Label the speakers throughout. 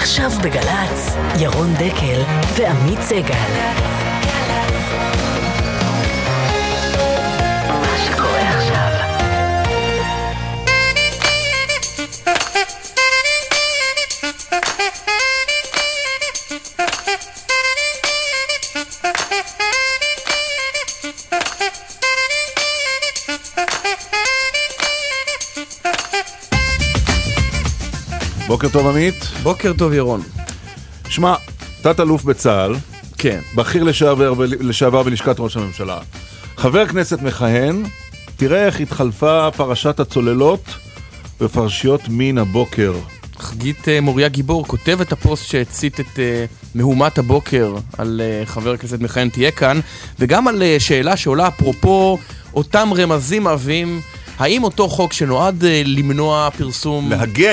Speaker 1: עכשיו בגלץ, ירון דקל ועמית סגל. מה שקורה עכשיו.
Speaker 2: בוקר טוב עמית.
Speaker 3: בוקר טוב ירון.
Speaker 2: שמע, תת אלוף בצה"ל,
Speaker 3: כן.
Speaker 2: בכיר לשעבר בלשכת ראש הממשלה, חבר כנסת מכהן, תראה איך התחלפה פרשת הצוללות בפרשיות מין הבוקר.
Speaker 3: חגית מוריה גיבור כותב את הפוסט שהצית את מהומת הבוקר על חבר כנסת מכהן תהיה כאן, וגם על שאלה שעולה אפרופו אותם רמזים עבים, האם אותו חוק שנועד למנוע פרסום,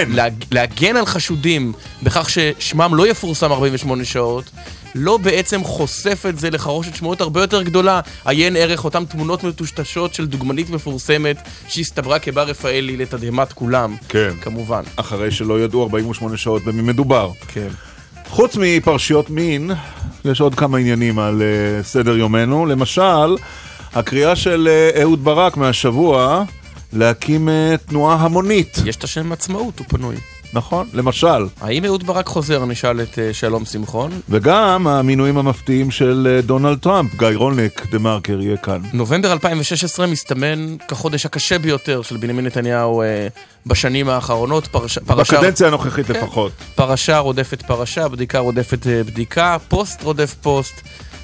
Speaker 3: להגן על חשודים בכך ששמם לא יפורסם 48 שעות, לא בעצם חושף את זה לחרושת שמועות הרבה יותר גדולה, עיין ערך אותם תמונות מטושטשות של דוגמנית מפורסמת שהסתברה כבר רפאלי לתדהמת כולם.
Speaker 2: כן.
Speaker 3: כמובן.
Speaker 2: אחרי שלא ידעו 48 שעות במי מדובר.
Speaker 3: כן.
Speaker 2: חוץ מפרשיות מין, יש עוד כמה עניינים על סדר יומנו. למשל, הקריאה של אהוד ברק מהשבוע להקים תנועה המונית.
Speaker 3: יש את השם עצמאות, הוא פנוי.
Speaker 2: נכון, למשל.
Speaker 3: האם אהוד ברק חוזר, נשאל את שלום שמחון.
Speaker 2: וגם המינויים המפתיעים של דונלד טראמפ, גיא רולניק, דה מרקר, יהיה כאן.
Speaker 3: נובמבר 2016 מסתמן כחודש הקשה ביותר של בנימין נתניהו בשנים האחרונות.
Speaker 2: בקדנציה הנוכחית לפחות.
Speaker 3: פרשה רודפת פרשה, בדיקה רודפת בדיקה, פוסט רודף פוסט.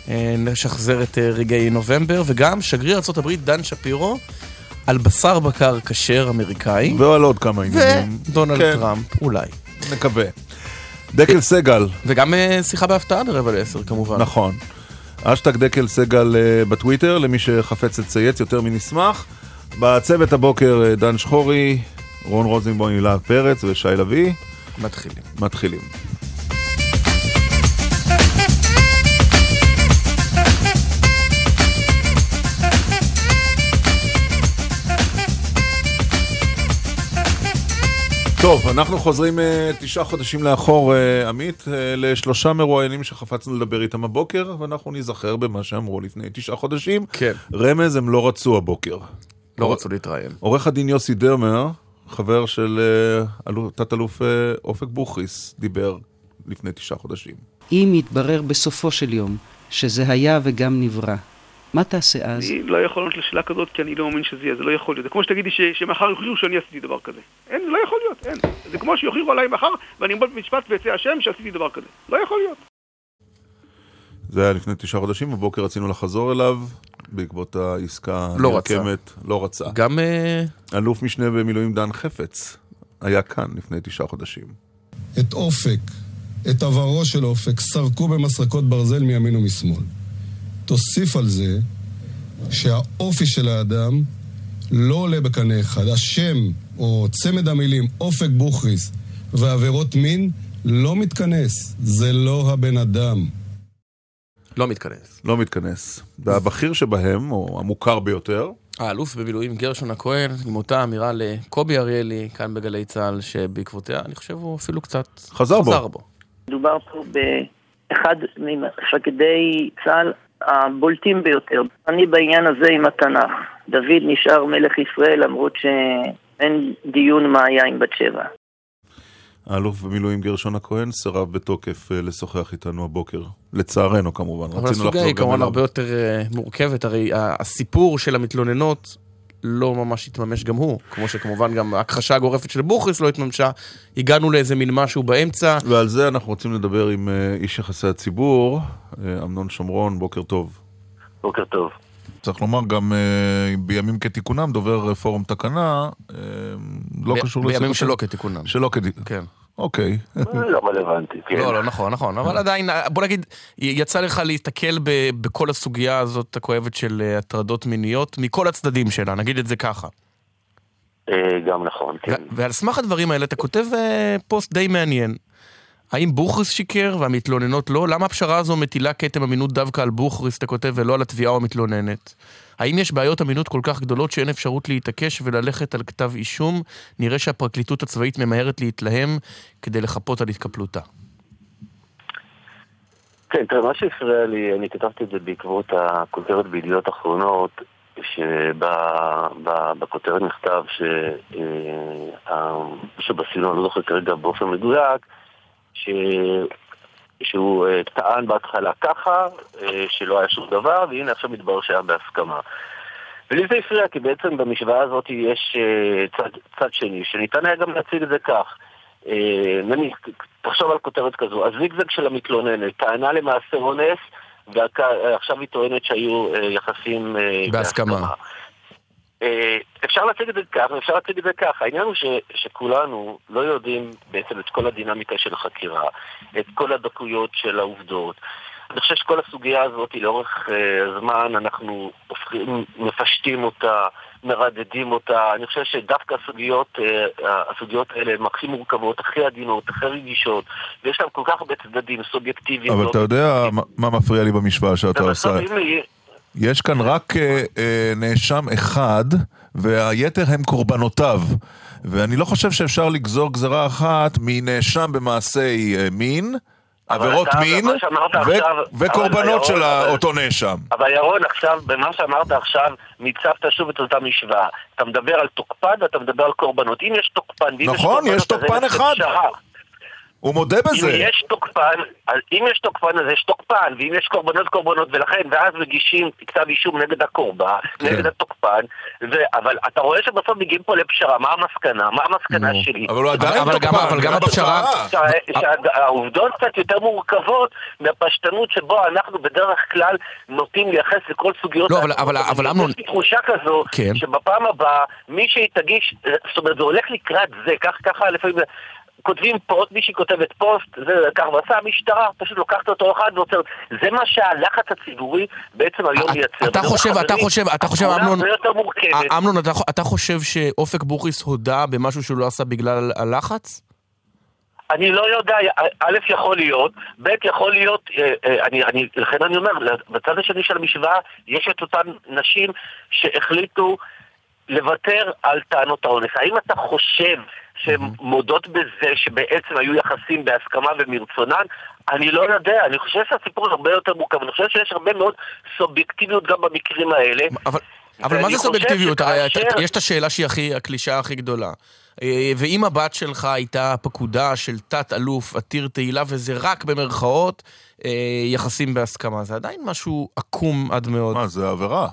Speaker 3: נשחזר את רגעי נובמבר, וגם שגריר ארצות הברית דן שפירו, על בשר בקר כשר אמריקאי.
Speaker 2: ועל עוד כמה עניינים.
Speaker 3: ודונלד טראמפ, אולי.
Speaker 2: נקווה. דקל סגל.
Speaker 3: וגם שיחה בהפתעה ב9:45 כמובן.
Speaker 2: נכון. אשטג דקל סגל בטוויטר, למי שחפץ לצייץ יותר מנשמח. בצוות הבוקר דן שחורי, רון רוזנבוים, הילה פרץ ושי לוי. מתחילים. טוב, אנחנו חוזרים 9 חודשים לאחור, עמית, לשלושה מרואיינים שחפצנו לדבר איתם הבוקר, ואנחנו נזכר במה שאמרו לפני 9 חודשים.
Speaker 3: כן.
Speaker 2: רמז, הם לא רצו הבוקר.
Speaker 3: לא רצו להתראיין.
Speaker 2: עורך הדין יוסי דרמר, חבר של תת אלוף אופק בוכריס, דיבר לפני 9 חודשים.
Speaker 4: אם יתברר בסופו של יום שזה היה וגם נברא, מה תעשה אז?
Speaker 5: אני לא יכול לענות לשאלה כזאת, כי אני לא מאמין שזה יהיה, זה לא יכול להיות. זה כמו שתגידי שמחר יוכיחו שאני עשיתי דבר כזה. אין, לא יכול להיות, אין. זה כמו שיוכיחו עליי מחר, ואני אעמוד במשפט ויצא השם שעשיתי דבר כזה. לא יכול להיות.
Speaker 2: זה היה לפני 9 חודשים, בבוקר רצינו לחזור אליו, בעקבות העסקה הנרקמת. לא רצה.
Speaker 3: גם
Speaker 2: אלוף משנה במילואים דן חפץ היה כאן לפני 9 חודשים.
Speaker 6: את אופק, את עברו של אופק, סרקו במסרקות ברזל מימין ומשמאל. תוסיף על זה שהאופי של האדם לא עולה בקנה אחד. השם או צמד המילים אופק בוכריס ועבירות מין לא מתכנס. זה לא הבן אדם.
Speaker 3: לא מתכנס.
Speaker 2: והבכיר שבהם, או המוכר ביותר,
Speaker 3: האלוף במילואים גרשון הכהן, עם אותה אמירה לקובי אריאלי, כאן בגלי צה"ל, שבעקבותיה, אני חושב, הוא אפילו קצת חזר בו.
Speaker 7: מדובר פה באחד ממפקדי צה"ל הבולטים ביותר. אני בעניין הזה עם התנ"ך. דוד נשאר מלך ישראל למרות שאין דיון מה היה עם בת שבע.
Speaker 2: האלוף במילואים גרשון הכהן סירב בתוקף לשוחח איתנו הבוקר. לצערנו כמובן.
Speaker 3: אבל הסוגיה היא כמובן הרבה יותר מורכבת. הרי הסיפור של המתלוננות לא ממש התממש גם הוא. כמו שכמובן גם ההכחשה הגורפת של בוכריס לא התממשה. הגענו לאיזה מין משהו באמצע.
Speaker 2: ועל זה אנחנו רוצים לדבר עם איש יחסי הציבור, אמנון שומרון. בוקר טוב.
Speaker 8: בוקר טוב.
Speaker 2: צריך לומר גם בימים כתיקונם, דובר פורום תקנה, לא קשור לזה.
Speaker 3: בימים שלא כתיקונם.
Speaker 2: כן. אוקיי.
Speaker 8: לא רלוונטי, כן.
Speaker 3: לא, נכון. אבל עדיין, בוא נגיד, יצא לך להסתכל בכל הסוגיה הזאת הכואבת של הטרדות מיניות, מכל הצדדים שלה, נגיד את זה ככה.
Speaker 8: גם נכון, כן.
Speaker 3: ועל סמך הדברים האלה, אתה כותב פוסט די מעניין. האם בוכריס שיקר והמתלוננות לא? למה הפשרה הזו מטילה כתם אמינות דווקא על בוכריס, אתה כותב, ולא על התביעה או המתלוננת? האם יש בעיות אמינות כל כך גדולות שאין אפשרות להתעקש וללכת על כתב אישום? נראה שהפרקליטות הצבאית ממהרת להתלהם כדי לחפות על התקפלותה.
Speaker 8: כן, תראה, מה שהפריע לי, אני כתבתי את זה בעקבות הכותרת בידיעות אחרונות, שבכותרת נכתב שבסילון, אני לא זוכר כרגע באופן מדויק, שהוא טען בהתחלה ככה, שלא היה שום דבר, והנה עכשיו מתברר שהיה בהסכמה. ולי זה הפריע, כי בעצם במשוואה הזאת יש צד שני, שניתן היה גם להציג את זה כך. תחשוב על כותרת כזו, הזיגזג של המתלוננת, טענה למעשה אונס, ועכשיו היא טוענת שהיו יחסים בהסכמה. אפשר להציג את זה כך, אפשר להציג את זה כך. העניין הוא שכולנו לא יודעים בעצם את כל הדינמיקה של החקירה, את כל הדקויות של העובדות. אני חושב שכל הסוגיה הזאת לאורך הזמן אנחנו מפשטים אותה, מרדדים אותה. אני חושב שדווקא הסוגיות האלה הן הכי מורכבות, הכי עדינות, הכי רגישות, ויש להם כל כך הרבה צדדים סובייקטיביים.
Speaker 2: אבל אתה יודע מה מפריע לי במשוואה שאתה עושה? יש כאן רק נאשם אחד, והיתר הם קורבנותיו. ואני לא חושב שאפשר לגזור גזרה אחת מנאשם במעשי מין, עבירות מין וקורבנות של אותו נאשם.
Speaker 8: אבל ירון, עכשיו, במה שאמרת עכשיו, מיצבת שוב את אותה משוואה. אתה מדבר על תוקפן ואתה מדבר על קורבנות. אם יש תוקפן,
Speaker 2: נכון, יש תוקפן אחד. הוא מודה בזה.
Speaker 8: אם יש תוקפן, אז יש תוקפן, ואם יש קורבנות, ולכן, ואז מגישים כתב אישום נגד הקורבן, נגד התוקפן, אבל אתה רואה שבסוף מגיעים פה לפשרה, מה המסקנה? מה המסקנה שלי?
Speaker 3: אבל גם הפשרה...
Speaker 8: שהעובדות קצת יותר מורכבות מהפשטנות שבו אנחנו בדרך כלל נוטים לייחס לכל סוגיות...
Speaker 3: לא, אבל אמנון...
Speaker 8: יש לי תחושה כזו, שבפעם הבאה, מי שיתגיש, זאת אומרת, זה הולך לקראת זה, ככה לפעמים... כותבים פוסט, מישהי כותבת פוסט, זה כך ועשה, המשטרה פשוט לוקחת אותו אחד ועוצרת. זה מה שהלחץ הציבורי בעצם היום מייצר.
Speaker 3: אתה חושב, אמנון, אתה חושב שאופק בוכריס הודע במשהו שהוא לא עשה בגלל הלחץ?
Speaker 8: אני לא יודע, א' יכול להיות, ב' יכול להיות, לכן אני אומר, בצד השני של המשוואה, יש את אותן נשים שהחליטו לוותר על טענות האונס. האם אתה חושב שהן מודות בזה שבעצם היו יחסים בהסכמה ומרצונן? אני לא יודע, אני חושב שהסיפור הרבה יותר מורכב, אני חושב שיש הרבה מאוד סובייקטיביות גם במקרים האלה.
Speaker 3: אבל מה זה סובייקטיביות? יש את השאלה שהיא הקלישה הכי גדולה. ואם הבת שלך הייתה פקודה של תת אלוף עתיר תהילה, וזה רק במרכאות יחסים בהסכמה, זה עדיין משהו עקום עד מאוד.
Speaker 2: מה, זה עבירה?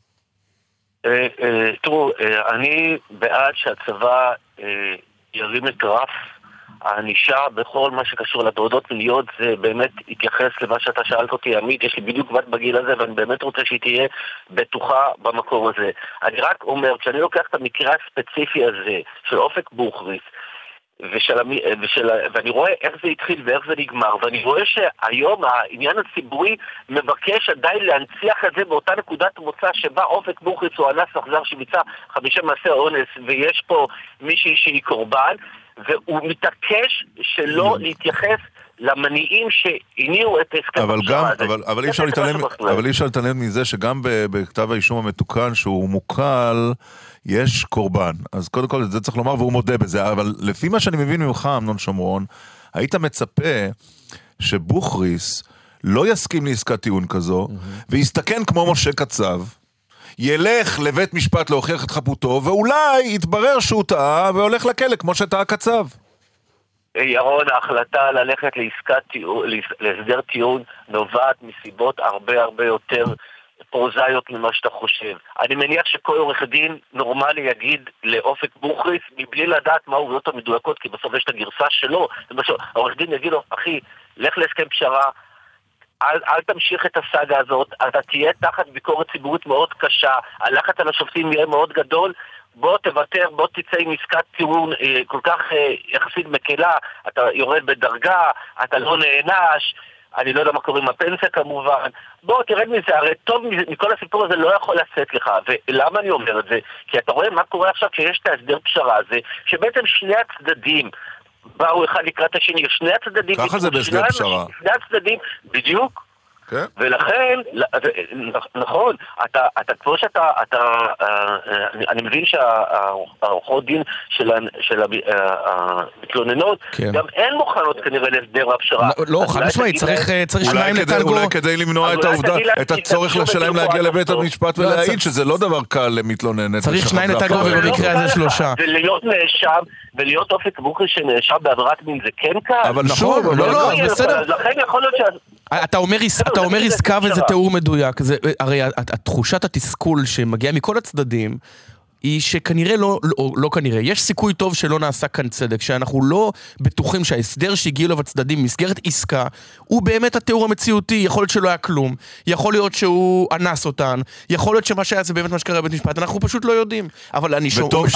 Speaker 8: תראו, אני בעד שהצבא ירים את רף הענישה בכל מה שקשור להטרדות מיניות. זה באמת התייחס למה שאתה שאלת אותי, עמית, יש לי בדיוק בת בגיל הזה ואני באמת רוצה שהיא תהיה בטוחה במקום הזה. אני רק אומר, כשאני לוקח את המקרה הספציפי הזה של אופק בוכריס ואני רואה איך זה התחיל ואיך זה נגמר, ואני רואה שהיום העניין הציבורי מבקש עדיין להנציח את זה באותה נקודת מוצא שבה אופק בוכריס הוא אנס אכזר שביצע 5 מעשי אונס ויש פה מישהי שהיא קורבן, והוא מתעקש שלא להתייחס למניעים שהניעו את הסכם הפשרה הזה.
Speaker 2: אבל אי אפשר להתעלם מזה שגם בכתב האישום המתוקן שהוא מוקל יש קורבן. אז קודם כל זה צריך לומר והוא מודה בזה, אבל לפי מה שאני מבין ממך, אמנון שומרון, היית מצפה שבוכריס לא יסכים לעסקת טיעון כזו, ויסתכן כמו משה קצב, ילך לבית משפט להוכיח את חפותו, ואולי יתברר שהוא טעה והולך לכלא כמו שטעה קצב.
Speaker 8: ירון, ההחלטה ללכת להסדר טיעון נובעת מסיבות הרבה הרבה יותר פרוזאיות ממה שאתה חושב. אני מניח שכל עורך דין נורמלי יגיד לאופק בוכריס מבלי לדעת מה העובדות המדויקות, כי בסוף יש את הגרסה שלו. העורך דין יגיד לו, אחי, לך להסכם פשרה, אל תמשיך את הסאגה הזאת, אתה תהיה תחת ביקורת ציבורית מאוד קשה, הלחץ על השופטים יהיה מאוד גדול, בוא תוותר, בוא תצא עם עסקת טיעון כל כך יחסית מקלה, אתה יורד בדרגה, אתה לא נענש, אני לא יודע מה קוראים הפנסיה כמובן, בוא תרד מזה, הרי טוב מכל הסיפור הזה לא יכול לצאת לך. ולמה אני אומר את זה? כי אתה רואה מה קורה עכשיו כשיש את ההסדר פשרה הזה, שבעצם שני הצדדים באו אחד לקראת השני, שני הצדדים...
Speaker 2: ככה זה בהסדר פשרה.
Speaker 8: שני הצדדים, בדיוק. ולכן, נכון, אתה כמו שאתה, אני מבין שהעורכות דין של המתלוננות, גם אין מוכנות כנראה להסדר הפשרה.
Speaker 3: לא, חד משמעית, צריך שניים לטנגו.
Speaker 2: אולי כדי למנוע את העובדה, את הצורך שלהם להגיע לבית המשפט ולהעיד שזה לא דבר קל למתלוננת.
Speaker 3: צריך שניים לטנגו ובמקרה הזה 3.
Speaker 8: ולהיות נאשם, ולהיות אופק בוכרי שנאשם בעבירת מין זה כן קל.
Speaker 3: אבל שוב, לא, בסדר.
Speaker 8: לכן יכול להיות
Speaker 3: אתה אומר עסקה וזה תיאור מדויק. הרי התחושת התסכול שמגיעה מכל הצדדים היא שכנראה לא כנראה, יש סיכוי טוב שלא נעשה כאן צדק, שאנחנו לא בטוחים שההסדר שהגיעו לו הצדדים במסגרת עסקה, הוא באמת התיאור המציאותי, יכול להיות שלא היה כלום, יכול להיות שהוא אנס אותן, יכול להיות שמה שהיה זה באמת מה שקרה בבית משפט, אנחנו פשוט לא יודעים, אבל אני שומע...
Speaker 2: וטוב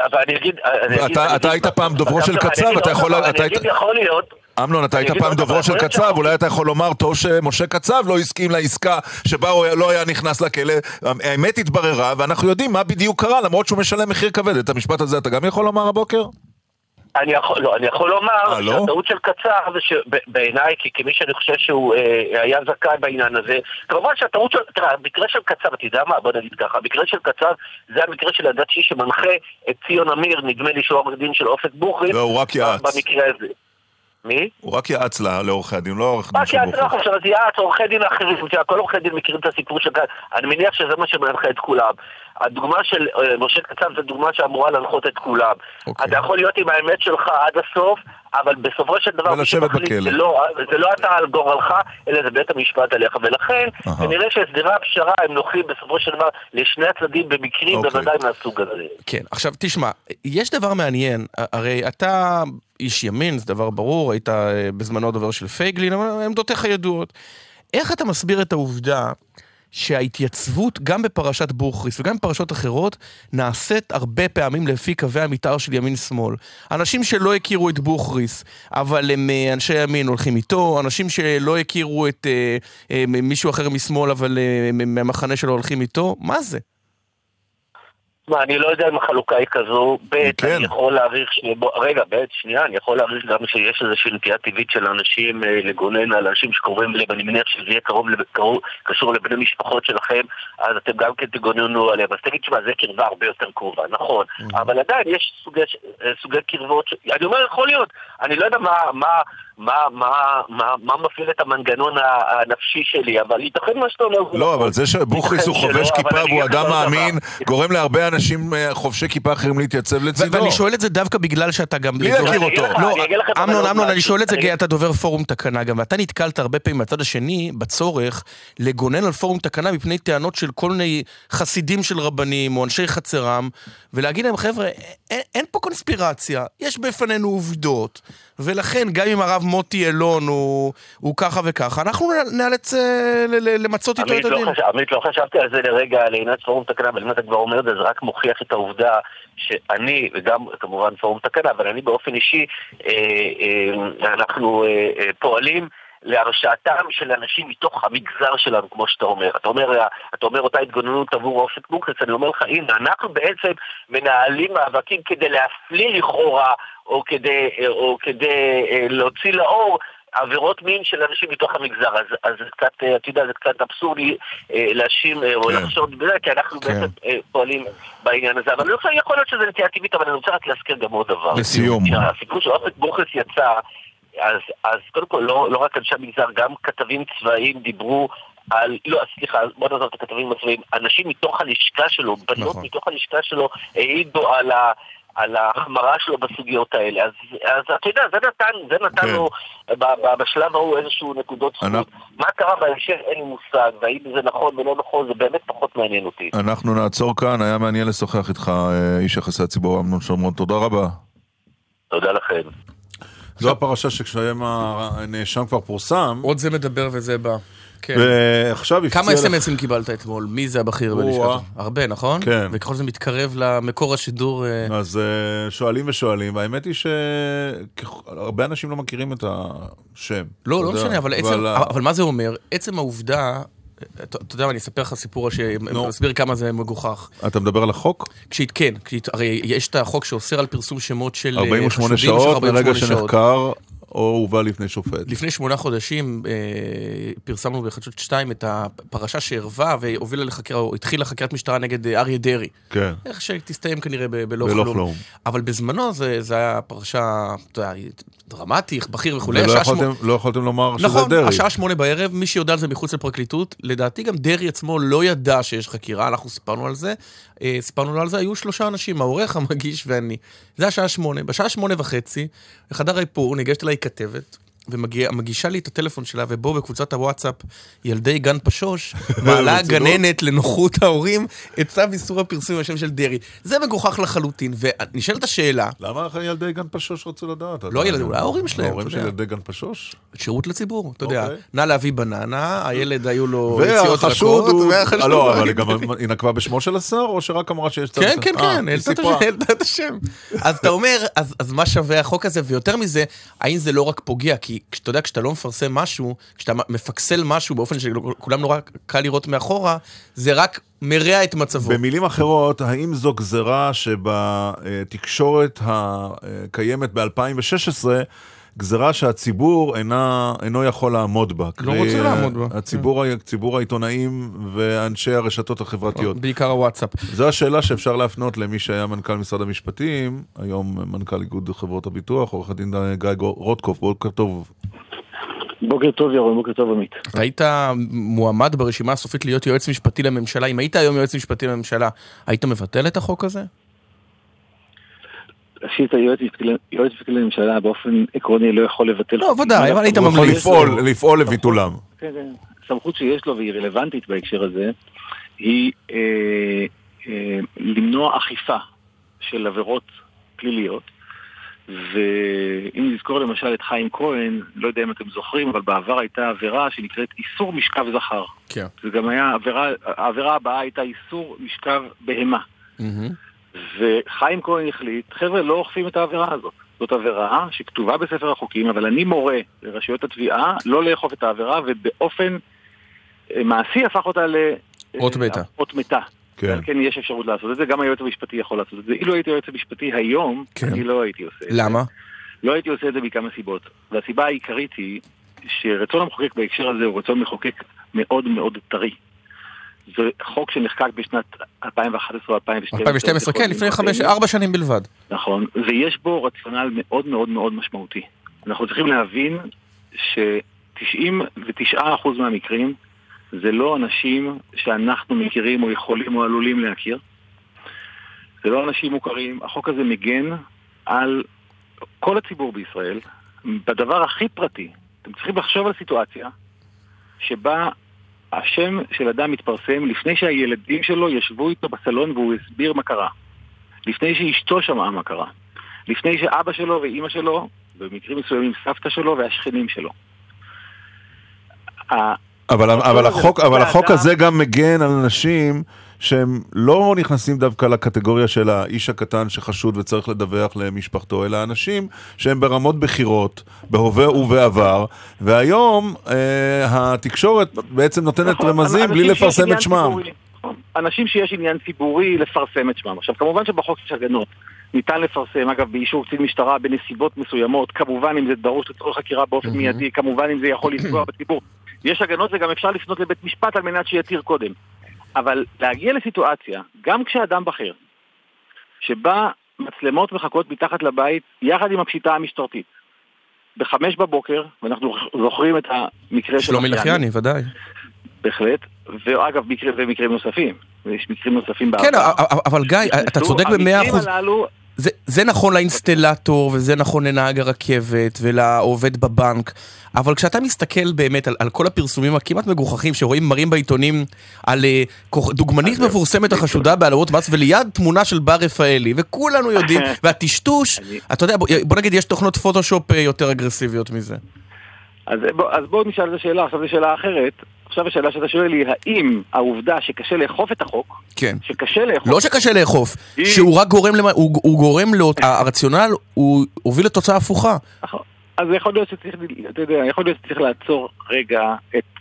Speaker 2: אתה היית פעם דוברו של קצב, אתה יכול...
Speaker 8: יכול להיות...
Speaker 2: אמנון, אתה היית פעם דוברו של קצב, אולי אתה יכול לומר, טוב שמשה קצב לא הסכים לעסקה שבה הוא לא היה נכנס לכלא, האמת התבררה, ואנחנו יודעים מה בדיוק קרה, למרות שהוא משלם מחיר כבד. את המשפט הזה אתה גם יכול לומר הבוקר?
Speaker 8: אני יכול לומר שהטעות של קצב, בעיניי, כמי שאני חושב שהוא היה זכאי בעניין הזה, כמובן שהטעות של, תראה, המקרה של קצב, אתה יודע מה, בוא נגיד ככה, המקרה של קצב זה המקרה של הדתשי שמנחה את ציון אמיר, נדמה לי שהוא המרדין של אופק בוכרי,
Speaker 2: והוא רק יעץ.
Speaker 8: במקרה הזה. מי?
Speaker 2: הוא רק יעץ לעורכי הדין, לא עורך דין
Speaker 8: של בוכרי. רק יעץ עכשיו, אז יעץ, עורכי דין אחרים, כל עורכי דין מכירים את הסיפור של... אני מניח שזה מה שמנחה את כולם. הדוגמה של משה קצב זה דוגמה שאמורה להנחות את כולם. אתה יכול להיות עם האמת שלך עד הסוף, אבל בסופו של דבר זה לא אתה על גורלך, אלא זה בית המשפט עליך. ולכן, כנראה שהסדרי הפשרה הם נוחים בסופו של דבר לשני הצדדים במקרים בוודאי מהסוג הזה.
Speaker 3: כן, עכשיו תשמע, יש דבר מעניין, הרי אתה איש ימין, זה דבר ברור, היית בזמנו דובר של פייגלין, אבל עמדותיך ידועות. איך אתה מסביר את העובדה שההתייצבות גם בפרשת בוכריס וגם בפרשות אחרות נעשית הרבה פעמים לפי קווי המתאר של ימין-שמאל. אנשים שלא הכירו את בוכריס, אבל הם אנשי ימין הולכים איתו, אנשים שלא הכירו את מישהו אחר משמאל, אבל מהמחנה שלו הולכים איתו. מה זה?
Speaker 8: אני לא יודע אם החלוקה היא כזו, אני יכול להעריך אני יכול להעריך גם שיש איזושהי נטייה טבעית של אנשים לגונן על אנשים שקוראים לב, אני מניח שזה יהיה קשור לבני משפחות שלכם, אז אתם גם כן תגוננו עליהם, אז תגיד שמה, זה קרבה הרבה יותר קרובה, נכון, אבל עדיין יש סוגי קרבות, אני אומר יכול להיות, אני לא יודע מה מפעיל את המנגנון הנפשי שלי, אבל ייתכן מה שאתה אומר.
Speaker 2: לא, אבל זה שבוכריס הוא חובש כיפה והוא אדם מאמין, גורם להרבה אנשים חובשי כיפה אחרים להתייצב לצידו.
Speaker 3: ואני שואל את זה דווקא בגלל שאתה גם...
Speaker 2: בלי להכיר אותו.
Speaker 3: אמנון, אני שואל את זה כי אתה דובר פורום תקנה גם, ואתה נתקלת הרבה פעמים מהצד השני בצורך לגונן על פורום תקנה מפני טענות של כל מיני חסידים של רבנים או אנשי חצרם, ולהגיד להם, חבר'ה, אין פה קונספירציה, יש בפנינו עובדות, ולכן גם אם הרב מוטי אלון הוא ככה וככה, אנחנו נאלץ למצות איתו את הדין.
Speaker 8: עמית, לא חשבתי על זה לרגע, לעינת פורום תקנה, אבל אם אתה כבר אומר את זה, זה רק מוכיח את העובדה שאני, וגם כמובן פורום תקנה, אבל אני באופן אישי, אנחנו פועלים להרשעתם של אנשים מתוך המגזר שלנו, כמו שאתה אומר. אתה אומר אותה התגוננות עבור אופק בוכריס, אני אומר לך, הנה, אנחנו בעצם מנהלים מאבקים כדי להפליא לכאורה, או כדי להוציא לאור עבירות מין של אנשים מתוך המגזר. אז זה קצת, אתה יודע, זה קצת אבסורדי להאשים או לחשוד בזה, כי אנחנו בעצם פועלים בעניין הזה. אבל אני חושב, יכול להיות שזה נטייה טבעית, אבל אני רוצה רק להזכיר גם עוד דבר.
Speaker 2: לסיום.
Speaker 8: הסיפור של אופק בוכריס יצא, אז קודם כל, לא רק אנשי המגזר, גם כתבים צבאיים דיברו על, בוא נעזור את הכתבים הצבאיים, אנשים מתוך הלשכה שלו, בנות מתוך הלשכה שלו, העידו על ההחמרה שלו בסוגיות האלה. אז אתה יודע, זה נתן לו בשלב ההוא איזשהו נקודות זכות. מה קרה בהמשך אין לי מושג, והאם זה נכון ולא נכון, זה באמת פחות מעניין אותי.
Speaker 2: אנחנו נעצור כאן, היה מעניין לשוחח איתך, איש יחסי הציבור אמנון שלמון, תודה רבה.
Speaker 8: תודה לכם.
Speaker 2: זו הפרשה שכשהם הנאשם כבר פורסם.
Speaker 3: עוד זה מדבר וזה בא.
Speaker 2: ועכשיו
Speaker 3: כמה אס-אמסים קיבלת אתמול? מי זה הבכיר בלשכת? הרבה, נכון?
Speaker 2: כן.
Speaker 3: וככל זה מתקרב למקור השידור...
Speaker 2: אז שואלים, והאמת היא שהרבה אנשים לא מכירים את השם.
Speaker 3: לא משנה, אבל מה זה אומר? עצם העובדה... אתה יודע, אני אספר לך סיפור שמסביר כמה זה מגוחך.
Speaker 2: אתה מדבר על החוק?
Speaker 3: כן, הרי יש את החוק שאוסר על פרסום שמות של
Speaker 2: 48 שעות, ברגע שנחקר, או הובא לפני שופט?
Speaker 3: לפני 8 חודשים פרסמנו בחדשות 2 את הפרשה שהרווה והובילה לחקירה, או התחילה חקירת משטרה נגד אריה דרעי.
Speaker 2: כן.
Speaker 3: איך שתסתיים כנראה בלא כלום. אבל בזמנו זה היה פרשה דרמטי, בכיר וכו'.
Speaker 2: לא יכולתם לומר שזה
Speaker 3: נכון,
Speaker 2: דרעי.
Speaker 3: השעה 8 בערב, מי שיודע על זה מחוץ לפרקליטות, לדעתי גם דרעי עצמו לא ידע שיש חקירה, אנחנו סיפרנו על זה, היו 3 אנשים, העורך, המגיש ואני. זה השעה 8, בשעה 8:30, בחדר האיפור, ניגשת אליי כתבת, ומגישה לי את הטלפון שלה, ובו בקבוצת הוואטסאפ, ילדי גן פשוש, מעלה הגננת לנוחות ההורים, את צו איסור הפרסום השם של דרעי. זה מגוחך לחלוטין, ונשאלת השאלה...
Speaker 2: למה ילדי גן פשוש רצו לדעת?
Speaker 3: לא ילדים, אולי ההורים שלהם.
Speaker 2: ההורים של ילדי גן פשוש?
Speaker 3: שירות לציבור, אתה יודע. נא להביא בננה, הילד היו לו
Speaker 2: יציאות רכות, לא, אבל היא נקבה בשמו של השר, או שרק אמרה שיש צו?
Speaker 3: כן, העלתה את השם. אז אתה אומר, אז מה שווה החוק הזה, ויותר מזה, האם זה לא רק פוגע, כי כשאתה יודע, כשאתה לא מפרסם משהו, כשאתה מפקסל משהו באופן שכולם נורא קל לראות מאחורה, זה רק מרע את מצבו.
Speaker 2: במילים אחרות, האם זו גזרה שבתקשורת הקיימת ב-2016, גזרה שהציבור אינו יכול לעמוד בה?
Speaker 3: לא רוצה לעמוד בה.
Speaker 2: ציבור העיתונאים ואנשי הרשתות החברתיות.
Speaker 3: בעיקר הוואטסאפ.
Speaker 2: זו השאלה שאפשר להפנות למי שהיה מנכ"ל משרד המשפטים, היום מנכ"ל איגוד חברות הביטוח, עורך הדין גיא רוטקופף. בוקר טוב.
Speaker 9: בוקר טוב ירון, בוקר טוב עמית.
Speaker 3: אתה היית מועמד ברשימה הסופית להיות יועץ משפטי לממשלה. אם היית היום יועץ משפטי לממשלה, היית מבטל את החוק הזה?
Speaker 9: ראשית, היועץ משפטי לממשלה באופן עקרוני לא יכול לבטל.
Speaker 3: לא, ודאי, אבל היית ממליץ.
Speaker 2: הוא יכול לפעול לביטולם.
Speaker 9: כן, כן. הסמכות שיש לו והיא רלוונטית בהקשר הזה, היא למנוע אכיפה של עבירות פליליות, ואם נזכור למשל את חיים כהן, לא יודע אם אתם זוכרים, אבל בעבר הייתה עבירה שנקראת איסור משכב זכר.
Speaker 3: כן.
Speaker 9: זה גם היה, העבירה הבאה הייתה איסור משכב בהמה. וחיים כהן החליט, חבר'ה, לא אוכפים את העבירה הזאת. זאת עבירה שכתובה בספר החוקים, אבל אני מורה לרשויות התביעה לא לאכוף את העבירה, ובאופן מעשי הפך אותה
Speaker 3: אות מתה.
Speaker 9: אות מתה. כן. כן, יש אפשרות לעשות את זה, גם היועץ המשפטי יכול לעשות את זה. אילו הייתי היועץ המשפטי היום, אני לא הייתי עושה את זה.
Speaker 3: למה?
Speaker 9: לא הייתי עושה את זה מכמה סיבות. והסיבה העיקרית היא שרצון המחוקק בהקשר הזה הוא רצון מחוקק מאוד מאוד טרי. זה חוק שנחקק בשנת 2011 או
Speaker 3: 2012, כן, לפני 4 שנים בלבד.
Speaker 9: נכון, ויש בו רציונל מאוד מאוד מאוד משמעותי. אנחנו צריכים להבין ש99% מהמקרים זה לא אנשים שאנחנו מכירים או יכולים או עלולים להכיר. זה לא אנשים מוכרים. החוק הזה מגן על כל הציבור בישראל, בדבר הכי פרטי. אתם צריכים לחשוב על סיטואציה שבה השם של אדם מתפרסם לפני שהילדים שלו ישבו איתו בסלון והוא הסביר מה קרה. לפני שאשתו שמעה מה קרה. לפני שאבא שלו ואמא שלו, במקרים מסוימים סבתא שלו והשכנים שלו.
Speaker 2: אבל החוק הזה גם מגן על אנשים שהם לא נכנסים דווקא לקטגוריה של האיש הקטן שחשוד וצריך לדווח למשפחתו, אלא אנשים שהם ברמות בחירות, בהווה ובעבר, והיום התקשורת בעצם נותנת רמזים בלי לפרסם את שמם.
Speaker 9: אנשים שיש עניין ציבורי לפרסם את שמם. עכשיו, כמובן שבחוק יש הגנות. ניתן לפרסם, אגב, באישור קצין משטרה בנסיבות מסוימות, כמובן אם זה דרוש לצורך חקירה באופן מיידי, כמובן אם זה יכול לפגוע בציבור. יש הגנות וגם אפשר לפנות לבית משפט על מנת שיתיר קודם. אבל להגיע לסיטואציה, גם כשאדם בכיר, שבה מצלמות מחכות מתחת לבית, יחד עם הפשיטה המשטרתית, ב5 בבוקר, ואנחנו זוכרים את המקרה של
Speaker 3: שלומי לחיאני, ודאי.
Speaker 9: בהחלט, ואגב, ומקרים נוספים. יש מקרים נוספים בעבר.
Speaker 3: כן, אבל גיא, אתה צודק ב100%. זה נכון לאינסטלטור, וזה נכון לנהג הרכבת, ולעובד בבנק, אבל כשאתה מסתכל באמת על כל הפרסומים הכמעט מגוחכים, שרואים מראים בעיתונים על דוגמנית מפורסמת החשודה בהעלמות מס, וליד תמונה של בר רפאלי, וכולנו יודעים, והטשטוש, אתה יודע, בוא נגיד, יש תוכנות פוטושופ יותר אגרסיביות מזה.
Speaker 9: אז בואו נשאל את השאלה, עכשיו זו שאלה אחרת. עכשיו השאלה שאתה שואל לי, האם העובדה שקשה לאכוף את החוק,
Speaker 3: כן.
Speaker 9: שקשה לאכוף...
Speaker 3: לא שקשה לאכוף, שהוא רק גורם הוא גורם לו, הרציונל הוא הוביל לתוצאה הפוכה.
Speaker 9: אז יכול להיות שצריך, אתה יודע, יכול להיות שצריך לעצור רגע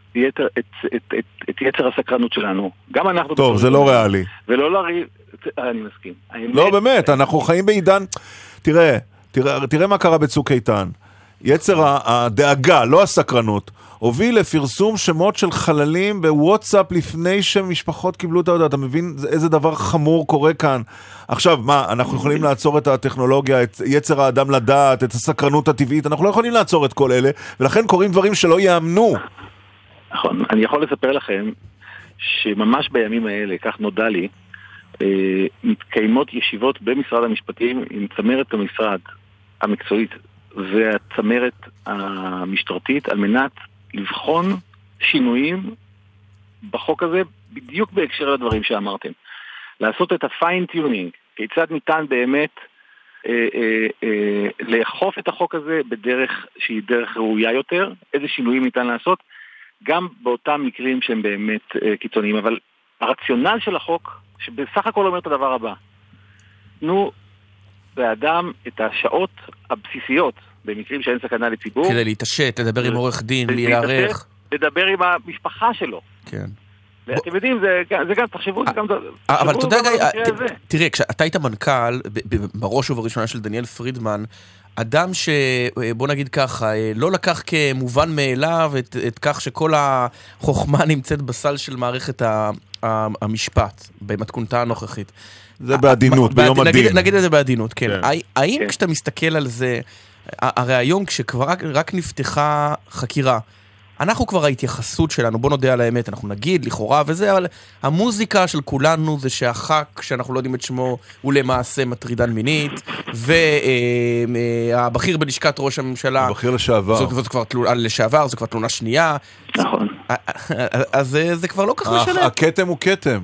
Speaker 9: את יצר הסקרנות שלנו. גם אנחנו...
Speaker 2: טוב, זה לא ריאלי.
Speaker 9: ולא לריב... אני מסכים.
Speaker 2: לא, באמת, אנחנו חיים בעידן... תראה מה קרה בצוק איתן. יצר הדאגה, לא הסקרנות, הוביל לפרסום שמות של חללים בוואטסאפ לפני שמשפחות קיבלו את ההודעה. אתה מבין איזה דבר חמור קורה כאן? עכשיו, מה, אנחנו יכולים לעצור את הטכנולוגיה, את יצר האדם לדעת, את הסקרנות הטבעית, אנחנו לא יכולים לעצור את כל אלה, ולכן קוראים דברים שלא יאמנו.
Speaker 9: נכון, אני יכול לספר לכם שממש בימים האלה, כך נודע לי, מתקיימות ישיבות במשרד המשפטים עם צמרת המשרד המקצועית והצמרת המשטרתית על מנת לבחון שינויים בחוק הזה בדיוק בהקשר לדברים שאמרתם. לעשות את הפיין-טיונינג, כיצד ניתן באמת לאכוף את החוק הזה בדרך שהיא דרך ראויה יותר, איזה שינויים ניתן לעשות, גם באותם מקרים שהם באמת קיצוניים. אבל הרציונל של החוק, שבסך הכל אומר את הדבר הבא, תנו לאדם את השעות הבסיסיות במקרים שאין סכנה לציבור.
Speaker 3: כדי להתעשת, לדבר עם עורך דין, להיערך.
Speaker 9: לדבר עם המשפחה שלו.
Speaker 3: כן.
Speaker 9: ואתם יודעים, זה גם, תחשבו, זה גם...
Speaker 3: אבל אתה יודע, תראה, כשאתה היית מנכ"ל, בראש ובראשונה של דניאל פרידמן, אדם שבוא נגיד ככה, לא לקח כמובן מאליו את כך שכל החוכמה נמצאת בסל של מערכת המשפט, במתכונתה הנוכחית.
Speaker 2: זה בעדינות, ביום הדין.
Speaker 3: נגיד את זה בעדינות, כן. האם כשאתה מסתכל על זה, הרי היום כשכבר רק נפתחה חקירה, אנחנו כבר ההתייחסות שלנו, בוא נודע על האמת, אנחנו נגיד לכאורה וזה, אבל המוזיקה של כולנו זה שהח"כ, שאנחנו לא יודעים את שמו, הוא למעשה מטרידן מינית, והבכיר בלשכת ראש הממשלה,
Speaker 2: הבכיר לשעבר.
Speaker 3: זאת כבר תלונה, לשעבר, זו כבר תלונה שנייה.
Speaker 9: נכון.
Speaker 3: אז זה כבר לא כך משנה.
Speaker 2: הכתם הוא כתם.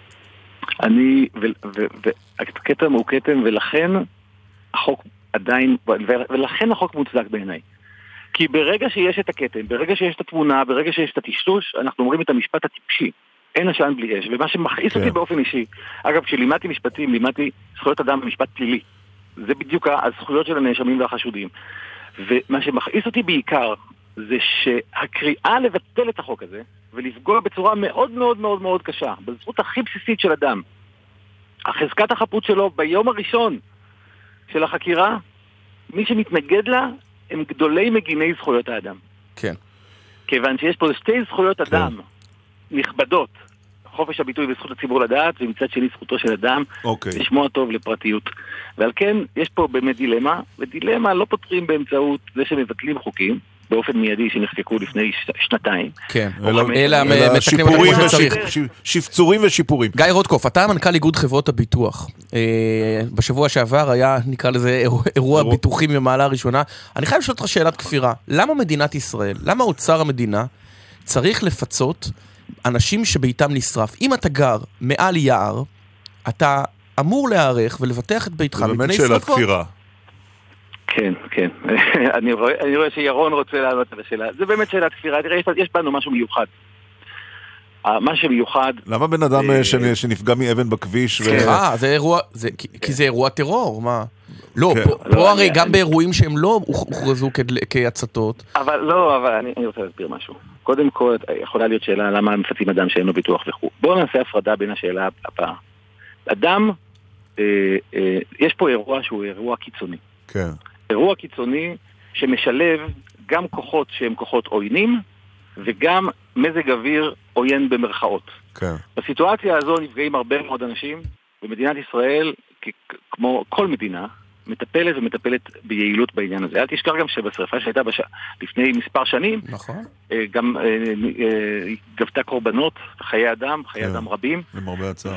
Speaker 9: הכתם הוא כתם, ולכן החוק עדיין, ולכן החוק מוצדק בעיניי. כי ברגע שיש את הכתם, ברגע שיש את התמונה, ברגע שיש את הטשטוש, אנחנו אומרים את המשפט הטיפשי. אין עשן בלי אש. ומה שמכעיס אותי באופן אישי, אגב, כשלימדתי משפטים, לימדתי זכויות אדם במשפט פלילי. זה בדיוק הזכויות של הנאשמים והחשודים. ומה שמכעיס אותי בעיקר, זה שהקריאה לבטל את החוק הזה, ולפגוע בצורה מאוד מאוד מאוד מאוד קשה, בזכות הכי בסיסית של אדם, החזקת החפות שלו ביום הראשון של החקירה, מי שמתנגד לה, הם גדולי מגיני זכויות האדם.
Speaker 3: כן.
Speaker 9: כיוון שיש פה שתי זכויות אדם נכבדות, חופש הביטוי וזכות הציבור לדעת, ומצד שני זכותו של אדם לשמוע טוב לפרטיות. ועל כן יש פה באמת דילמה, ודילמה לא פותרים באמצעות זה שמבטלים חוקים, באופן מיידי שנחקקו לפני שנתיים.
Speaker 3: כן, אלא מתקנים אותם כמו שצריך.
Speaker 2: שפצורים ושיפורים.
Speaker 3: גיא רוטקוף, אתה מנכ"ל איגוד חברות הביטוח. בשבוע שעבר היה, נקרא לזה, אירוע ביטוחי ממעלה הראשונה. אני חייב לשאול אותך שאלת כפירה. למה מדינת ישראל, למה אוצר המדינה צריך לפצות אנשים שביתם נשרף? אם אתה גר מעל יער, אתה אמור להיערך ולבטח את ביתך מפני שרפות.
Speaker 2: זה באמת שאלת כפירה.
Speaker 9: כן, כן. אני רואה שירון רוצה לענות על השאלה. זה באמת שאלת כפירה. תראה, יש בנו משהו מיוחד. משהו מיוחד...
Speaker 2: למה בן אדם שנפגע מאבן בכביש?
Speaker 3: סליחה, זה אירוע... כי זה אירוע טרור, מה? לא, פה הרי גם באירועים שהם לא הוכרזו כהצתות.
Speaker 9: אבל לא, אבל אני רוצה להסביר משהו. קודם כל, יכולה להיות שאלה למה מפצים אדם שאין לו ביטוח וכו'. בואו נעשה הפרדה בין השאלה הבאה. אדם, יש פה אירוע שהוא אירוע קיצוני.
Speaker 2: כן.
Speaker 9: אירוע קיצוני שמשלב גם כוחות שהם כוחות עוינים וגם מזג אוויר עוין במרכאות.
Speaker 2: כן.
Speaker 9: בסיטואציה הזו נפגעים הרבה מאוד אנשים, ומדינת ישראל, כמו כל מדינה, מטפלת ומטפלת ביעילות בעניין הזה. אל תשכח גם שבשרפה שהייתה לפני מספר שנים,
Speaker 3: נכון.
Speaker 9: גם גבתה קורבנות, חיי אדם רבים,
Speaker 2: למרבה הצער.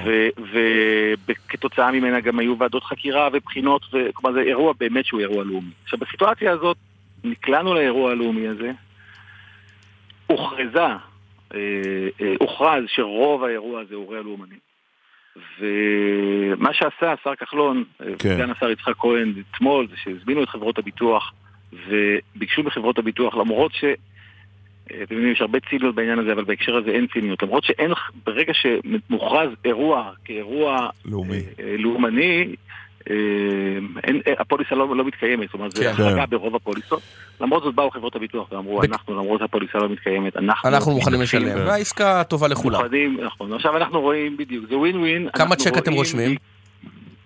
Speaker 9: וכתוצאה ממנה גם היו ועדות חקירה ובחינות, כלומר זה אירוע באמת שהוא אירוע לאומי. עכשיו בסיטואציה הזאת, נקלענו לאירוע הלאומי הזה, הוכרז שרוב האירוע הזה הוא אירוע לאומני. ומה שעשה השר כחלון, סגן השר יצחק כהן אתמול, זה שהזמינו את חברות הביטוח וביקשו מחברות הביטוח, למרות יש הרבה ציניות בעניין הזה, אבל בהקשר הזה אין ציניות, למרות שאין, ברגע שמוכרז אירוע כאירוע לאומני, הפוליסה לא מתקיימת, זאת אומרת, זה החרגה ברוב הפוליסות. למרות זאת באו חברות הביטוח ואמרו, אנחנו, למרות הפוליסה לא מתקיימת, אנחנו
Speaker 3: מוכנים לשלם, והעסקה טובה לכולם.
Speaker 9: עכשיו אנחנו רואים בדיוק, זה ווין ווין.
Speaker 3: כמה צ'ק אתם רושמים?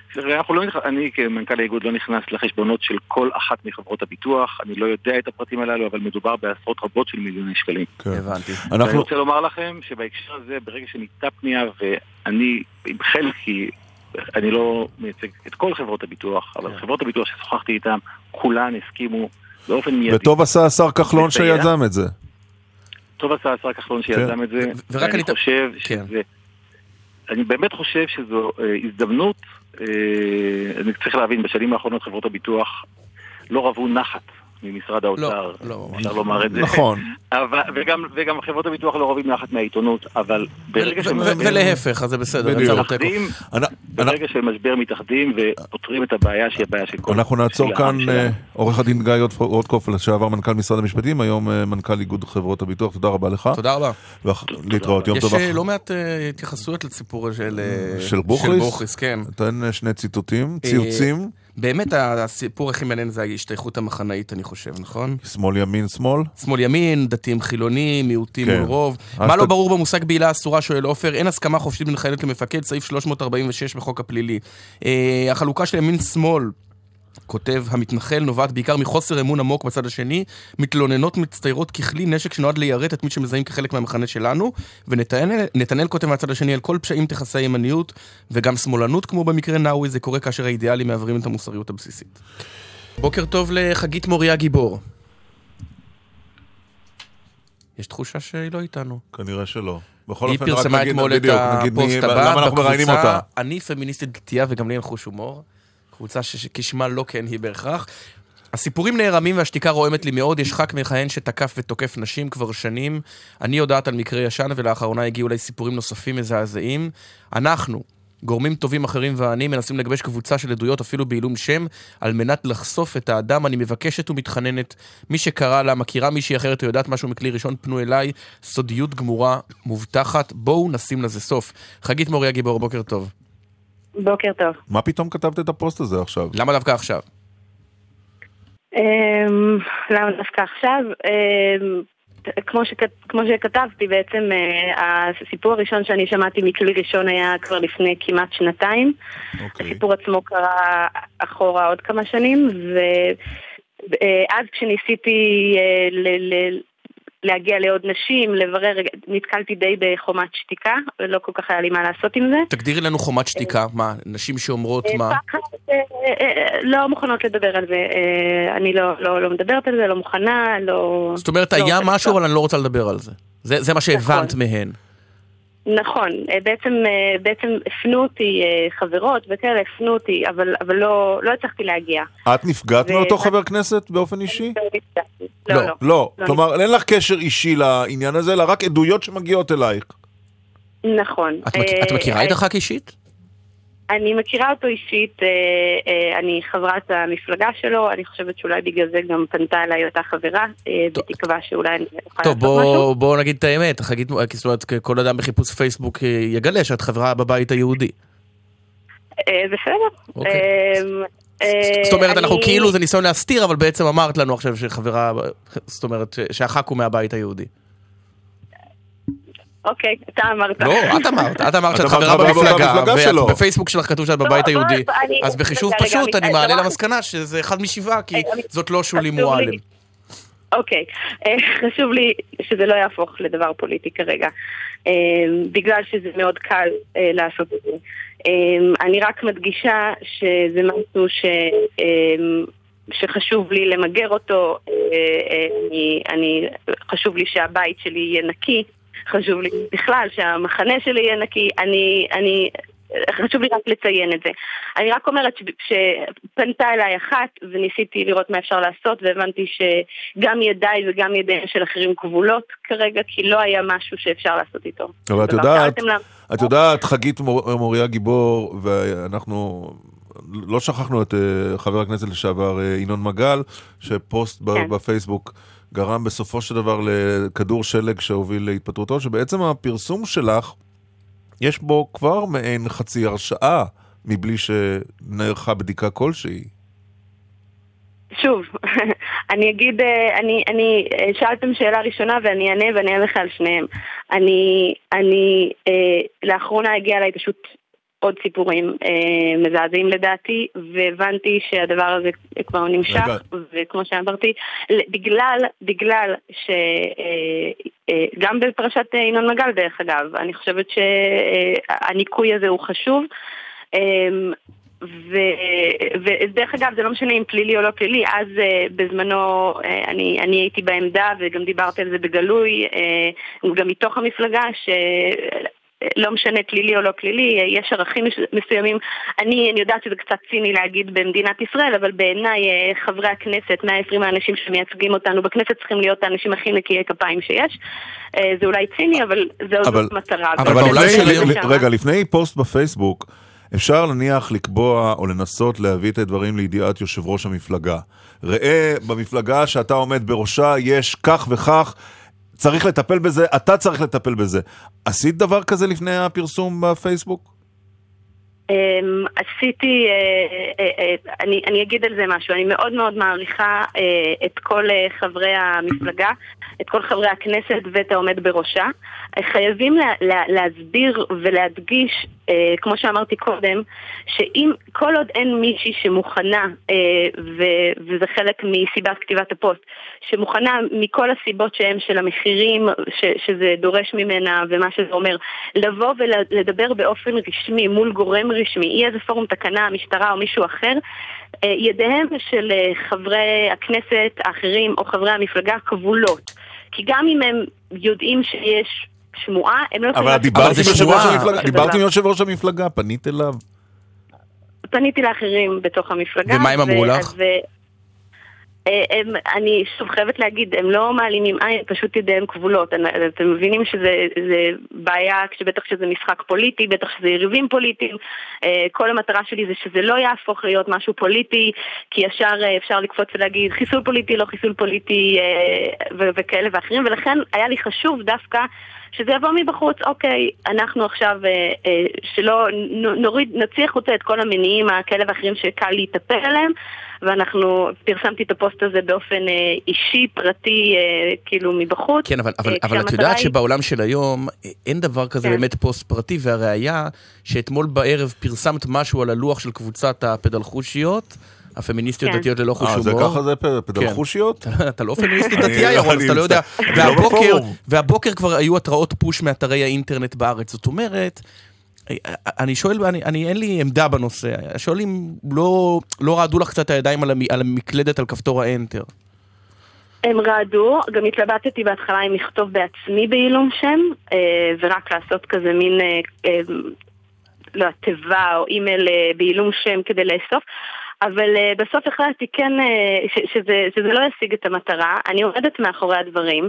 Speaker 9: אני כמנכ"ל האיגוד לא נכנס לחשבונות של כל אחת מחברות הביטוח, אני לא יודע את הפרטים הללו, אבל מדובר בעשרות רבות של מיליוני שקלים.
Speaker 3: הבנתי.
Speaker 9: אני רוצה לומר לכם שבהקשר הזה, ברגע שניתה פנייה, ואני עם חלקי, אני לא מייצג את כל חברות הביטוח, אבל חברות הביטוח ששוחחתי איתם, כולן הסכימו באופן מיידי.
Speaker 2: וטוב עשה השר כחלון שיזם את זה.
Speaker 9: טוב עשה השר כחלון שיזם את זה, ואני חושב שזה... אני באמת חושב שזו הזדמנות, אני צריך להבין, בשנים האחרונות חברות הביטוח לא רבו נחת ממשרד האוצר, אפשר לומר את זה.
Speaker 2: נכון.
Speaker 9: וגם חברות הביטוח לא רבים נחת מהעיתונות, אבל ברגע
Speaker 3: ולהפך, אז זה בסדר.
Speaker 9: ברגע שמשבר מתאחדים ופותרים את הבעיה שהיא הבעיה של כל...
Speaker 2: אנחנו נעצור כאן, עורך הדין גיא רוטקופף, לשעבר מנכ"ל משרד המשפטים, היום מנכ"ל איגוד חברות הביטוח, תודה רבה לך.
Speaker 3: תודה רבה.
Speaker 2: להתראות, יום טוב.
Speaker 3: יש לא מעט התייחסויות לציפור
Speaker 2: של בוכריס,
Speaker 3: כן.
Speaker 2: תן שני ציוצים.
Speaker 3: באמת הסיפור הכי מעניין זה ההשתייכות המחנאית, אני חושב, נכון?
Speaker 2: שמאל ימין שמאל?
Speaker 3: שמאל ימין, דתיים חילונים, מיעוטים מול רוב. מה לא ברור במושג בעילה אסורה, שואל עופר? אין הסכמה חופשית בין חיילות למפקד, סעיף 346 בחוק הפלילי. החלוקה של ימין שמאל, כותב המתנחל, נובעת בעיקר מחוסר אמון עמוק בצד השני, מתלוננות מצטיירות ככלי נשק שנועד ליירט את מי שמזהים כחלק מהמחנה שלנו, ונתנאל כותב מהצד השני על כל פשעים תחסי ימניות, וגם שמאלנות כמו במקרה נאווי, זה קורה כאשר האידיאלים מעברים את המוסריות הבסיסית. בוקר טוב לחגית מוריה גיבור. יש תחושה שהיא לא איתנו.
Speaker 2: כנראה שלא.
Speaker 3: היא פרסמה אתמול את הפוסט הבא בקבוצה, אני פמיניסטית דתייה וגם לי אין חוש הומור. קבוצה שכשמה לא כן היא בהכרח. הסיפורים נערמים והשתיקה רועמת לי מאוד. יש ח"כ מכהן שתקף ותוקף נשים כבר שנים. אני יודעת על מקרה ישן ולאחרונה הגיעו אליי סיפורים נוספים מזעזעים. אנחנו, גורמים טובים אחרים ואני, מנסים לגבש קבוצה של עדויות אפילו בעילום שם, על מנת לחשוף את האדם. אני מבקשת ומתחננת, מי שקרא לה, מכירה מישהי אחרת או יודעת משהו מכלי ראשון, פנו אליי, סודיות גמורה מובטחת, בואו נשים לזה סוף. חגית מוריה גיבור, בוקר טוב.
Speaker 10: בוקר טוב.
Speaker 2: מה פתאום כתבת את הפוסט הזה עכשיו?
Speaker 3: למה דווקא עכשיו?
Speaker 10: למה דווקא עכשיו? כמו שכתבתי, בעצם הסיפור הראשון שאני שמעתי מכלי ראשון היה כבר לפני כמעט שנתיים. הסיפור עצמו קרה אחורה עוד כמה שנים, ואז כשניסיתי להגיע לעוד נשים, לברר, נתקלתי די בחומת שתיקה, ולא כל כך היה לי מה לעשות עם זה.
Speaker 3: תגדירי לנו חומת שתיקה, מה? נשים שאומרות מה?
Speaker 10: לא מוכנות לדבר על זה, אני לא מדברת על זה, לא מוכנה, לא...
Speaker 3: זאת אומרת, היה משהו, אבל אני לא רוצה לדבר על זה. זה מה שהבנת מהן.
Speaker 10: נכון, בעצם הפנו אותי חברות וכאלה, הפנו אותי, אבל לא הצלחתי להגיע.
Speaker 2: את נפגעת מאותו חבר כנסת באופן אישי?
Speaker 10: לא.
Speaker 2: כלומר, אין לך קשר אישי לעניין הזה, אלא רק עדויות שמגיעות אלייך.
Speaker 10: נכון.
Speaker 3: את מכירה את הח"כ אישית?
Speaker 10: אני מכירה אותו אישית, אני חברת המפלגה שלו, אני חושבת שאולי בגלל זה גם פנתה אליי אותה חברה, בתקווה שאולי אני אוכל לעשות משהו.
Speaker 3: טוב, בואו נגיד את האמת, זאת אומרת, כל אדם בחיפוש פייסבוק יגלה שאת חברה בבית היהודי.
Speaker 10: בסדר.
Speaker 3: זאת אומרת, אנחנו כאילו זה ניסיון להסתיר, אבל בעצם אמרת לנו עכשיו שחברה, זאת אומרת, שהח"כ הוא מהבית היהודי.
Speaker 10: אוקיי, אתה אמרת.
Speaker 3: לא, את אמרת שאת חברה במפלגה, ובפייסבוק שלך כתוב שאת בבית היהודי. אז בחישוב פשוט אני מעלה למסקנה שזה אחד משבעה, כי זאת לא שולי מועלם.
Speaker 10: אוקיי, חשוב לי שזה לא יהפוך לדבר פוליטי כרגע, בגלל שזה מאוד קל לעשות את זה. אני רק מדגישה שזה משהו שחשוב לי למגר אותו, חשוב לי שהבית שלי יהיה נקי, חשוב לי בכלל שהמחנה שלי יהיה נקי, חשוב לי רק לציין את זה. אני רק אומרת שפנתה אליי אחת וניסיתי לראות מה אפשר לעשות, והבנתי שגם ידיי וגם ידיהם של אחרים כבולות כרגע, כי לא היה משהו שאפשר לעשות איתו.
Speaker 2: אבל את יודעת, חגית מוריה גיבור, ואנחנו לא שכחנו את חבר הכנסת לשעבר ינון מגל, שפוסט בפייסבוק גרם בסופו של דבר לכדור שלג שהוביל להתפטרותו, שבעצם הפרסום שלך יש בו כבר מעין חצי הרשעה, מבלי שנערכה בדיקה כלשהי.
Speaker 10: שוב, אני אגיד, אני שאלתם שאלה ראשונה ואני אענה לך על שניהם. אני לאחרונה הגיעה אליי פשוט עוד סיפורים מזעזעים לדעתי, והבנתי שהדבר הזה כבר נמשך, וכמו שאמרתי, בגלל גם בפרשת ינון מגל דרך אגב, אני חושבת שהניקוי הזה הוא חשוב, ודרך אגב זה לא משנה אם פלילי או לא פלילי, אז בזמנו אני הייתי בעמדה וגם דיברתי על זה בגלוי, גם מתוך המפלגה שלא משנה פלילי או לא פלילי, יש ערכים מסוימים, אני יודעת שזה קצת ציני להגיד במדינת ישראל, אבל בעיניי חברי הכנסת, 120 האנשים שמייצגים אותנו בכנסת צריכים להיות האנשים הכי נקיי כפיים שיש, זה אולי ציני אבל זאת מטרה.
Speaker 2: רגע, לפני פוסט בפייסבוק אפשר נניח לקבוע או לנסות להביא את הדברים לידיעת יושב ראש המפלגה. ראה, במפלגה שאתה עומד בראשה יש כך וכך, צריך לטפל בזה, אתה צריך לטפל בזה. עשית דבר כזה לפני הפרסום בפייסבוק?
Speaker 10: עשיתי, אני אגיד על זה משהו, אני מאוד מאוד מעריכה את כל חברי המפלגה, את כל חברי הכנסת ואת העומד בראשה. חייבים להסביר ולהדגיש, כמו שאמרתי קודם, שאם כל עוד אין מישהי שמוכנה, וזה חלק מסיבת כתיבת הפוסט, שמוכנה מכל הסיבות שהם של המחירים, שזה דורש ממנה ומה שזה אומר, לבוא ולדבר באופן רשמי מול גורם רשמי, יהיה איזה פורום תקנה, המשטרה או מישהו אחר, ידיהם של חברי הכנסת האחרים או חברי המפלגה כבולות. כי גם אם הם יודעים שיש שמועה, הם לא יכולים...
Speaker 2: אבל דיברתי עם יושב ראש המפלגה, פנית אליו?
Speaker 10: פניתי לאחרים בתוך המפלגה.
Speaker 3: ומה הם אמרו לך?
Speaker 10: אני שוב חייבת להגיד, הם לא מעלימים עין, פשוט ידיהם כבולות. אתם מבינים שזה בעיה, בטח שזה משחק פוליטי, בטח שזה יריבים פוליטיים. כל המטרה שלי זה שזה לא יהפוך להיות משהו פוליטי, כי ישר אפשר לקפוץ ולהגיד חיסול פוליטי, לא חיסול פוליטי וכאלה ואחרים, ולכן היה לי חשוב דווקא שזה יבוא מבחוץ, אוקיי, אנחנו עכשיו שלא נציח אותה את כל המניעים הכאלה ואחרים שקל להתאפל עליהם, ואנחנו פרסמתי את הפוסט הזה באופן אישי, פרטי, כאילו מבחוץ.
Speaker 3: כן, אבל את יודעת שבעולם של היום אין דבר כזה באמת פוסט פרטי, והראיה שאתמול בערב פרסמת משהו על הלוח של קבוצת הפדלחושיות, הפמיניסטיות דתיות ללא חוש הומור.
Speaker 2: זה ככה זה פדלחושיות?
Speaker 3: אתה לא פמיניסטית דתייה ירון, אז אתה לא יודע. והבוקר כבר היו התראות פוש מאתרי האינטרנט בארץ. זאת אומרת, אני שואל, אין לי עמדה בנושא. שואל אם לא רעדו לך קצת הידיים על המקלדת על כפתור האנטר.
Speaker 10: הם רעדו, גם התלבטתי בהתחלה אם לכתוב בעצמי בעילום שם, ורק לעשות כזה מין תיבה או אימייל בעילום שם כדי לאסוף. אבל בסוף החלטתי כן שזה לא ישיג את המטרה, אני עומדת מאחורי הדברים,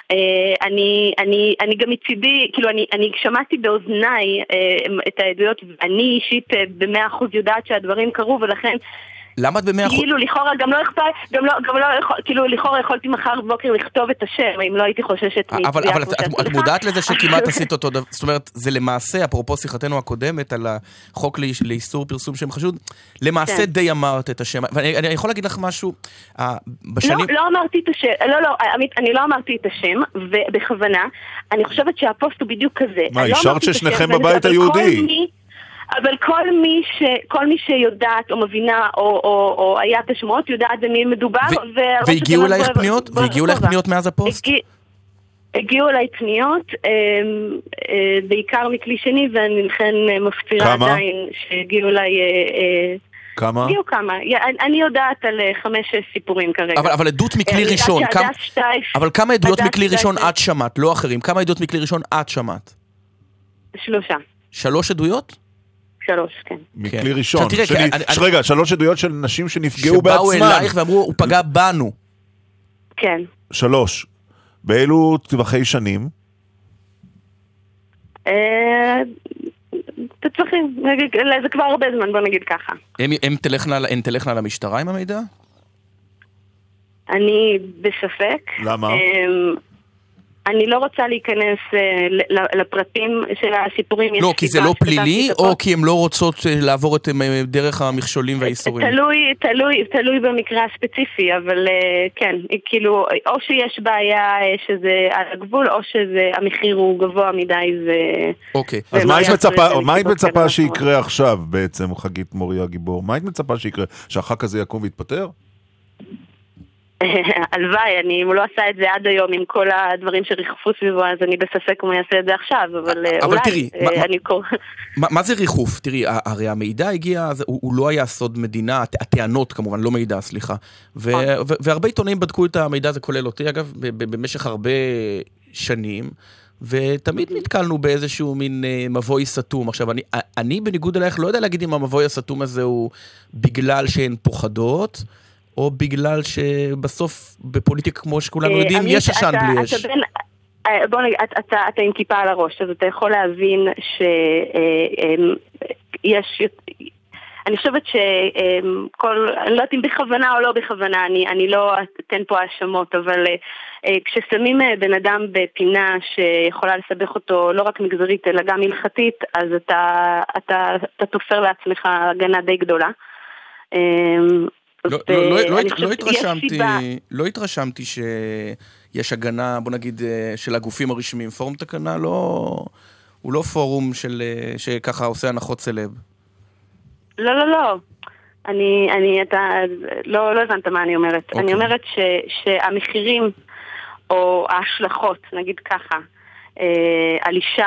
Speaker 10: אני גם מצידי, כאילו אני שמעתי באוזניי את העדויות, אני אישית ב100% יודעת שהדברים קרו, ולכן
Speaker 3: למה את ב100%?
Speaker 10: כאילו לכאורה גם לא אכפת, כאילו לכאורה יכולתי מחר בבוקר לכתוב את השם, אם לא הייתי חוששת
Speaker 3: אבל את מודעת לזה שכמעט עשית אותו דבר, זאת אומרת, זה למעשה, אפרופו שיחתנו הקודמת על החוק לאיסור פרסום שם חשוד, למעשה די אמרת את השם, ואני יכול להגיד לך משהו,
Speaker 10: לא אמרתי את השם, אני לא אמרתי את השם, ובכוונה, אני חושבת שהפוסט הוא בדיוק כזה.
Speaker 2: מה, אישרת ששניכם בבית היהודי?
Speaker 10: אבל כל מי שיודעת או מבינה או היה את השמועות יודעת במי מדובר.
Speaker 3: והגיעו אלייך פניות? והגיעו אלייך פניות מאז הפוסט?
Speaker 10: הגיעו אליי פניות, בעיקר מכלי שני, ואני לכן מפצירה עדיין שהגיעו אליי...
Speaker 2: כמה?
Speaker 10: הגיעו כמה. אני יודעת על 5 סיפורים כרגע.
Speaker 3: אבל עדות מכלי ראשון. אבל כמה עדויות מכלי ראשון את שמעת? לא אחרים. כמה עדויות מכלי ראשון את שמעת?
Speaker 10: 3.
Speaker 3: 3 עדויות?
Speaker 10: 3, כן.
Speaker 2: מכלי ראשון. רגע, 3 עדויות של נשים שנפגעו בעצמן.
Speaker 3: שבאו אלייך ואמרו, הוא פגע בנו.
Speaker 10: כן.
Speaker 2: 3. באילו טווחי שנים?
Speaker 10: תצלחים. זה כבר הרבה זמן, בוא נגיד ככה.
Speaker 3: הן תלכנה למשטרה עם המידע?
Speaker 10: אני בספק.
Speaker 2: למה?
Speaker 10: אני לא רוצה להיכנס לפרטים של הסיפורים.
Speaker 3: לא, כי זה לא פלילי, או כי הם לא רוצות לעבור את דרך המכשולים והאיסורים?
Speaker 10: תלוי במקרה הספציפי, אבל כן, כאילו, או שיש בעיה שזה על הגבול, או שהמחיר הוא גבוה מדי.
Speaker 2: אוקיי, אז מה היית מצפה שיקרה עכשיו בעצם, חגית מוריה גיבור? מה היית מצפה שיקרה? שהח"כ הזה יקום ויתפטר?
Speaker 10: הלוואי, אם הוא לא עשה את זה עד היום עם כל הדברים שריחפו סביבו, אז אני בספק אם הוא יעשה את זה עכשיו, אבל אולי
Speaker 3: תראי,
Speaker 10: אני קורא...
Speaker 3: מה זה ריחוף? תראי, הרי המידע הגיע, הוא לא היה סוד מדינה, הטענות כמובן, לא מידע, סליחה, והרבה עיתונאים בדקו את המידע הזה, כולל אותי אגב, במשך הרבה שנים, ותמיד נתקלנו באיזשהו מין מבוי סתום. עכשיו, אני בניגוד אלייך לא יודע להגיד אם המבוי הסתום הזה הוא בגלל שהן פוחדות, או בגלל שבסוף בפוליטיקה כמו שכולנו יודעים, יש עשן בלי אש.
Speaker 10: בוא נגיד, אתה עם כיפה על הראש, אז אתה יכול להבין שיש... אני חושבת אני לא יודעת אם בכוונה או לא בכוונה, אני לא אתן פה האשמות, אבל כששמים בן אדם בפינה שיכולה לסבך אותו לא רק מגזרית אלא גם הלכתית, אז אתה תופר לעצמך הגנה די גדולה.
Speaker 3: לא התרשמתי שיש הגנה, בוא נגיד, של הגופים הרשמיים. פורום תקנה הוא לא פורום שככה עושה הנחות סלב.
Speaker 10: לא. אתה לא הבנת מה אני אומרת. אני אומרת שהמחירים או ההשלכות, נגיד ככה, על אישה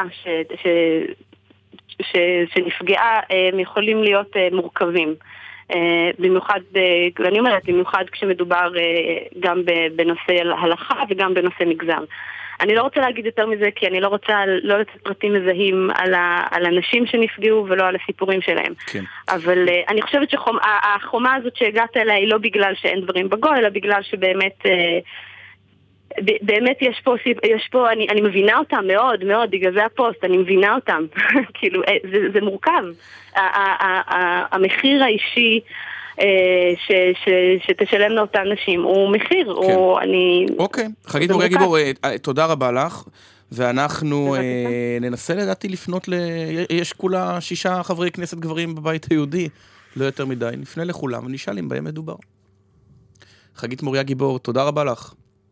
Speaker 10: שנפגעה, הם יכולים להיות מורכבים. במיוחד, אני אומרת, במיוחד כשמדובר גם בנושא הלכה וגם בנושא מגזר. אני לא רוצה להגיד יותר מזה, כי אני לא רוצה לא לצאת פרטים מזהים על אנשים שנפגעו ולא על הסיפורים שלהם. כן. אבל אני חושבת שהחומה הזאת שהגעת אליה היא לא בגלל שאין דברים בגו, אלא בגלל שבאמת באמת יש פה, אני מבינה אותם מאוד, מאוד, בגלל זה הפוסט, אני מבינה אותם. כאילו, זה מורכב. המחיר האישי שתשלמנה אותם נשים הוא מחיר,
Speaker 3: אוקיי, חגית מוריה גיבור, תודה רבה לך, ואנחנו ננסה לדעתי לפנות יש כולה 6 חברי כנסת גברים בבית היהודי, לא יותר מדי, נפנה לכולם ונשאל אם בהם מדובר. חגית מוריה גיבור, תודה רבה לך.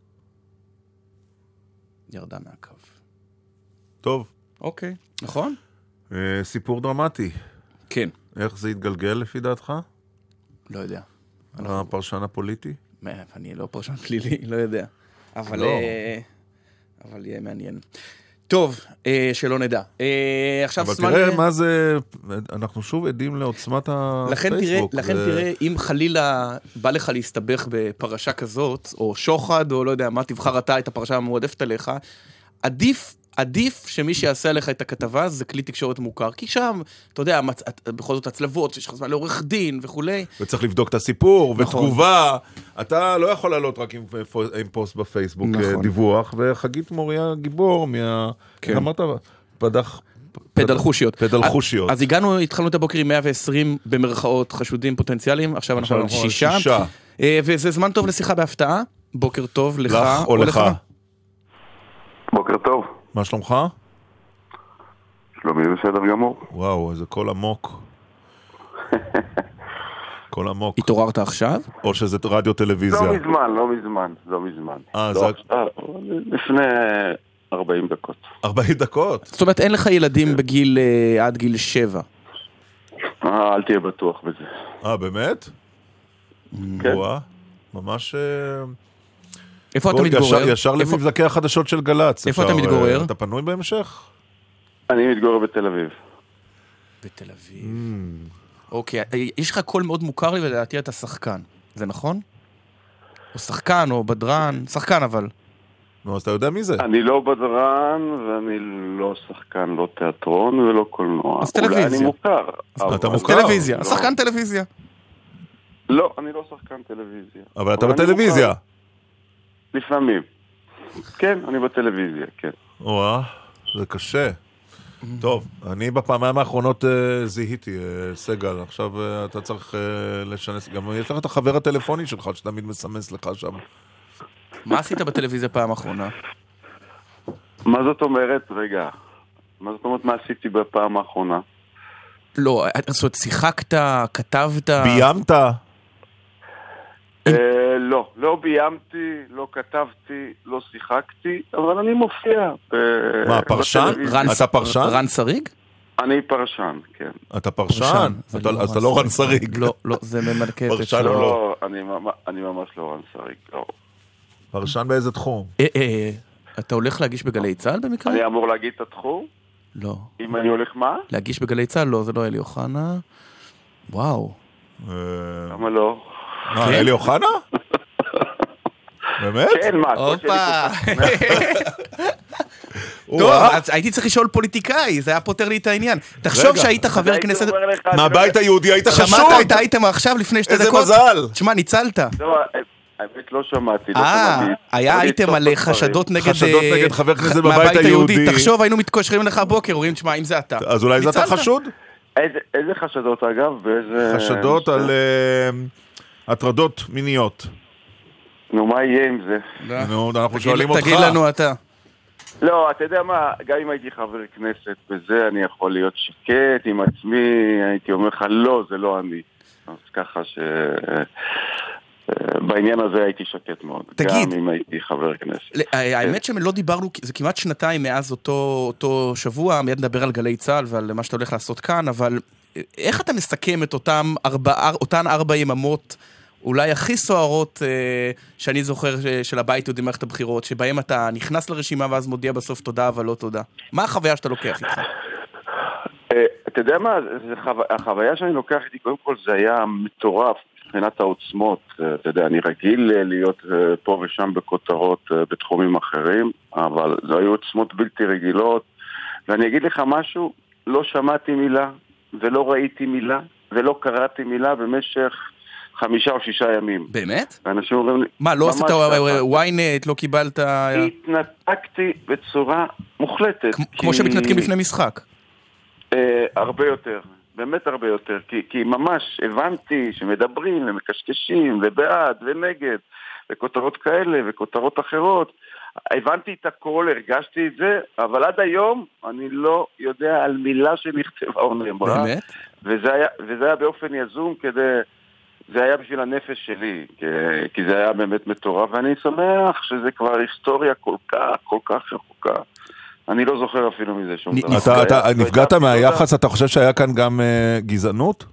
Speaker 3: ירדה מהקו.
Speaker 2: טוב.
Speaker 3: אוקיי, נכון?
Speaker 2: סיפור דרמטי.
Speaker 3: כן.
Speaker 2: איך זה יתגלגל לפי דעתך?
Speaker 3: לא יודע.
Speaker 2: הפרשן הפוליטי?
Speaker 3: אני לא פרשן פלילי, לא יודע. אבל יהיה מעניין. טוב, שלא נדע.
Speaker 2: אבל תראה מה זה, אנחנו שוב עדים לעוצמת הפייסבוק.
Speaker 3: לכן תראה, אם חלילה בא לך להסתבך בפרשה כזאת, או שוחד, או לא יודע מה, תבחר אתה את הפרשה המועדפת עליך, עדיף שמי שיעשה עליך את הכתבה זה כלי תקשורת מוכר, כי שם, אתה יודע, בכל זאת הצלבות, יש לך זמן לעורך דין וכולי.
Speaker 2: וצריך לבדוק את הסיפור ותגובה. אתה לא יכול לעלות רק עם פוסט בפייסבוק דיווח, וחגית מוריה גיבור אמרת,
Speaker 3: פדלחושיות.
Speaker 2: פדלחושיות.
Speaker 3: אז התחלנו את הבוקר עם 120 במרכאות חשודים פוטנציאליים, עכשיו אנחנו על 6. וזה זמן טוב לשיחה בהפתעה. בוקר טוב לך
Speaker 2: או לך.
Speaker 11: בוקר טוב.
Speaker 2: מה שלומך?
Speaker 11: שלומי בסדר גמור.
Speaker 2: וואו, איזה קול עמוק. קול עמוק.
Speaker 3: התעוררת עכשיו?
Speaker 2: או שזה רדיו טלוויזיה?
Speaker 11: לא מזמן. לפני 40 דקות.
Speaker 2: 40 דקות?
Speaker 3: זאת אומרת, אין לך ילדים בגיל, עד גיל 7?
Speaker 11: אל תהיה בטוח בזה.
Speaker 2: באמת?
Speaker 11: כן.
Speaker 2: ממש...
Speaker 3: איפה אתה מתגורר?
Speaker 2: ישר למבזקי החדשות של גלץ.
Speaker 3: איפה אתה מתגורר?
Speaker 2: אתה פנוי בהמשך?
Speaker 11: אני מתגורר בתל אביב.
Speaker 3: בתל אביב. אוקיי, יש לך קול מאוד מוכר לי ולדעתי אתה שחקן, זה נכון? או שחקן או בדרן, שחקן אבל.
Speaker 2: נו, אז אתה יודע מי זה?
Speaker 11: אני לא בדרן ואני לא שחקן, לא תיאטרון ולא קולנוע.
Speaker 3: אז טלוויזיה.
Speaker 11: אולי אני מוכר.
Speaker 2: אתה מוכר?
Speaker 3: טלוויזיה, שחקן טלוויזיה.
Speaker 11: לא, אני לא שחקן טלוויזיה.
Speaker 2: אבל אתה בטלוויזיה.
Speaker 11: לפעמים. כן, אני בטלוויזיה, כן.
Speaker 2: זה קשה. טוב, אני בפעמיים האחרונות זיהיתי, סגל, עכשיו אתה צריך לשנס, גם יש לך את החבר הטלפוני שלך שתמיד מסמס לך שם.
Speaker 3: מה עשית בטלוויזיה פעם האחרונה?
Speaker 11: מה זאת אומרת? רגע. מה זאת אומרת, מה עשיתי בפעם האחרונה?
Speaker 3: לא, זאת אומרת, שיחקת, כתבת...
Speaker 2: ביימת?
Speaker 11: לא ביימתי, לא כתבתי, לא שיחקתי, אבל אני מופיע.
Speaker 2: מה, פרשן? אתה פרשן?
Speaker 3: רן שריג?
Speaker 11: אני פרשן, כן.
Speaker 2: אתה פרשן? אז אתה לא רן שריג.
Speaker 3: לא, זה ממלכת.
Speaker 2: פרשן או לא?
Speaker 11: אני ממש לא רן שריג, לא.
Speaker 2: פרשן באיזה תחום?
Speaker 3: אתה הולך להגיש בגלי צהל במקרה?
Speaker 11: אני אמור להגיד את התחום?
Speaker 3: לא.
Speaker 11: אם אני הולך מה?
Speaker 3: להגיש בגלי צהל? לא, זה לא אלי אוחנה. וואו.
Speaker 11: למה לא?
Speaker 2: אלי אוחנה? באמת?
Speaker 11: כן, מה?
Speaker 3: אופה. טוב, אז הייתי צריך לשאול פוליטיקאי, זה היה פותר לי את העניין. תחשוב שהיית חבר כנסת...
Speaker 2: מהבית היהודי היית חשוד!
Speaker 3: שמעת את האייטם עכשיו לפני 2 דקות?
Speaker 2: איזה מזל!
Speaker 3: תשמע, ניצלת.
Speaker 11: האמת לא שמעתי.
Speaker 3: היה אייטם על חשדות נגד
Speaker 2: חבר כנסת בבית היהודי.
Speaker 3: תחשוב, היינו מתקשרים לך הבוקר, אומרים, תשמע, אם זה אתה.
Speaker 2: אז אולי זה אתה חשוד?
Speaker 11: איזה חשדות אגב?
Speaker 2: חשדות על הטרדות מיניות.
Speaker 11: נו, מה יהיה עם זה?
Speaker 2: נו, אנחנו שואלים אותך.
Speaker 3: תגיד לנו אתה.
Speaker 11: לא, אתה יודע מה, גם אם הייתי חבר כנסת בזה, אני יכול להיות שקט עם עצמי, הייתי אומר לך, לא, זה לא אני. אז ככה בעניין הזה הייתי שקט מאוד.
Speaker 3: תגיד.
Speaker 11: גם אם הייתי חבר כנסת.
Speaker 3: האמת שלא דיברנו, זה כמעט 2 מאז אותו שבוע, מיד נדבר על גלי צהל ועל מה שאתה הולך לעשות כאן, אבל איך אתה מסכם את אותן 4 יממות, אולי הכי סוערות שאני זוכר של הבית יהודי מערכת הבחירות, שבהם אתה נכנס לרשימה ואז מודיע בסוף תודה אבל לא תודה. מה החוויה שאתה לוקח איתך?
Speaker 11: אתה יודע מה, החוויה שאני לוקח איתי, קודם כל זה היה מטורף מבחינת העוצמות. אתה יודע, אני רגיל להיות פה ושם בכותרות בתחומים אחרים, אבל זה היו עוצמות בלתי רגילות, ואני אגיד לך משהו, לא שמעתי מילה ולא ראיתי מילה ולא קראתי מילה במשך 5 או 6 ימים.
Speaker 3: באמת?
Speaker 11: ואנשים אומרים לי...
Speaker 3: מה, לא עשית וויינט, לא קיבלת...
Speaker 11: התנתקתי בצורה מוחלטת.
Speaker 3: כמו שמתנתקים לפני משחק.
Speaker 11: הרבה יותר, באמת הרבה יותר. כי ממש הבנתי שמדברים ומקשקשים ובעד ונגד וכותרות כאלה וכותרות אחרות. הבנתי את הכל, הרגשתי את זה, אבל עד היום אני לא יודע על מילה שנכתבה או נאמרה. באמת? וזה היה באופן יזום כדי... זה היה בשביל הנפש שלי, כי זה היה באמת מטורף, ואני שמח שזה כבר היסטוריה כל כך רחוקה. אני לא זוכר אפילו מזה שום דבר.
Speaker 2: אתה נפגעת מהיחס, אתה חושב שהיה כאן גם גזענות?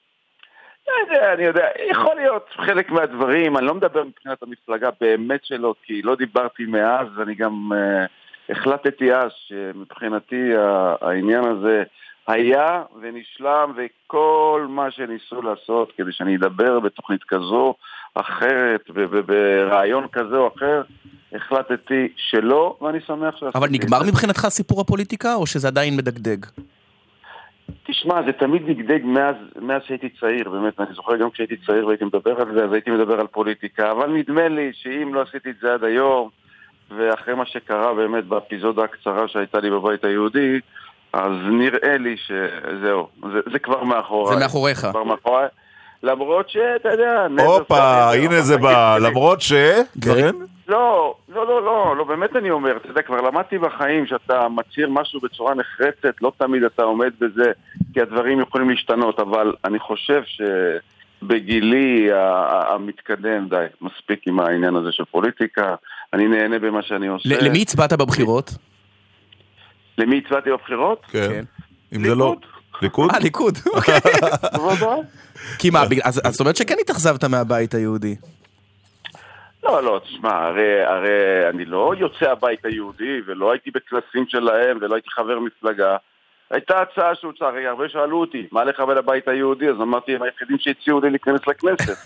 Speaker 11: אני יודע, יכול להיות חלק מהדברים, אני לא מדבר מבחינת המפלגה, באמת שלא, כי לא דיברתי מאז, אני גם החלטתי אז שמבחינתי העניין הזה היה ונשלם, וכל מה שניסו לעשות כדי שאני אדבר בתוכנית כזו, אחרת, ברעיון כזה או אחר, החלטתי שלא, ואני שמח שעשיתי.
Speaker 3: אבל נגמר מבחינתך סיפור הפוליטיקה, או שזה עדיין מדגדג?
Speaker 11: תשמע, זה תמיד נגדג מאז שהייתי צעיר, באמת, אני זוכר גם כשהייתי צעיר והייתי מדבר על זה, אז הייתי מדבר על פוליטיקה, אבל נדמה לי שאם לא עשיתי את זה עד היום, ואחרי מה שקרה באמת באפיזודה הקצרה שהייתה לי בבית היהודי, אז נראה לי שזהו, זה כבר מאחורי.
Speaker 3: זה מאחוריך.
Speaker 11: כבר מאחורי. למרות שאתה יודע...
Speaker 2: הופה, הנה זה בא, למרות ש... כן?
Speaker 11: לא, באמת אני אומר, אתה יודע, כבר למדתי בחיים שאתה מצהיר משהו בצורה נחרצת, לא תמיד אתה עומד בזה, כי הדברים יכולים להשתנות, אבל אני חושב שבגילי המתקדם, די, מספיק עם העניין הזה של פוליטיקה, אני נהנה במה שאני עושה.
Speaker 3: למי הצבעת בבחירות?
Speaker 11: למי הצבעתי בבחירות?
Speaker 2: כן. אם זה לא... ליכוד?
Speaker 3: ליכוד, אוקיי. כי מה, אז זאת אומרת שכן התאכזבת מהבית היהודי.
Speaker 11: לא, תשמע, הרי אני לא יוצא הבית היהודי, ולא הייתי בכנסים שלהם, ולא הייתי חבר מפלגה. הייתה הצעה שהוצעה, הרי הרבה שאלו אותי, מה לך בין הבית היהודי? אז אמרתי, הם היחידים שהציעו לי להיכנס לכנסת.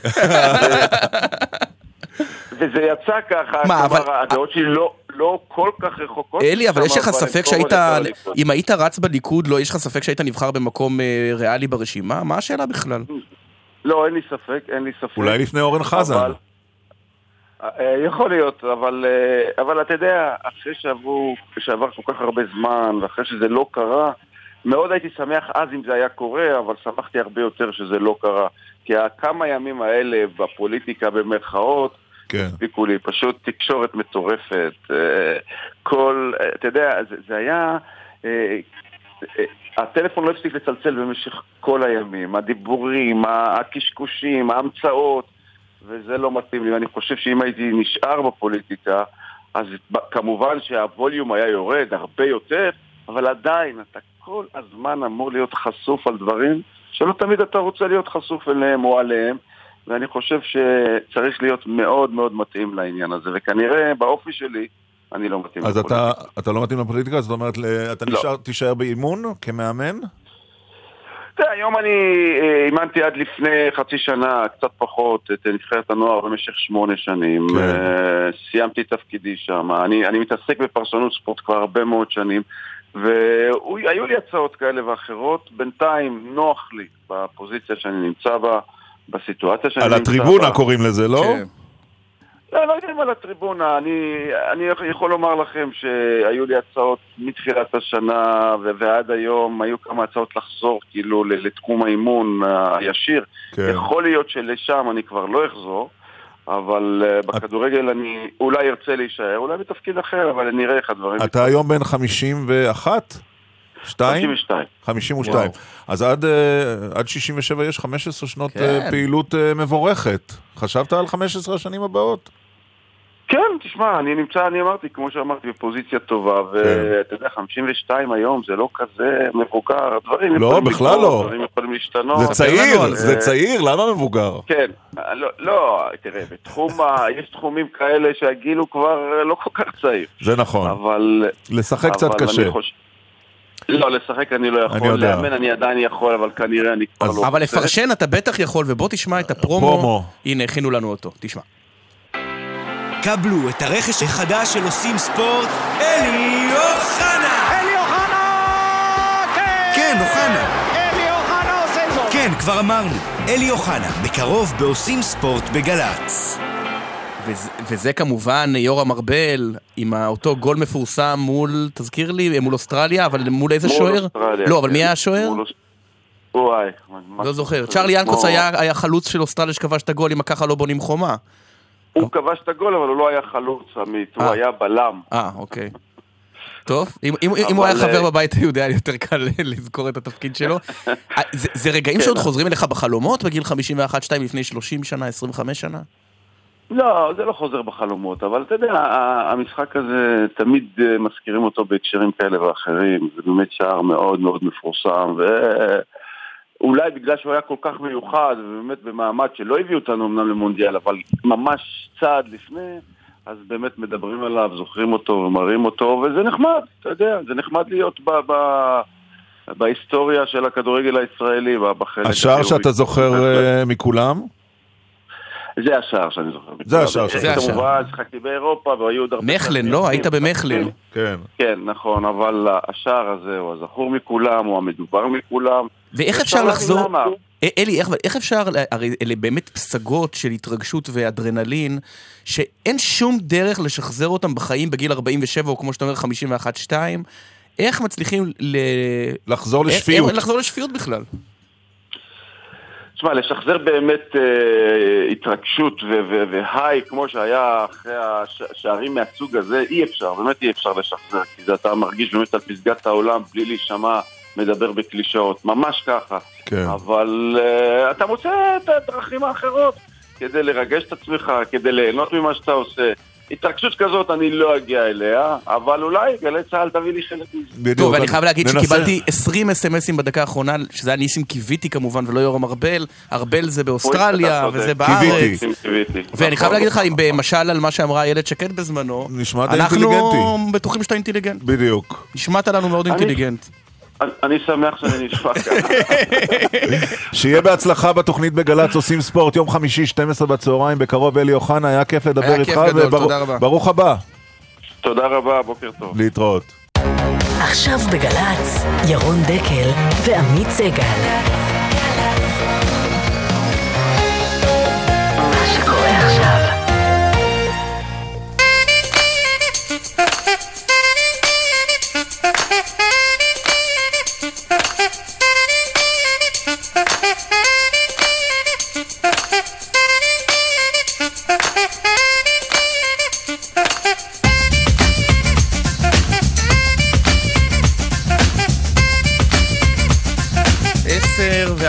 Speaker 11: וזה יצא ככה, הדעות שלי לא כל כך רחוקות.
Speaker 3: אלי, אבל יש לך ספק שהיית, אם היית רץ בליכוד, לא, יש לך ספק שהיית נבחר במקום ריאלי ברשימה? מה השאלה בכלל?
Speaker 11: לא, אין לי ספק.
Speaker 2: אולי לפני אורן חזן.
Speaker 11: יכול להיות, אבל אתה יודע, אחרי שעבר כל כך הרבה זמן, ואחרי שזה לא קרה, מאוד הייתי שמח אז אם זה היה קורה, אבל שמחתי הרבה יותר שזה לא קרה. כי כמה ימים האלה בפוליטיקה במרכאות, הספיקו לי, פשוט תקשורת מטורפת, אתה יודע, זה היה, הטלפון לא הפסיק לצלצל במשך כל הימים, הדיבורים, הקשקושים, ההמצאות, וזה לא מתאים לי, ואני חושב שאם הייתי נשאר בפוליטיקה, אז כמובן שהווליום היה יורד הרבה יותר, אבל עדיין אתה כל הזמן אמור להיות חשוף על דברים שלא תמיד אתה רוצה להיות חשוף אליהם או עליהם, ואני חושב שצריך להיות מאוד מאוד מתאים לעניין הזה, וכנראה באופי שלי אני לא מתאים לפוליטיקה.
Speaker 2: אז אתה לא מתאים לפוליטיקה? זאת אומרת, אתה תישאר באימון כמאמן?
Speaker 11: היום אני אימנתי עד לפני חצי שנה, קצת פחות, את נבחרת הנוער במשך 8 שנים. סיימתי תפקידי שם. אני מתעסק בפרשנות ספורט כבר הרבה מאוד שנים, והיו לי הצעות כאלה ואחרות. בינתיים נוח לי בפוזיציה שאני נמצא בה, בסיטואציה שאני נמצא בה. על
Speaker 2: הטריבונה קוראים לזה, לא?
Speaker 11: כן. לא יודעים על הטריבונה, אני יכול לומר לכם שהיו לי הצעות מתחילת השנה ועד היום, היו כמה הצעות לחזור כאילו לתחום האימון הישיר. יכול להיות שלשם אני כבר לא אחזור, אבל בכדורגל אני אולי ארצה להישאר, אולי בתפקיד אחר, אבל נראה איך הדברים.
Speaker 2: אתה היום בין 51? 52. אז עד 67 יש 15 שנות פעילות מבורכת. חשבת על 15 השנים הבאות?
Speaker 11: כן, תשמע, אני אמרתי, כמו שאמרתי, בפוזיציה טובה, ואתה יודע, 52 היום זה לא כזה מבוגר, הדברים
Speaker 2: לא, בכלל לא.
Speaker 11: הדברים יכולים להשתנות.
Speaker 2: זה צעיר, למה מבוגר?
Speaker 11: כן, לא, תראה, יש תחומים כאלה שהגיל הוא כבר לא כל כך צעיר.
Speaker 2: זה נכון.
Speaker 11: אבל
Speaker 2: לשחק קצת קשה.
Speaker 11: לא, לשחק אני לא יכול, לאמן אני עדיין יכול, אבל כנראה אני כבר לא...
Speaker 3: אבל לפרשן אתה בטח יכול, ובוא תשמע את הפרומו. הנה, הכינו לנו אותו, תשמע.
Speaker 12: קבלו את הרכש החדש של עושים ספורט, אלי אוחנה!
Speaker 13: אלי אוחנה!
Speaker 12: כן, אוחנה!
Speaker 13: אלי אוחנה עושה זאת!
Speaker 12: כן, כבר אמרנו, אלי אוחנה, בקרוב בעושים ספורט בגלץ.
Speaker 3: וזה כמובן יורם ארבל עם אותו גול מפורסם מול, תזכיר לי, מול אוסטרליה, אבל מול איזה שוער? לא, אבל מי היה השוער? לא זוכר. צ'רלי ינקוס היה חלוץ של אוסטרליה שכבש את הגול, אם ככה לא בונים חומה.
Speaker 11: הוא כבש את הגול, אבל הוא לא היה חלוץ, עמית, הוא היה בלם.
Speaker 3: אוקיי. טוב, אם הוא היה חבר בבית היהודי, היה יותר קל לזכור את התפקיד שלו. זה רגעים שעוד חוזרים אליך בחלומות בגיל 51-2 לפני 30 שנה, 25 שנה?
Speaker 11: לא, זה לא חוזר בחלומות, אבל אתה יודע, המשחק הזה תמיד מזכירים אותו בהקשרים כאלה ואחרים, זה באמת שער מאוד מאוד מפורסם, ואולי בגלל שהוא היה כל כך מיוחד, ובאמת במעמד שלא הביאו אותנו אמנם למונדיאל, אבל ממש צעד לפני, אז באמת מדברים עליו, זוכרים אותו ומראים אותו, וזה נחמד, אתה יודע, זה נחמד להיות בהיסטוריה של הכדורגל הישראלי, בחלק
Speaker 2: השער שאתה זוכר מכולם?
Speaker 11: זה השער שאני זוכר.
Speaker 2: זה השער.
Speaker 11: כמובן, שחקתי באירופה, והיו עוד הרבה...
Speaker 3: מחלן, לא? היית במחלן.
Speaker 2: כן.
Speaker 11: כן, נכון, אבל השער הזה הוא הזכור מכולם, הוא המדובר מכולם.
Speaker 3: ואיך אפשר לחזור... אלי, איך אפשר... הרי אלה באמת פסגות של התרגשות ואדרנלין, שאין שום דרך לשחזר אותם בחיים בגיל 47, או כמו שאתה אומר, 51-2. איך מצליחים
Speaker 2: לחזור לשפיות?
Speaker 3: לחזור לשפיות בכלל.
Speaker 11: תשמע, לשחזר באמת התרגשות והי, כמו שהיה אחרי השערים מהסוג הזה, אי אפשר, באמת אי אפשר לשחזר, כי זה אתה מרגיש באמת על פסגת העולם, בלי להישמע מדבר בקלישאות, ממש ככה.
Speaker 2: כן.
Speaker 11: אבל אתה מוצא את הדרכים האחרות, כדי לרגש את עצמך, כדי ליהנות ממה שאתה עושה. התרגשות כזאת אני לא אגיע אליה, אבל אולי גלי צהל תביא לי חלק מזה.
Speaker 3: טוב, אני חייב להגיד שקיבלתי 20 אס-אמסים בדקה האחרונה, שזה היה ניסים קיוויתי כמובן, ולא יורם ארבל. ארבל זה באוסטרליה, וזה בארץ. ואני חייב להגיד לך, אם במשל על מה שאמרה איילת שקד בזמנו, אנחנו בטוחים שאתה אינטליגנט.
Speaker 2: בדיוק.
Speaker 3: נשמעת לנו מאוד אינטליגנט.
Speaker 11: אני שמח שאני נשמע ככה.
Speaker 2: שיהיה בהצלחה בתוכנית בגלץ עושים ספורט, יום חמישי 12 בצהריים, בקרוב. אלי אוחנה, היה כיף לדבר איתך, וברוך הבא.
Speaker 11: תודה רבה, בוקר טוב.
Speaker 2: להתראות.
Speaker 1: עכשיו בגלץ, ירון דקל ועמית סגל. מה שקורה עכשיו.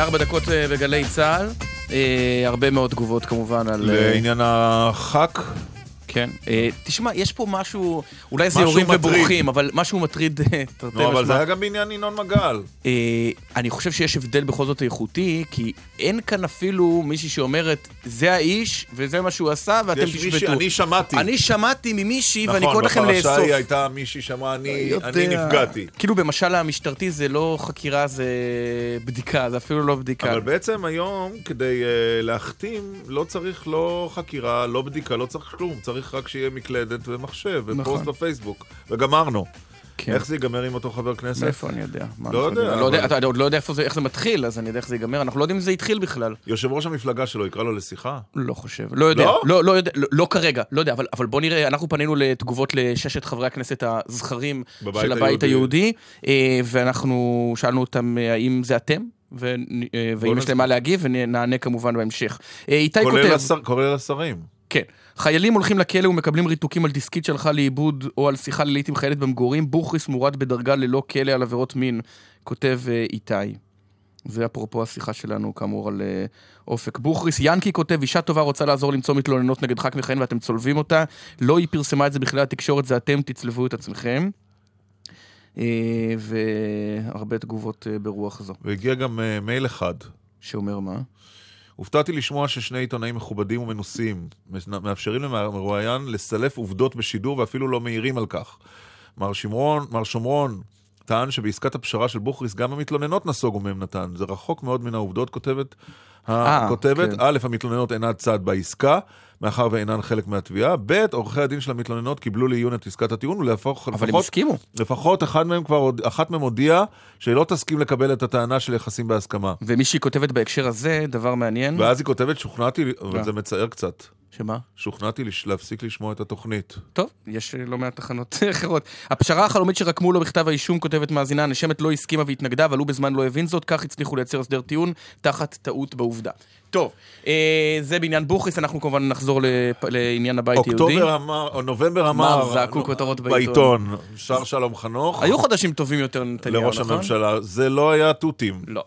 Speaker 3: 4 בגלי צהל. הרבה מאוד תגובות כמובן על...
Speaker 2: לעניין החק.
Speaker 3: כן. תשמע, יש פה משהו, אולי זה יורים ובורחים, אבל משהו מטריד...
Speaker 2: לא, אבל זה היה גם בעניין ינון מגל.
Speaker 3: אני חושב שיש הבדל בכל זאת איכותי, כי אין כאן אפילו מישהי שאומרת, זה האיש, וזה מה שהוא עשה, ואתם תשבטו. אני שמעתי ממישהי, ואני קורא לכם לאסוף.
Speaker 2: נכון, בפרשה הייתה מישהי שאמרה, אני נפגעתי.
Speaker 3: כאילו במשל המשטרתי זה לא חקירה, זה בדיקה, זה אפילו לא בדיקה.
Speaker 2: אבל בעצם היום, כדי להחתים, לא צריך לא חקירה, לא בדיקה, לא צריך כלום. צריך רק שיהיה מקלדת ומחשב ופוסט בפייסבוק. וגמרנו. איך זה ייגמר עם אותו חבר כנסת?
Speaker 3: מאיפה אני יודע?
Speaker 2: לא יודע.
Speaker 3: אתה עוד לא יודע איך זה מתחיל, אז אני יודע איך זה ייגמר. אנחנו לא יודעים אם זה התחיל בכלל.
Speaker 2: יושב ראש המפלגה שלו יקרא לו לשיחה?
Speaker 3: לא חושב. לא יודע. לא כרגע. לא יודע. אבל בוא נראה, אנחנו פנינו לתגובות ל6 חברי הכנסת הזכרים של הבית היהודי, ואנחנו שאלנו אותם האם זה אתם, ואם יש להם מה להגיב, ונענה כמובן בהמשך. איתי כותב...
Speaker 2: כולל לשרים.
Speaker 3: כן. חיילים הולכים לכלא ומקבלים ריתוקים על דיסקית שהלכה לאיבוד או על שיחה לילית עם חיילת במגורים. בוכריס מורד בדרגה ללא כלא על עבירות מין, כותב איתי. זה אפרופו השיחה שלנו כאמור על אופק. בוכריס, ינקי כותב, אישה טובה רוצה לעזור למצוא מתלוננות נגד ח"כ מכהן ואתם צולבים אותה. לא היא פרסמה את זה בכלל התקשורת, זה אתם תצלבו את עצמכם. והרבה תגובות ברוח זו.
Speaker 2: והגיע גם מייל אחד.
Speaker 3: שאומר מה?
Speaker 2: הופתעתי לשמוע ששני עיתונאים מכובדים ומנוסים מאפשרים למרואיין לסלף עובדות בשידור ואפילו לא מהירים על כך. מר שומרון טען שבעסקת הפשרה של בוכריס גם המתלוננות נסוגו מהם נתן. זה רחוק מאוד מן העובדות, כותבת. כן. א', המתלוננות אינן צד בעסקה, מאחר ואינן חלק מהתביעה. ב', עורכי הדין של המתלוננות קיבלו לעיון את עסקת הטיעון,
Speaker 3: אבל הם הסכימו.
Speaker 2: לפחות אחת מהם הודיעה שלא תסכים לקבל את הטענה של יחסים בהסכמה.
Speaker 3: ומישהי כותבת בהקשר הזה, דבר מעניין.
Speaker 2: ואז היא כותבת, שוכנעתי, אבל זה מצער קצת.
Speaker 3: שמה?
Speaker 2: שוכנעתי להפסיק לשמוע את התוכנית.
Speaker 3: טוב, יש לא מעט תחנות אחרות. הפשרה החלומית שרקמו לו בכתב האישום, כותבת מאזינה, הנשמת לא הסכימה והתנגדה, אבל הוא בזמן לא הבין זאת, כך הצליחו לייצר הסדר טיעון, תחת טעות בעובדה. טוב, זה בעניין בוכריס, אנחנו כמובן נחזור לעניין הבית היהודי.
Speaker 2: נובמבר אמר,
Speaker 3: זעקו כותרות
Speaker 2: בעיתון. שר שלום חנוך.
Speaker 3: היו חודשים טובים יותר נתניהו,
Speaker 2: לראש הממשלה. זה לא היה תותים.
Speaker 3: לא.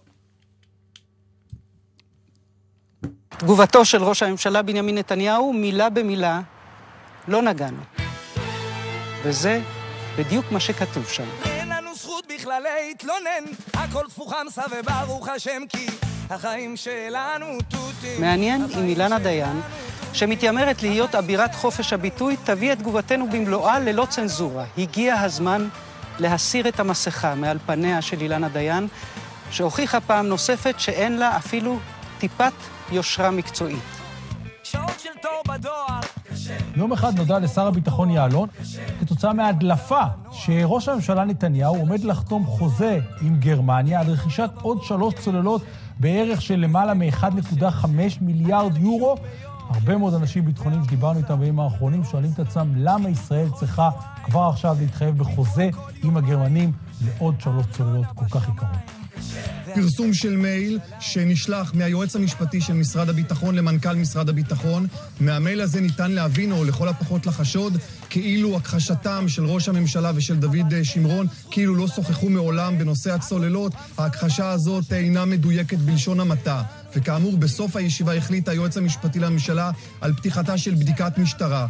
Speaker 13: תגובתו של ראש הממשלה בנימין נתניהו, מילה במילה, לא נגענו. וזה בדיוק מה שכתוב שם.
Speaker 14: אין לנו זכות בכלל להתלונן, הכל תפוחם וברוך השם כי החיים שלנו תותים.
Speaker 13: מעניין אם אילנה דיין, שמתיימרת להיות אבירת חופש הביטוי, תביא את תגובתנו במלואה ללא צנזורה. הגיע הזמן להסיר את המסכה מעל פניה של אילנה דיין, שהוכיחה פעם נוספת שאין לה אפילו טיפת יושרה מקצועית.
Speaker 14: שעות של תור בדואר.
Speaker 15: יום אחד נודע לשר הביטחון יעלון, כתוצאה מהדלפה שראש הממשלה נתניהו עומד לחתום חוזה עם גרמניה על רכישת עוד 3 צוללות בערך של למעלה מ-1.5 מיליארד יורו. הרבה מאוד אנשים ביטחוניים שדיברנו איתם בימים האחרונים שואלים את עצמם למה ישראל צריכה כבר עכשיו להתחייב בחוזה עם הגרמנים לעוד 3 צוללות כל כך יקרות.
Speaker 16: פרסום של מייל שנשלח מהיועץ המשפטי של משרד הביטחון למנכ"ל משרד הביטחון. מהמייל הזה ניתן להבין, או לכל הפחות לחשוד, כאילו הכחשתם של ראש הממשלה ושל דוד שמרון, כאילו לא שוחחו מעולם בנושא הצוללות. ההכחשה הזאת אינה מדויקת בלשון המעטה. וכאמור, בסוף הישיבה החליט היועץ המשפטי לממשלה על פתיחתה של בדיקת משטרה.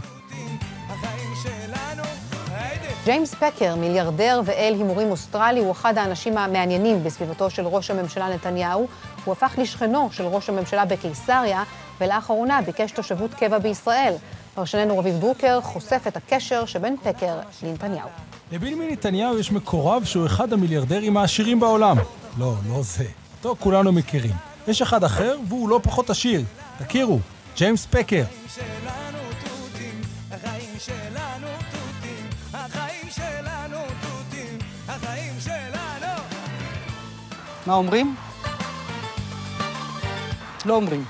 Speaker 17: ג'יימס פקר, מיליארדר ואל הימורים אוסטרלי, הוא אחד האנשים המעניינים בסביבתו של ראש הממשלה נתניהו. הוא הפך לשכנו של ראש הממשלה בקיסריה, ולאחרונה ביקש תושבות קבע בישראל. פרשננו רביב דרוקר חושף את הקשר שבין פקר לנתניהו.
Speaker 15: לבנימין נתניהו יש מקורב שהוא אחד המיליארדרים העשירים בעולם. לא זה. אותו כולנו מכירים. יש אחד אחר והוא לא פחות עשיר. תכירו, ג'יימס פקר.
Speaker 13: מה אומרים? לא אומרים.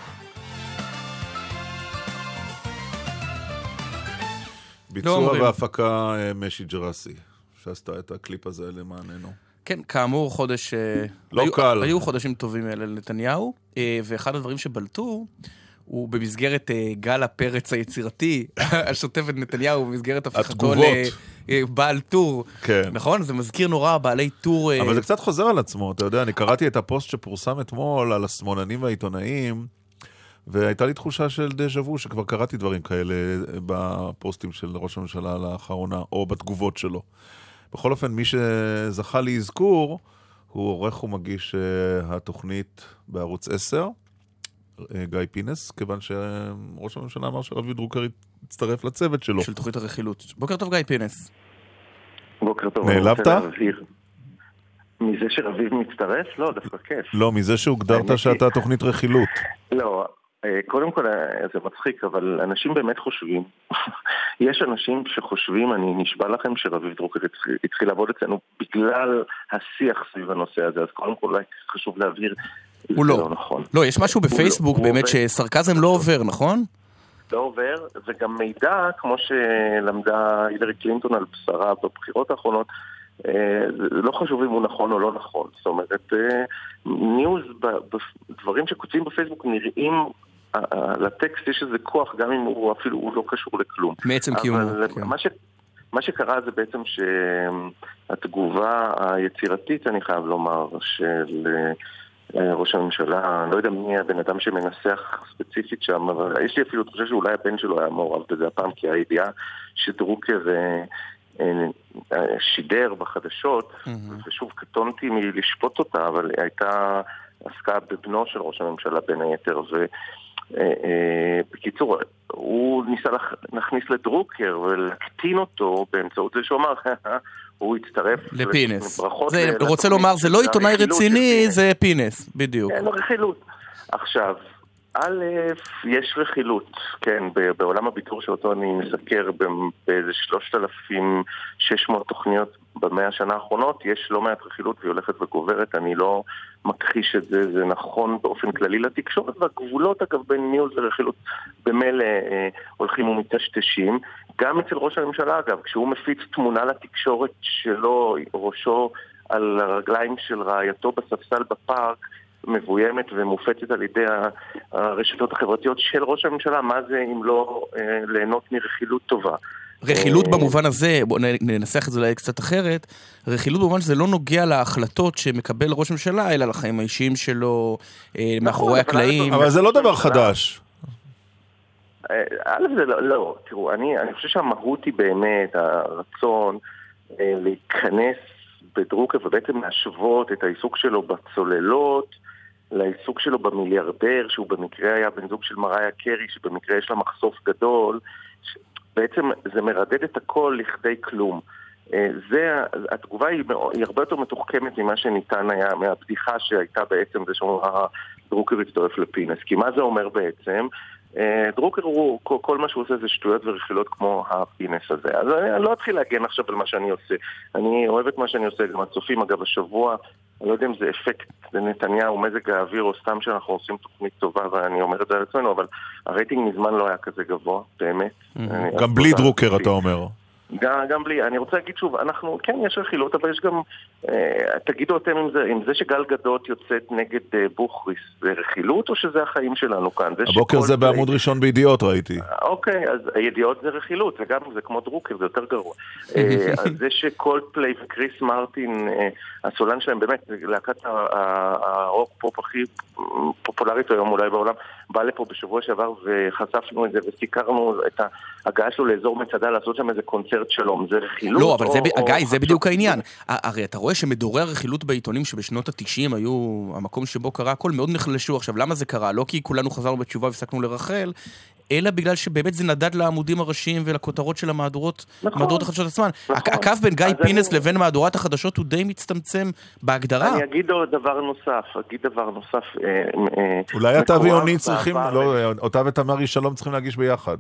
Speaker 2: ביצוע והפקה משי ג'רסי, שעשתה את הקליפ הזה למעננו.
Speaker 3: כן, כאמור, חודש...
Speaker 2: לא קל.
Speaker 3: היו חודשים טובים אלה לנתניהו, ואחד הדברים שבלטו, הוא במסגרת גל הפרץ היצירתי, השוטף את נתניהו, במסגרת הפיכתו בעל טור.
Speaker 2: כן.
Speaker 3: נכון? זה מזכיר נורא, בעלי טור...
Speaker 2: אבל זה קצת חוזר על עצמו, אתה יודע, אני קראתי את הפוסט שפורסם אתמול על השמאלנים והעיתונאים, והייתה לי תחושה של דז'ה-וו, שכבר קראתי דברים כאלה בפוסטים של ראש הממשלה לאחרונה, או בתגובות שלו. בכל אופן, מי שזכה להזכור, הוא עורך ומגיש התוכנית בערוץ 10, גיא פינס, כיוון שראש הממשלה אמר שרביב דרוקר יצטרף לצוות שלו.
Speaker 3: של תוכנית הרכילות. בוקר טוב, גיא פינס.
Speaker 18: בוקר טוב.
Speaker 2: נעלבת?
Speaker 18: מזה שרביב מצטרף? לא, דווקא כיף.
Speaker 2: לא, מזה שהוגדרת שאתה תוכנית רכילות.
Speaker 18: לא, קודם כל זה מצחיק, אבל אנשים באמת חושבים, יש אנשים שחושבים, אני נשבע לכם שרביב דרוקר התחיל לעבוד אצלנו בגלל השיח סביב הנושא הזה, אז קודם כל חשוב להבהיר,
Speaker 3: הוא לא נכון. לא, יש משהו בפייסבוק באמת שסרקזם לא עובר, נכון?
Speaker 18: לא עובר, וגם מידע, כמו שלמדה הילרי קלינטון על בשרה בבחירות האחרונות, לא חשוב אם הוא נכון או לא נכון. זאת אומרת, ניוז, דברים שכותבים בפייסבוק נראים, לטקסט יש איזה כוח, גם אם הוא אפילו הוא לא קשור לכלום.
Speaker 3: מעצם קיומו.
Speaker 18: אבל מה שקרה זה בעצם שהתגובה היצירתית, אני חייב לומר, של ראש הממשלה, לא יודע מי הבן אדם שמנסח ספציפית שם, אבל יש לי אפילו תחושה שאולי הבן שלו היה מעורב בזה הפעם, כי הידיעה שדרוקר שידר בחדשות, ושוב קטונתי מלשפוט אותה, אבל הייתה עסקה בבנו של ראש הממשלה בין היתר, ובקיצור, הוא ניסה להכניס לדרוקר ולהקטין אותו באמצעות זה שהוא אמר, הוא הצטרף
Speaker 3: לפינס. זה רוצה לומר, זה לא עיתונאי רציני, זה פינס, בדיוק.
Speaker 18: אין רכילות. עכשיו, א', יש רכילות, כן, בעולם הביטור שאותו אני מסקר באיזה 3,600 תוכניות במאה השנה האחרונות, יש לא מעט רכילות והיא הולכת וגוברת, אני לא מכחיש את זה, זה נכון באופן כללי לתקשורת, והגבולות אגב בין ניהול ורכילות במילא הולכים ומטשטשים, גם אצל ראש הממשלה אגב, כשהוא מפיץ תמונה לתקשורת שלו, ראשו על הרגליים של רעייתו בספסל בפארק, מבוימת ומופצת על ידי הרשתות החברתיות של ראש הממשלה, מה זה אם לא ליהנות מרכילות טובה?
Speaker 3: רכילות במובן הזה, בואו ננסח את זה אולי קצת אחרת, רכילות במובן שזה לא נוגע להחלטות שמקבל ראש הממשלה, אלא לחיים האישיים שלו, מאחורי הקלעים.
Speaker 2: אבל זה לא דבר חדש.
Speaker 18: א' זה לא, תראו, אני חושב שהמהות היא באמת הרצון להיכנס בדרוקר ובעצם להשוות את העיסוק שלו בצוללות לעיסוק שלו במיליארדר, שהוא במקרה היה בן זוג של מריה קרי, שבמקרה יש לה מחשוף גדול, בעצם זה מרדד את הכל לכדי כלום. התגובה היא הרבה יותר מתוחכמת ממה שניתן היה, מהבדיחה שהייתה בעצם זה שאומר דרוקר יצטרף לפינס. כי מה זה אומר בעצם? דרוקר הוא, כל מה שהוא עושה זה שטויות ורכילות כמו הפינס הזה. אז אני לא אתחיל להגן עכשיו על מה שאני עושה. אני אוהב את מה שאני עושה, גם הצופים אגב השבוע, אני לא יודע אם זה אפקט לנתניהו, מזג האוויר או סתם שאנחנו עושים תוכנית טובה ואני אומר את זה על עצמנו, אבל הרייטינג מזמן לא היה כזה גבוה, באמת.
Speaker 2: גם בלי דרוקר אתה אומר.
Speaker 18: גם בלי, אני רוצה להגיד שוב, אנחנו, כן, יש רכילות, אבל יש גם, תגידו אתם אם זה שגל גדות יוצאת נגד בוכריס, זה רכילות או שזה החיים שלנו כאן?
Speaker 2: הבוקר זה בעמוד ראשון בידיעות ראיתי.
Speaker 18: אוקיי, אז הידיעות זה רכילות, וגם זה כמו דרוקר, זה יותר גרוע. זה שקולד פליי וקריס מרטין, הסולן שלהם באמת, להקת הרוק פופ הכי פופולרית היום אולי בעולם, בא לפה בשבוע שעבר וחשפנו את זה וסיקרנו את ההגעה שלו לאזור מצדה לעשות שם איזה קונצרט שלום, זה רכילות?
Speaker 3: לא, אבל גיא, זה בדיוק העניין. הרי אתה רואה שמדורי הרכילות בעיתונים שבשנות ה-90 היו המקום שבו קרה הכל מאוד נחלשו. עכשיו, למה זה קרה? לא כי כולנו חזרנו בתשובה והפסקנו לרחל, אלא בגלל שבאמת זה נדד לעמודים הראשיים ולכותרות של המהדורות, מהדורות החדשות עצמן. הקו בין גיא פינס לבין מהדורת החדשות הוא די מצטמצם בהגדרה.
Speaker 18: אני אגיד דבר נוסף.
Speaker 2: אולי אתה ויוני צריכים, אותה ותמרי שלום צריכים להגיש ביחד.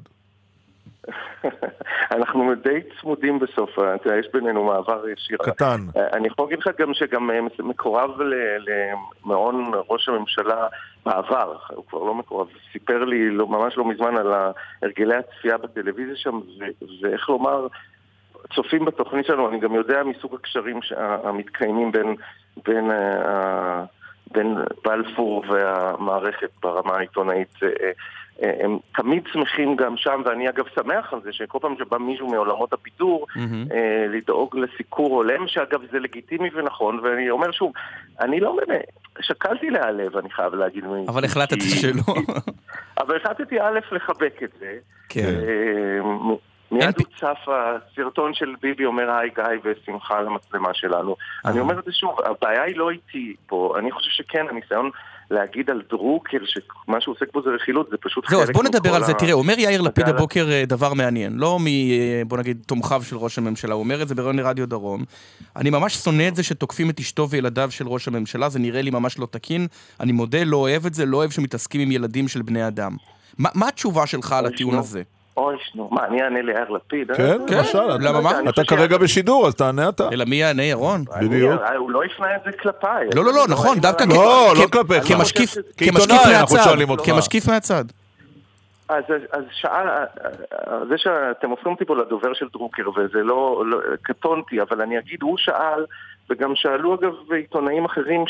Speaker 18: אנחנו די צמודים בסוף, יש בינינו מעבר ישיר.
Speaker 2: קטן.
Speaker 18: אני יכול להגיד לך גם שגם מקורב למעון ראש הממשלה בעבר, הוא כבר לא מקורב, סיפר לי ממש לא מזמן על הרגלי הצפייה בטלוויזיה שם, ואיך לומר, צופים בתוכנית שלנו, אני גם יודע מסוג הקשרים המתקיימים בין בלפור והמערכת ברמה העיתונאית, הם תמיד שמחים גם שם, ואני אגב שמח על זה, שכל פעם שבא מישהו מעולמות הבידור, לדאוג לסיקור עולם, שאגב זה לגיטימי ונכון, ואני אומר שוב, אני לא באמת, שקלתי להיעלב, אני חייב להגיד.
Speaker 3: אבל החלטתי שלא.
Speaker 18: אבל החלטתי א' לחבק את זה.
Speaker 3: כן.
Speaker 18: מיד הוצף הסרטון של ביבי אומר היי גיא ושמחה למצלמה שלנו. אני אומר את זה שוב, הבעיה היא לא איתי פה, אני חושב שכן, הניסיון להגיד על דרוקר שמה שהוא עוסק בו זה רכילות, זה פשוט חלק.
Speaker 3: אז בוא נדבר על זה, תראה, אומר יאיר לפיד הבוקר דבר מעניין, לא בוא נגיד תומכיו של ראש הממשלה, הוא אומר את זה בראיון לרדיו דרום, אני ממש שונא את זה שתוקפים את אשתו וילדיו של ראש הממשלה, זה נראה לי ממש לא תקין, אני מודה, לא אוהב את זה, לא אוהב שמתעסקים עם ילדים של בני אדם. מה התשובה שלך על הטיעון הזה?
Speaker 18: אוי, שנו, מה, אני אענה ליאיר לפיד?
Speaker 2: כן, למשל, אתה כרגע בשידור, אז תענה אתה.
Speaker 3: אלא מי יענה, ירון?
Speaker 2: בדיוק.
Speaker 18: הוא לא יפנה את זה כלפיי.
Speaker 3: לא, נכון, דווקא
Speaker 2: לא כלפיך.
Speaker 3: כמשקיף מהצד.
Speaker 18: אז זה שאתם הופכים אותי פה לדובר של דרוקר, וזה לא קטונתי, אבל אני אגיד, הוא שאל, וגם שאלו אגב עיתונאים אחרים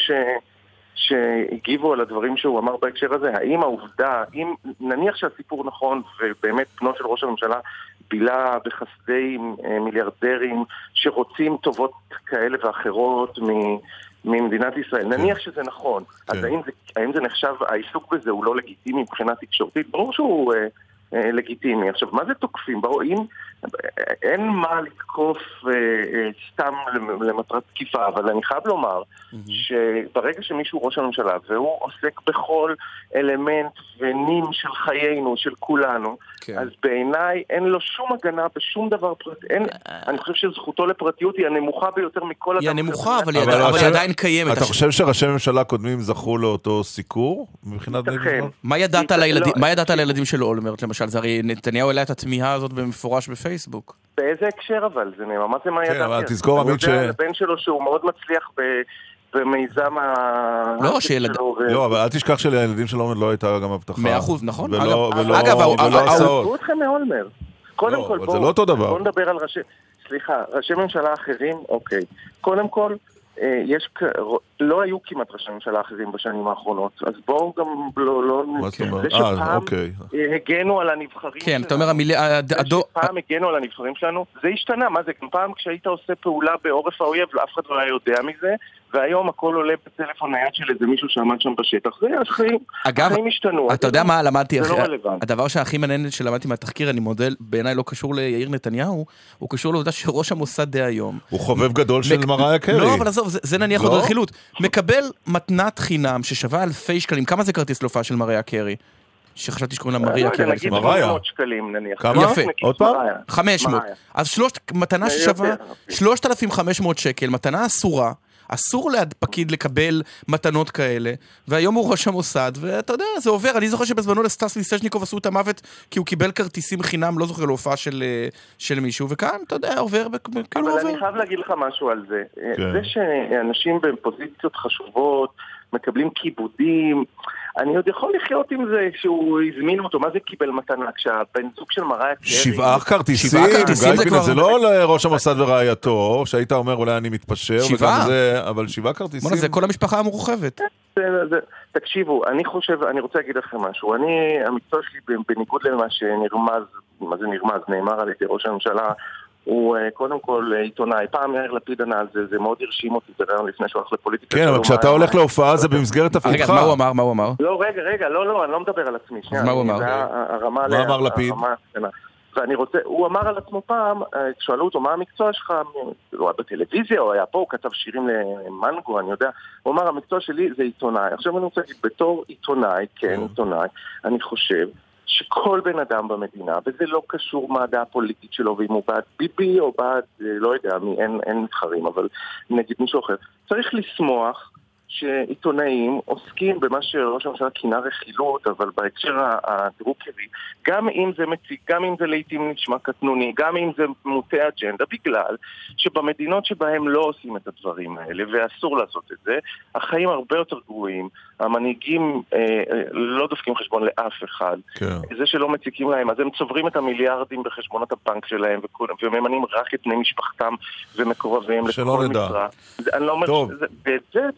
Speaker 18: שהגיבו על הדברים שהוא אמר בהקשר הזה, האם העובדה, אם נניח שהסיפור נכון ובאמת בנו של ראש הממשלה בילה בחסדי מיליארדרים שרוצים טובות כאלה ואחרות ממדינת ישראל, נניח שזה נכון, אז האם זה נחשב, העיסוק בזה הוא לא לגיטימי מבחינה תקשורתית? ברור שהוא לגיטימי. עכשיו, מה זה תוקפים? אין מה לתקוף סתם למטרת תקיפה, אבל אני חייב לומר שברגע שמישהו ראש הממשלה והוא עוסק בכל אלמנט ונים של חיינו, של כולנו, אז בעיניי אין לו שום הגנה בשום דבר פרטי. אני חושב שזכותו לפרטיות היא הנמוכה ביותר מכל
Speaker 3: היא הנמוכה, אבל היא עדיין קיימת.
Speaker 2: אתה חושב שראשי ממשלה קודמים זכו לאותו סיקור?
Speaker 3: מה ידעת על הילדים של אולמרט למשל? זה הרי נתניהו העלה את התמיהה הזאת במפורש בפייסבוק.
Speaker 18: באיזה הקשר אבל? זה נאמר, מה זה מה ידעתי?
Speaker 2: כן, אבל תזכור עמית
Speaker 18: הבן שלו שהוא מאוד מצליח במיזם
Speaker 2: לא, אבל אל תשכח שלילדים של אולמרט לא הייתה גם הבטחה.
Speaker 3: 100%, נכון.
Speaker 2: אגב,
Speaker 18: עזבו אתכם מאולמרט. קודם כל, בואו נדבר על ראשי ממשלה אחרים, אוקיי. קודם כל, לא היו כמעט ראשי ממשלה אחרים בשנים האחרונות, אז בואו גם זה שפעם הגנו על הנבחרים
Speaker 3: כן, אתה אומר
Speaker 18: שפעם הגנו על הנבחרים שלנו, זה השתנה, מה זה? פעם כשהיית עושה פעולה בעורף האויב, אף אחד לא היה יודע מזה, והיום הכל עולה בטלפון נייד של איזה מישהו שעמד שם בשטח, זה החיים השתנו.
Speaker 3: אתה יודע מה למדתי אחרי, הדבר שהכי מעניין שלמדתי מהתחקיר, אני מודל, בעיניי לא קשור ליאיר נתניהו, הוא קשור לעובדה שראש המוסד די היום.
Speaker 2: הוא חובב גדול של מריה קרי.
Speaker 3: לא, אבל עזוב, זה נניח עוד רכילות. מקבל מתנת חינם ששווה אלפי שקלים, כמה זה כרטיס תלופה של מריה קרי? שחשבתי שקוראים לה מריה קרי.
Speaker 18: נגיד 500 שקלים נניח.
Speaker 2: כמה?
Speaker 3: יפה.
Speaker 2: עוד פעם?
Speaker 3: 500. אז מתנה ששווה 3,500 שקל, מתנה אסורה. אסור לפקיד לקבל מתנות כאלה, והיום הוא ראש המוסד, ואתה יודע, זה עובר. אני זוכר שבזמנו לסטס מיסז'ניקוב עשו את המוות, כי הוא קיבל כרטיסים חינם, לא זוכר להופעה של מישהו, וכאן, אתה יודע, עובר, כאילו עובר.
Speaker 18: אבל אני חייב להגיד לך משהו על זה. זה שאנשים בפוזיציות חשובות, מקבלים כיבודים, אני עוד יכול לחיות עם זה שהוא הזמין אותו, מה זה קיבל מתנה? כשהבן זוג של מריה קרי...
Speaker 2: 7 כרטיסים, זה לא לראש המוסד ורעייתו, שהיית אומר אולי אני מתפשר, אבל 7 כרטיסים...
Speaker 3: זה כל המשפחה המורחבת.
Speaker 18: תקשיבו, אני רוצה להגיד לכם משהו, המקצוע שלי בניגוד למה שנרמז, מה זה נרמז, נאמר על ידי ראש הממשלה, הוא קודם כל עיתונאי. פעם יאיר לפיד ענה על זה, זה מאוד הרשים אותי ברעיון לפני שהוא הולך לפוליטיקה.
Speaker 2: כן, אבל כשאתה הולך להופעה זה במסגרת תפקידך.
Speaker 3: רגע, מה הוא אמר?
Speaker 18: לא, רגע, לא, אני לא מדבר על עצמי.
Speaker 3: מה הוא אמר?
Speaker 2: מה אמר לפיד?
Speaker 18: ואני רוצה, הוא אמר על עצמו פעם, כשאלו אותו מה המקצוע שלך, הוא היה בטלוויזיה, הוא היה פה, הוא כתב שירים למנגו, אני יודע, הוא אמר המקצוע שלי זה עיתונאי. עכשיו אני רוצה להגיד, בתור עיתונאי, כן, עיתונאי, אני חושב שכל בן אדם במדינה, וזה לא קשור מה הדעה הפוליטית שלו, ואם הוא בעד ביבי או בעד, לא יודע, אין נבחרים, אבל נגיד מישהו אחר, צריך לשמוח שעיתונאים עוסקים במה שראש הממשלה כינה רכילות, אבל בהקשר הדרוקרי, גם אם זה מציג, גם אם זה לעתים נשמע קטנוני, גם אם זה מוטה אג'נדה, בגלל שבמדינות שבהם לא עושים את הדברים האלה, ואסור לעשות את זה, החיים הרבה יותר גרועים, המנהיגים לא דופקים חשבון לאף אחד, זה שלא מציקים להם, אז הם צוברים את המיליארדים בחשבונות הבנק שלהם, וממנים רק את בני משפחתם ומקורביהם לכל משרה. אני לא אומר, ואת זה צריך למנוע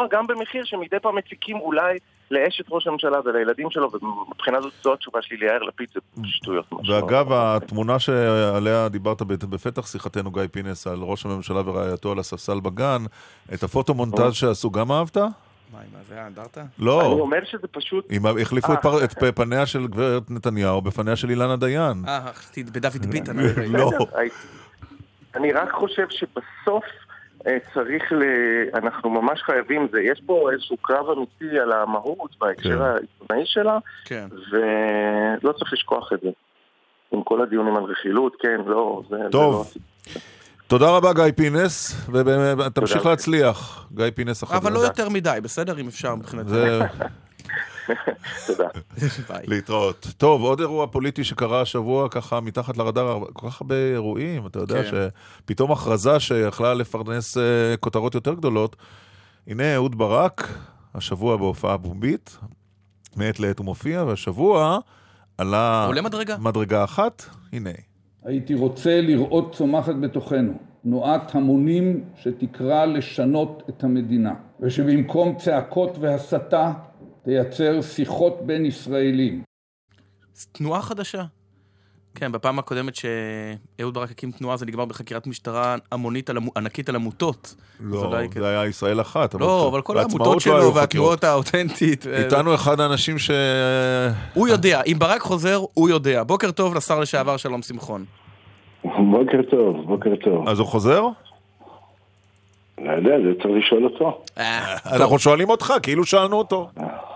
Speaker 18: כלומר, גם במחיר שמדי פעם מציקים אולי לאשת ראש הממשלה ולילדים שלו, ובבחינה זאת התשובה שלי ליאיר לפיד, זה שטויות.
Speaker 2: ואגב, התמונה שעליה דיברת בפתח שיחתנו, גיא פינס, על ראש הממשלה ורעייתו על הספסל בגן, את הפוטומונטז' שעשו, גם אהבת?
Speaker 3: מה, עם זה האנדרטה?
Speaker 2: לא.
Speaker 18: אני אומר שזה פשוט...
Speaker 2: החליפו את פניה של גברת נתניהו בפניה של אילנה דיין.
Speaker 3: בדוד ביטן.
Speaker 2: לא.
Speaker 18: אני רק חושב שבסוף צריך אנחנו ממש חייבים זה. יש פה איזשהו קרב אמיתי על המהות בהקשר העיתונאי שלה, ולא צריך לשכוח את זה. עם כל הדיונים על רכילות, כן, לא, זה...
Speaker 2: טוב. תודה רבה גיא פינס, ותמשיך להצליח, גיא פינס החדש.
Speaker 3: אבל לא יותר מדי, בסדר? אם אפשר מבחינת
Speaker 2: זה...
Speaker 18: תודה.
Speaker 2: להתראות. טוב, עוד אירוע פוליטי שקרה השבוע, ככה מתחת לרדאר, כל כך הרבה אירועים, אתה יודע שפתאום הכרזה שיכלה לפרנס כותרות יותר גדולות. הנה אהוד ברק, השבוע בהופעה פומבית, מעת לעת הוא מופיע, והשבוע עלה מדרגה אחת, הנה.
Speaker 19: הייתי רוצה לראות צומחת בתוכנו, תנועת המונים שתקרא לשנות את המדינה, ושבמקום צעקות והסתה תייצר שיחות בין ישראלים.
Speaker 3: תנועה חדשה. כן, בפעם הקודמת שאהוד ברק הקים תנועה, זה נגמר בחקירת משטרה המונית ענקית על עמותות.
Speaker 2: לא, זה היה ישראל אחת.
Speaker 3: לא, אבל כל העמותות שלו והתנועות האותנטית.
Speaker 2: איתנו אחד האנשים ש...
Speaker 3: הוא יודע, אם ברק חוזר, הוא יודע. בוקר טוב לשר לשעבר שלום שמחון.
Speaker 20: בוקר טוב, בוקר טוב.
Speaker 2: אז הוא חוזר?
Speaker 20: לא יודע, זה צריך לשאול אותו.
Speaker 2: אנחנו שואלים אותך, כאילו שאלנו אותו.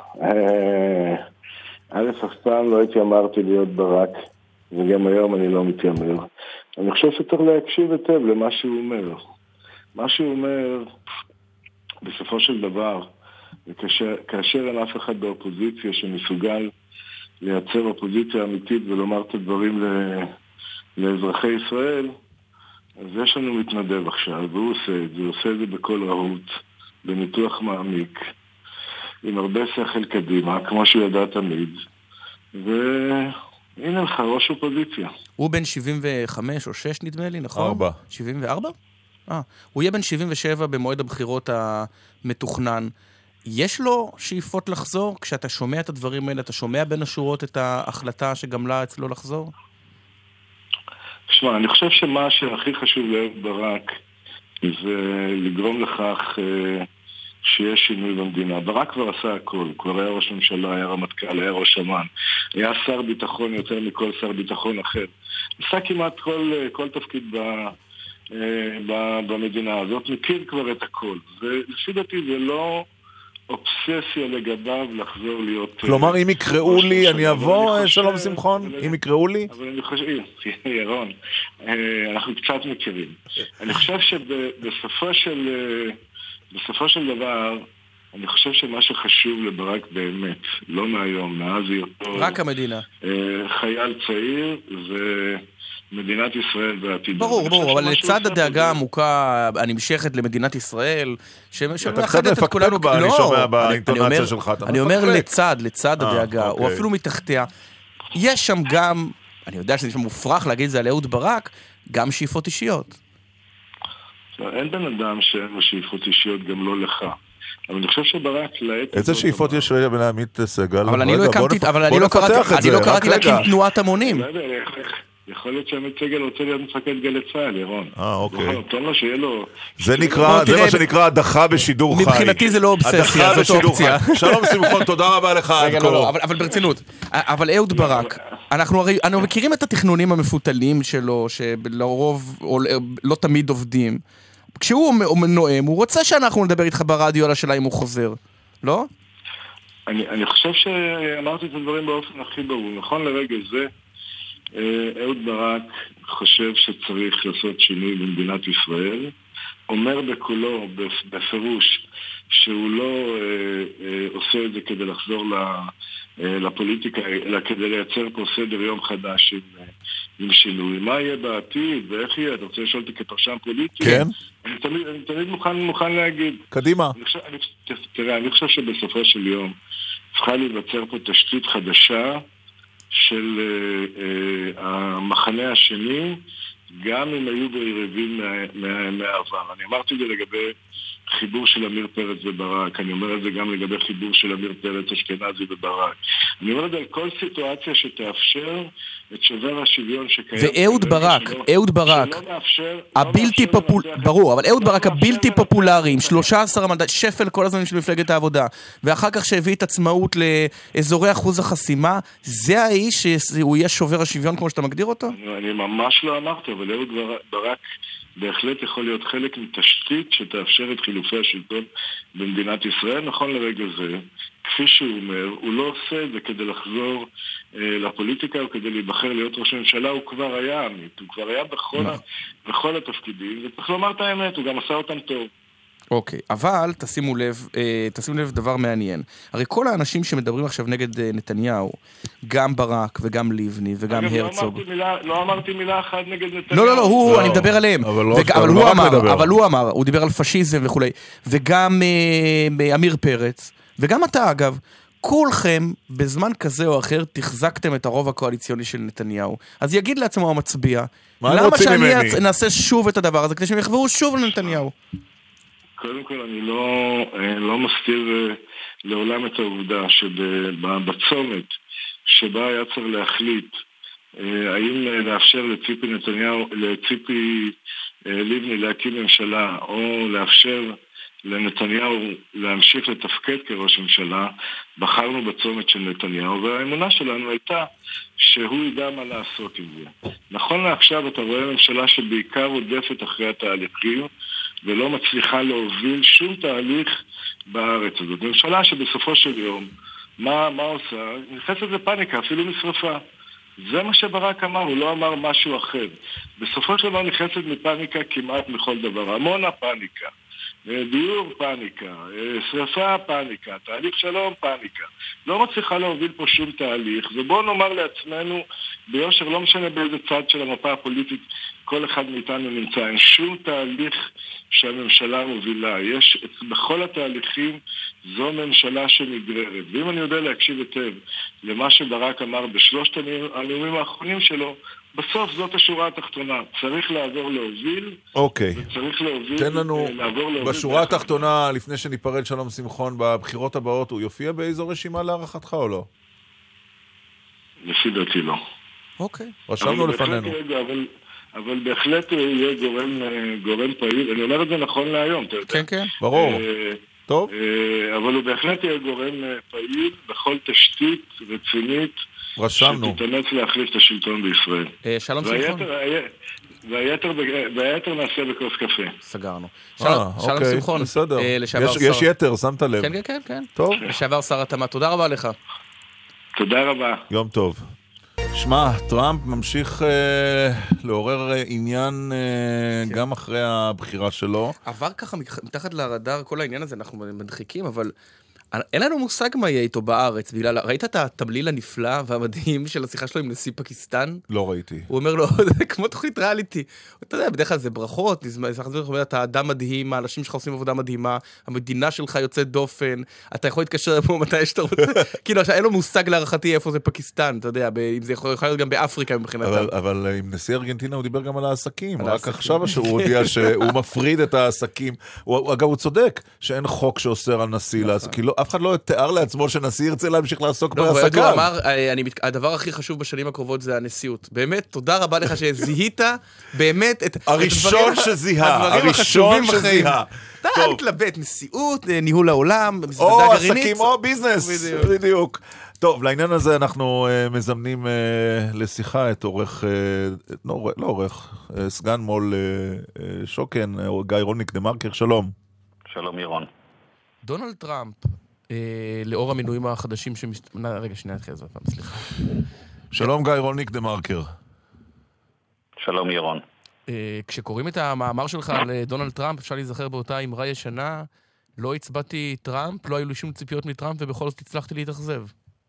Speaker 20: א', אף פעם לא התיימרתי להיות ברק, וגם היום אני לא מתיימר. אני חושב שצריך להקשיב היטב למה שהוא אומר. מה שהוא אומר, בסופו של דבר, כאשר אין אף אחד באופוזיציה שמסוגל לייצר אופוזיציה אמיתית ולומר את הדברים לאזרחי ישראל, אז יש לנו מתנדב עכשיו, והוא עושה את זה, הוא עושה את זה בכל רהוט, בניתוח מעמיק, עם הרבה שכל קדימה, כמו שהוא ידע תמיד, והנה לך, ראש אופוזיציה.
Speaker 3: הוא בן 75 או 6 נדמה לי, נכון?
Speaker 2: 4.
Speaker 3: 74? הוא יהיה בן 77 במועד הבחירות המתוכנן. יש לו שאיפות לחזור? כשאתה שומע את הדברים האלה, אתה שומע בין השורות את ההחלטה שגמלה אצלו לחזור?
Speaker 20: תשמע, אני חושב שמה שהכי חשוב לאהוד ברק זה לגרום לכך שיש שינוי במדינה. ברק כבר עשה הכל, כבר היה ראש ממשלה, היה רמטכ"ל, היה ראש אמ"ן, היה שר ביטחון יותר מכל שר ביטחון אחר. עשה כמעט כל תפקיד במדינה הזאת, מכיר כבר את הכל. ולפי דעתי זה לא אובססיה לגביו לחזור להיות...
Speaker 2: כלומר, אם יקראו לי, אני אבוא, שלום שמחון? אם יקראו לי?
Speaker 20: אבל אני חושב, ירון, אנחנו קצת מכירים. אני חושב שבסופו של דבר, אני חושב שמה שחשוב לברק באמת, לא מהיום, מאז היותו...
Speaker 3: רק המדינה.
Speaker 20: חייל צעיר, זה... מדינת ישראל והעתיד.
Speaker 3: ברור, אבל לצד הדאגה העמוקה הנמשכת למדינת ישראל,
Speaker 2: אתה קצת מפקפק בה, אני שומע באינטונציה שלך.
Speaker 3: אני אומר לצד הדאגה, או אפילו מתחתיה, יש שם גם, אני יודע שזה מופרך להגיד את זה על אהוד ברק, גם שאיפות אישיות.
Speaker 20: אין בן אדם שאין לו שאיפות אישיות, גם לא לך. אבל אני חושב שברק לעת...
Speaker 2: איזה שאיפות יש לעמית סגל?
Speaker 3: אבל אני לא קראתי להקים תנועת המונים.
Speaker 20: יכול להיות שעמית סגל רוצה להיות מפקד גלי צה"ל, ירון.
Speaker 2: אוקיי.
Speaker 20: תן לו שיהיה לו...
Speaker 2: זה מה שנקרא הדחה בשידור חי.
Speaker 3: מבחינתי זה לא אובססיה, זאת אופציה.
Speaker 2: שלום שמחון, תודה רבה לך.
Speaker 3: אבל ברצינות, אבל אהוד ברק, אנחנו מכירים את התכנונים המפותלים שלו, שלרוב לא תמיד עובדים. כשהוא נואם, הוא רוצה שאנחנו נדבר איתך ברדיו על השאלה אם הוא חוזר, לא?
Speaker 20: אני חושב שאמרתי את הדברים באופן הכי ברור. נכון לרגע זה, אהוד ברק חושב שצריך לעשות שינוי במדינת ישראל, אומר בקולו, בפירוש, שהוא לא עושה את זה כדי לחזור לפוליטיקה, אלא כדי לייצר פה סדר יום חדש עם שינוי. מה יהיה בעתיד ואיך יהיה? אתה רוצה לשאול אותי כפרשן פוליטי?
Speaker 2: כן.
Speaker 20: אני תמיד מוכן להגיד.
Speaker 2: קדימה.
Speaker 20: תראה, אני חושב שבסופו של יום צריכה להיווצר פה תשתית חדשה של המחנה השני גם אם היו בו יריבים מהעבר. אני אמרתי את זה לגבי חיבור של אמיר פרץ וברק, אני אומר את זה גם לגבי חיבור של אמיר פרץ, אשכנזי וברק. אני אומר את זה על כל סיטואציה שתאפשר את שובר השוויון שקיים.
Speaker 3: ואהוד ברק, הבלתי פופולרי, ברור, אבל אהוד ברק הבלתי פופולרי, עם 13 מנדטים, שפל כל הזמן של מפלגת העבודה, ואחר כך שהביא את עצמאות לאזורי אחוז החסימה, זה האיש שהוא יהיה שובר השוויון כמו שאתה מגדיר אותו?
Speaker 20: אני ממש לא אמרתי, אבל אהוד ברק בהחלט יכול להיות חלק מתשתית שתאפשר את חילופי השלטון במדינת ישראל. נכון לרגע זה, כפי שהוא אומר, הוא לא עושה את זה כדי לחזור לפוליטיקה או כדי להיבחר להיות ראש הממשלה, הוא כבר היה עמית, הוא כבר היה בכל התפקידים, וצריך לומר את האמת, הוא גם עשה אותם טוב.
Speaker 3: אוקיי, אבל תשימו לב דבר מעניין. הרי כל האנשים שמדברים עכשיו נגד נתניהו, גם ברק וגם לבני וגם הרצוג.
Speaker 20: לא אמרתי מילה אחת נגד נתניהו.
Speaker 3: לא, אני מדבר עליהם. אבל הוא אמר, הוא דיבר על פשיזם וכו'. וגם אמיר פרץ, וגם אתה אגב, כולכם בזמן כזה או אחר תחזקתם את הרוב הקואליציוני של נתניהו. אז יגיד לעצמו המצביע, למה שאני נעשה שוב את הדבר הזה, כדי שהם יחברו שוב לנתניהו?
Speaker 20: קודם כל, אני לא מסתיר לעולם את העובדה שבצומת שבה היה צריך להחליט האם לאפשר לציפי לבני להקים ממשלה או לאפשר לנתניהו להמשיך לתפקד כראש ממשלה, בחרנו בצומת של נתניהו, והאמונה שלנו הייתה שהוא ידע מה לעשות עם זה. נכון לעכשיו אתה רואה ממשלה שבעיקר עודפת אחרי התהליכים, ולא מצליחה להוביל שום תהליך בארץ הזאת. ממשלה שבסופו של יום, מה עושה? נכנסת לפאניקה, אפילו משרפה. זה מה שברק אמר, הוא לא אמר משהו אחר. בסופו של דבר נכנסת מפאניקה כמעט מכל דבר. המון הפאניקה. דיור פאניקה, שרפה פאניקה, תהליך שלום פאניקה. לא מצליחה להוביל פה שום תהליך, ובואו נאמר לעצמנו ביושר, לא משנה באיזה צד של המפה הפוליטית כל אחד מאיתנו נמצא, אין שום תהליך שהממשלה מובילה. יש בכל התהליכים זו ממשלה שנגררת. ואם אני יודע להקשיב היטב למה שברק אמר בשלושת הנאומים האחרונים שלו, בסוף זאת השורה התחתונה. צריך לעבור להוביל.
Speaker 2: אוקיי.
Speaker 20: וצריך להוביל.
Speaker 2: תן לנו, בשורה התחתונה, לפני שניפרד שלום שמחון, בבחירות הבאות הוא יופיע באיזו רשימה להערכתך או לא?
Speaker 20: לפי דעתי לא.
Speaker 2: אוקיי. רשמנו לפנינו.
Speaker 20: אבל בהחלט יהיה גורם פעיל. אני אומר את זה נכון להיום.
Speaker 3: כן, כן.
Speaker 2: ברור. טוב.
Speaker 20: אבל הוא בהחלט יהיה גורם פעיל בכל תשתית רצינית.
Speaker 2: רשמנו.
Speaker 20: שתתאמץ להחליף את השלטון בישראל.
Speaker 3: שלום שמחון.
Speaker 20: והיתר נעשה בכוס קפה.
Speaker 3: סגרנו. שלום שמחון.
Speaker 2: בסדר. יש יתר, שמת לב.
Speaker 3: כן.
Speaker 2: טוב.
Speaker 3: לשעבר שר התמ"ת. תודה רבה לך.
Speaker 20: תודה רבה.
Speaker 2: יום טוב. שמע, טראמפ ממשיך לעורר עניין גם אחרי הבחירה שלו.
Speaker 3: עבר ככה מתחת לרדאר כל העניין הזה, אנחנו מדחיקים, אבל אין לנו מושג מה יהיה איתו בארץ. ראית את התמליל הנפלא והמדהים של השיחה שלו עם נשיא פקיסטן?
Speaker 2: לא ראיתי.
Speaker 3: הוא אומר לו, זה כמו תוכנית ריאליטי. אתה יודע, בדרך כלל זה ברכות, אתה אדם מדהים, האנשים שלך עושים עבודה מדהימה, המדינה שלך יוצאת דופן, אתה יכול להתקשר פה מתי שאתה רוצה. כאילו, אין לו מושג להערכתי איפה זה פקיסטן, אתה יודע, אם זה יכול להיות גם באפריקה מבחינתם.
Speaker 2: אבל עם נשיא ארגנטינה הוא דיבר גם על העסקים. רק עכשיו הוא הודיע שהוא מפריד את העסקים. אגב, הוא צודק שאין חוק שאוסר על נשיא לעסקים. אף אחד לא תיאר לעצמו שנשיא ירצה להמשיך לעסוק בעסקיו.
Speaker 3: הוא אמר, הדבר הכי חשוב בשנים הקרובות זה הנשיאות. באמת, תודה רבה לך שזיהית באמת את
Speaker 2: הראשון שזיהה.
Speaker 3: הדברים החשובים בחיים. אתה מתלבט, נשיאות, ניהול העולם,
Speaker 2: או עסקים או ביזנס. בדיוק. טוב, לעניין הזה אנחנו מזמנים לשיחה את סגן מול שוקן, גיא רולניק דה-מרקר. שלום.
Speaker 21: שלום ירון.
Speaker 3: דונלד טראמפ, לאור המינויים החדשים רגע, שנייה, סליחה.
Speaker 2: שלום גיא רולניק דה-מרקר.
Speaker 21: שלום ירון.
Speaker 3: כשקוראים את המאמר שלך על דונלד טראמפ, אפשר להיזכר באותה אמרה ישנה, לא הצבעתי טראמפ, לא היו לי שום ציפיות מטראמפ, ובכל זאת הצלחתי להתאכזב.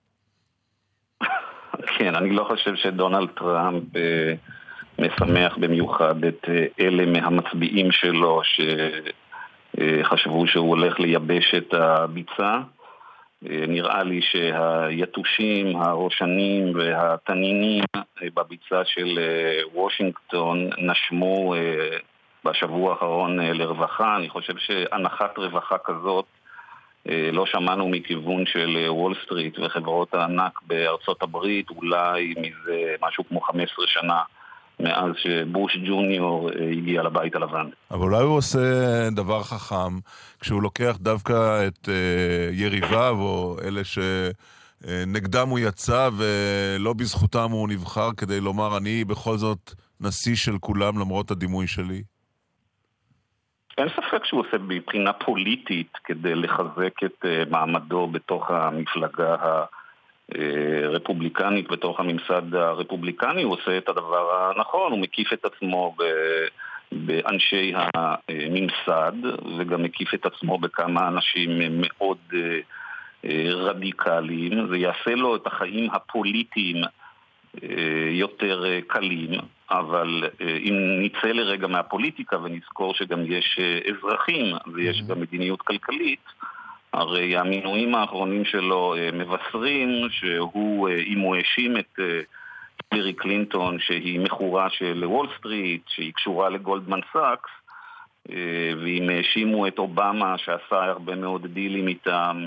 Speaker 21: כן, אני לא חושב שדונלד טראמפ משמח במיוחד את אלה מהמצביעים שלו, חשבו שהוא הולך לייבש את הביצה. נראה לי שהיתושים, הראשנים והתנינים בביצה של וושינגטון נשמו בשבוע האחרון לרווחה. אני חושב שהנחת רווחה כזאת לא שמענו מכיוון של וול סטריט וחברות הענק בארצות הברית, אולי מזה משהו כמו 15 שנה מאז שבוש ג'וניור הגיע לבית הלבן.
Speaker 2: אבל אולי הוא עושה דבר חכם כשהוא לוקח דווקא את יריביו או אלה שנגדם הוא יצא ולא בזכותם הוא נבחר כדי לומר אני בכל זאת נשיא של כולם למרות הדימוי שלי.
Speaker 21: אין ספק שהוא עושה מבחינה פוליטית כדי לחזק את מעמדו בתוך המפלגה הרפובליקנית, בתוך הממסד הרפובליקני. הוא עושה את הדבר הנכון, הוא מקיף את עצמו באנשי הממסד וגם מקיף את עצמו בכמה אנשים מאוד רדיקליים. זה יעשה לו את החיים הפוליטיים יותר קלים, אבל אם נצא לרגע מהפוליטיקה ונזכור שגם יש אזרחים ויש גם מדיניות כלכלית, הרי המינויים האחרונים שלו מבשרים שהוא, אם הוא האשים את הילרי קלינטון שהיא מכורה של וול סטריט, שהיא קשורה לגולדמן סאקס, ואם האשימו את אובמה שעשה הרבה מאוד דילים איתם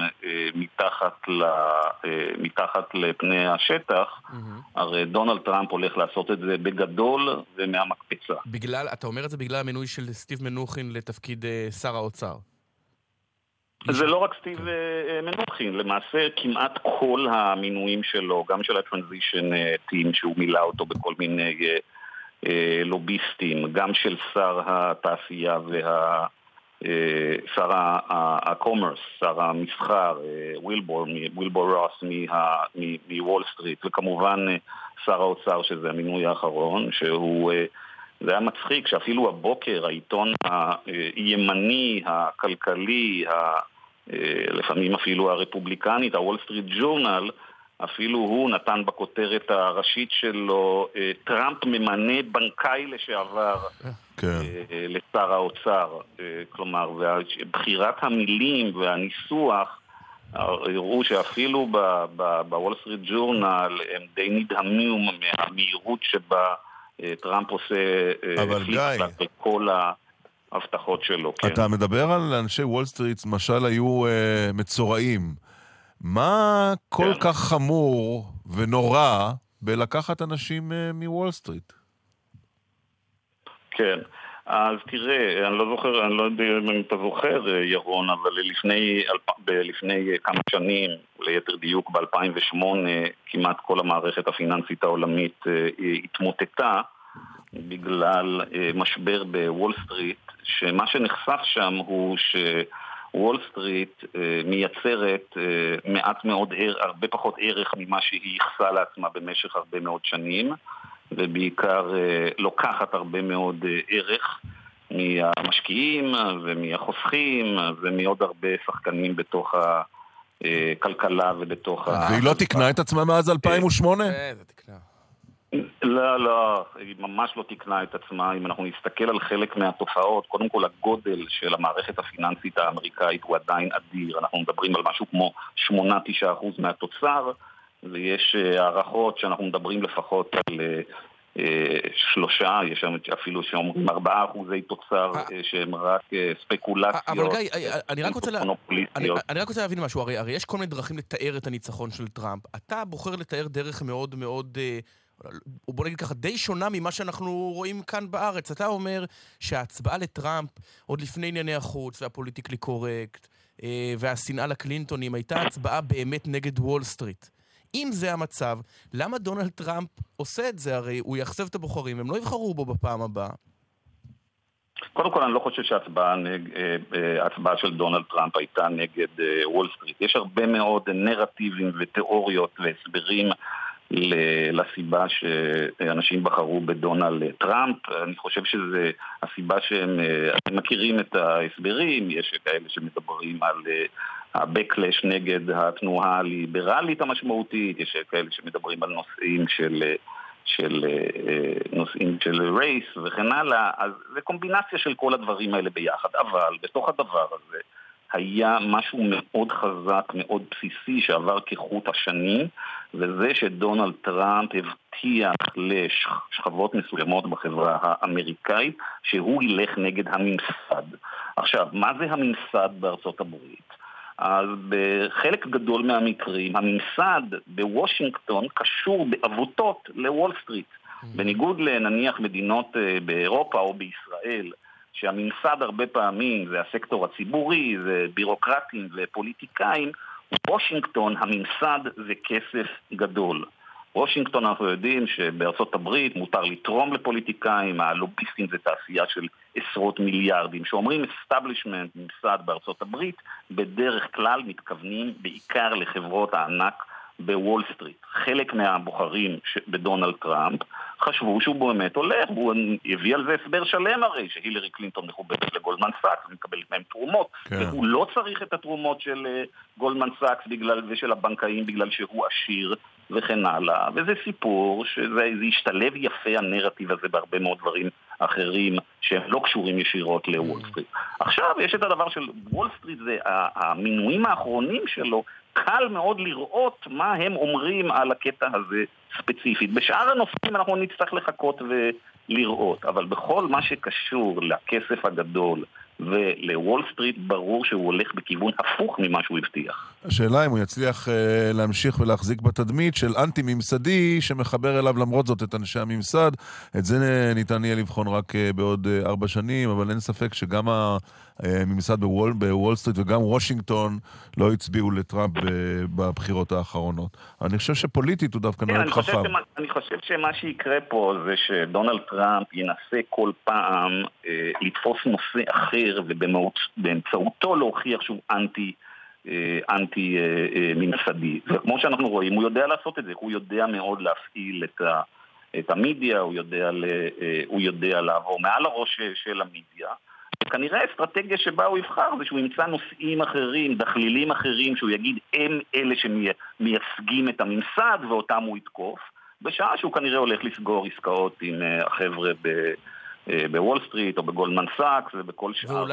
Speaker 21: מתחת לפני השטח, הרי דונלד טראמפ הולך לעשות את זה בגדול ומהמקפצה.
Speaker 3: אתה אומר את זה בגלל המינוי של סטיב מנוחין לתפקיד שר האוצר?
Speaker 21: זה לא רק סטיב מנוחין, למעשה כמעט כל המינויים שלו, גם של הטרנזישן טים שהוא מילא אותו בכל מיני לוביסטים, גם של שר התעשייה שר הקומרס, שר המסחר, ווילבור רוס מוול סטריט, וכמובן שר האוצר שזה המינוי האחרון, שהוא, זה היה מצחיק שאפילו הבוקר העיתון הימני, הכלכלי, לפעמים אפילו הרפובליקנית, הוול סטריט ג'ורנל, אפילו הוא נתן בכותרת הראשית שלו, טראמפ ממנה בנקאי לשעבר לשר האוצר. כלומר, בחירת המילים והניסוח הראו שאפילו בוול סטריט ג'ורנל הם די נדהמו מהמהירות שבה טראמפ עושה פליק כל ההבטחות שלו.
Speaker 2: אתה מדבר על אנשי וול סטריט, למשל היו מצורעים. מה כל כך חמור ונורא בלקחת אנשים מוול סטריט?
Speaker 21: כן, אז תראה, אני לא יודע אם אתה זוכר, ירון, אבל לפני כמה שנים, ליתר דיוק ב-2008, כמעט כל המערכת הפיננסית העולמית התמוטטה בגלל משבר בוול סטריט, שמה שנחשף שם הוא וול סטריט מייצרת מעט מאוד, הרבה פחות ערך ממה שהיא יחסה לעצמה במשך הרבה מאוד שנים, ובעיקר לוקחת הרבה מאוד ערך מהמשקיעים ומהחוסכים ומעוד הרבה שחקנים בתוך הכלכלה ובתוך
Speaker 2: והיא לא תקנה את עצמה מאז 2008?
Speaker 3: זה תקנה.
Speaker 21: לא, היא ממש לא תקנה את עצמה. אם אנחנו נסתכל על חלק מהתופעות, קודם כל הגודל של המערכת הפיננסית האמריקאית הוא עדיין אדיר. אנחנו מדברים על משהו כמו 8-9% מהתוצר, ויש הערכות שאנחנו מדברים לפחות על 3, יש שם אפילו שאומרים 4% תוצר שהם רק ספקולציות.
Speaker 3: אבל גיא, אני רק רוצה להבין משהו. הרי יש כל מיני דרכים לתאר את הניצחון של טראמפ. אתה בוחר לתאר דרך מאוד מאוד, בוא נגיד ככה, די שונה ממה שאנחנו רואים כאן בארץ. אתה אומר שההצבעה לטראמפ עוד לפני ענייני החוץ והפוליטיקלי קורקט והשנאה לקלינטונים הייתה הצבעה באמת נגד וול סטריט. אם זה המצב, למה דונלד טראמפ עושה את זה? הרי הוא יחשב את הבוחרים, הם לא יבחרו בו בפעם הבאה.
Speaker 21: קודם כל, אני לא חושב שההצבעה של דונלד טראמפ הייתה נגד וול סטריט. יש הרבה מאוד נרטיבים ותיאוריות והסברים לסיבה שאנשים בחרו בדונלד טראמפ. אני חושב שזה הסיבה שהם מכירים את ההסברים. יש כאלה שמדברים על הבקלש נגד התנועה הליברלית המשמעותית, יש כאלה שמדברים על נושאים של רייס וכן הלאה. אז זה קומבינציה של כל הדברים האלה ביחד, אבל בתוך הדבר הזה היה משהו מאוד חזק, מאוד בסיסי, שעבר כחוט השני, וזה שדונלד טראמפ הבטיח לשכבות מסוימות בחברה האמריקאית, שהוא ילך נגד הממסד. עכשיו, מה זה הממסד בארצות הברית? אז בחלק גדול מהמקרים, הממסד בוושינגטון קשור בעבותות לוול סטריט. בניגוד לנניח מדינות באירופה או בישראל, שהממסד הרבה פעמים זה הסקטור הציבורי, זה בירוקרטים ופוליטיקאים, וושינגטון הממסד זה כסף גדול. וושינגטון אנחנו יודעים שבארצות הברית מותר לתרום לפוליטיקאים, הלוביסטים זה תעשייה של עשרות מיליארדים. שאומרים establishment ממסד בארצות הברית, בדרך כלל מתכוונים בעיקר לחברות הענק בוול סטריט. חלק מהבוחרים בדונלד טראמפ חשבו שהוא באמת הולך, והוא הביא על זה הסבר שלם הרי, שהילרי קלינטון מחוברת לגולדמן סאקס, ומקבלת מהם תרומות, והוא לא צריך את התרומות של גולדמן סאקס ושל הבנקאים בגלל שהוא עשיר וכן הלאה, וזה סיפור שזה ישתלב יפה הנרטיב הזה בהרבה מאוד דברים אחרים שהם לא קשורים ישירות לוול סטריט. עכשיו יש את הדבר של וול סטריט, זה המינויים האחרונים שלו, קל מאוד לראות מה הם אומרים על הקטע הזה ספציפית. בשאר הנושאים אנחנו נצטרך לחכות ולראות, אבל בכל מה שקשור לכסף הגדול ולוול סטריט ברור שהוא הולך בכיוון הפוך ממה שהוא הבטיח.
Speaker 2: השאלה אם הוא יצליח להמשיך ולהחזיק בתדמית של אנטי-ממסדי שמחבר אליו למרות זאת את אנשי הממסד. את זה ניתן יהיה לבחון רק בעוד 4 שנים, אבל אין ספק שגם הממסד בוול סטריט וגם וושינגטון לא הצביעו לטראמפ בבחירות האחרונות. אני חושב שפוליטית הוא דווקא נראה חכם.
Speaker 21: אני חושב שמה שיקרה פה זה שדונלד טראמפ ינסה כל פעם לתפוס נושא אחר ובאמצעותו להוכיח שהוא אנטי ממסדי. וכמו שאנחנו רואים, הוא יודע לעשות את זה, הוא יודע מאוד להפעיל את המדיה, הוא יודע לעבור מעל הראש של המדיה. כנראה האסטרטגיה שבה הוא יבחר זה שהוא ימצא נושאים אחרים, דחלילים אחרים, שהוא יגיד הם אלה שמייצגים את הממסד ואותם הוא יתקוף, בשעה שהוא כנראה הולך לסגור עסקאות עם החבר'ה בוול סטריט או בגולדמן סאקס ובכל שאר.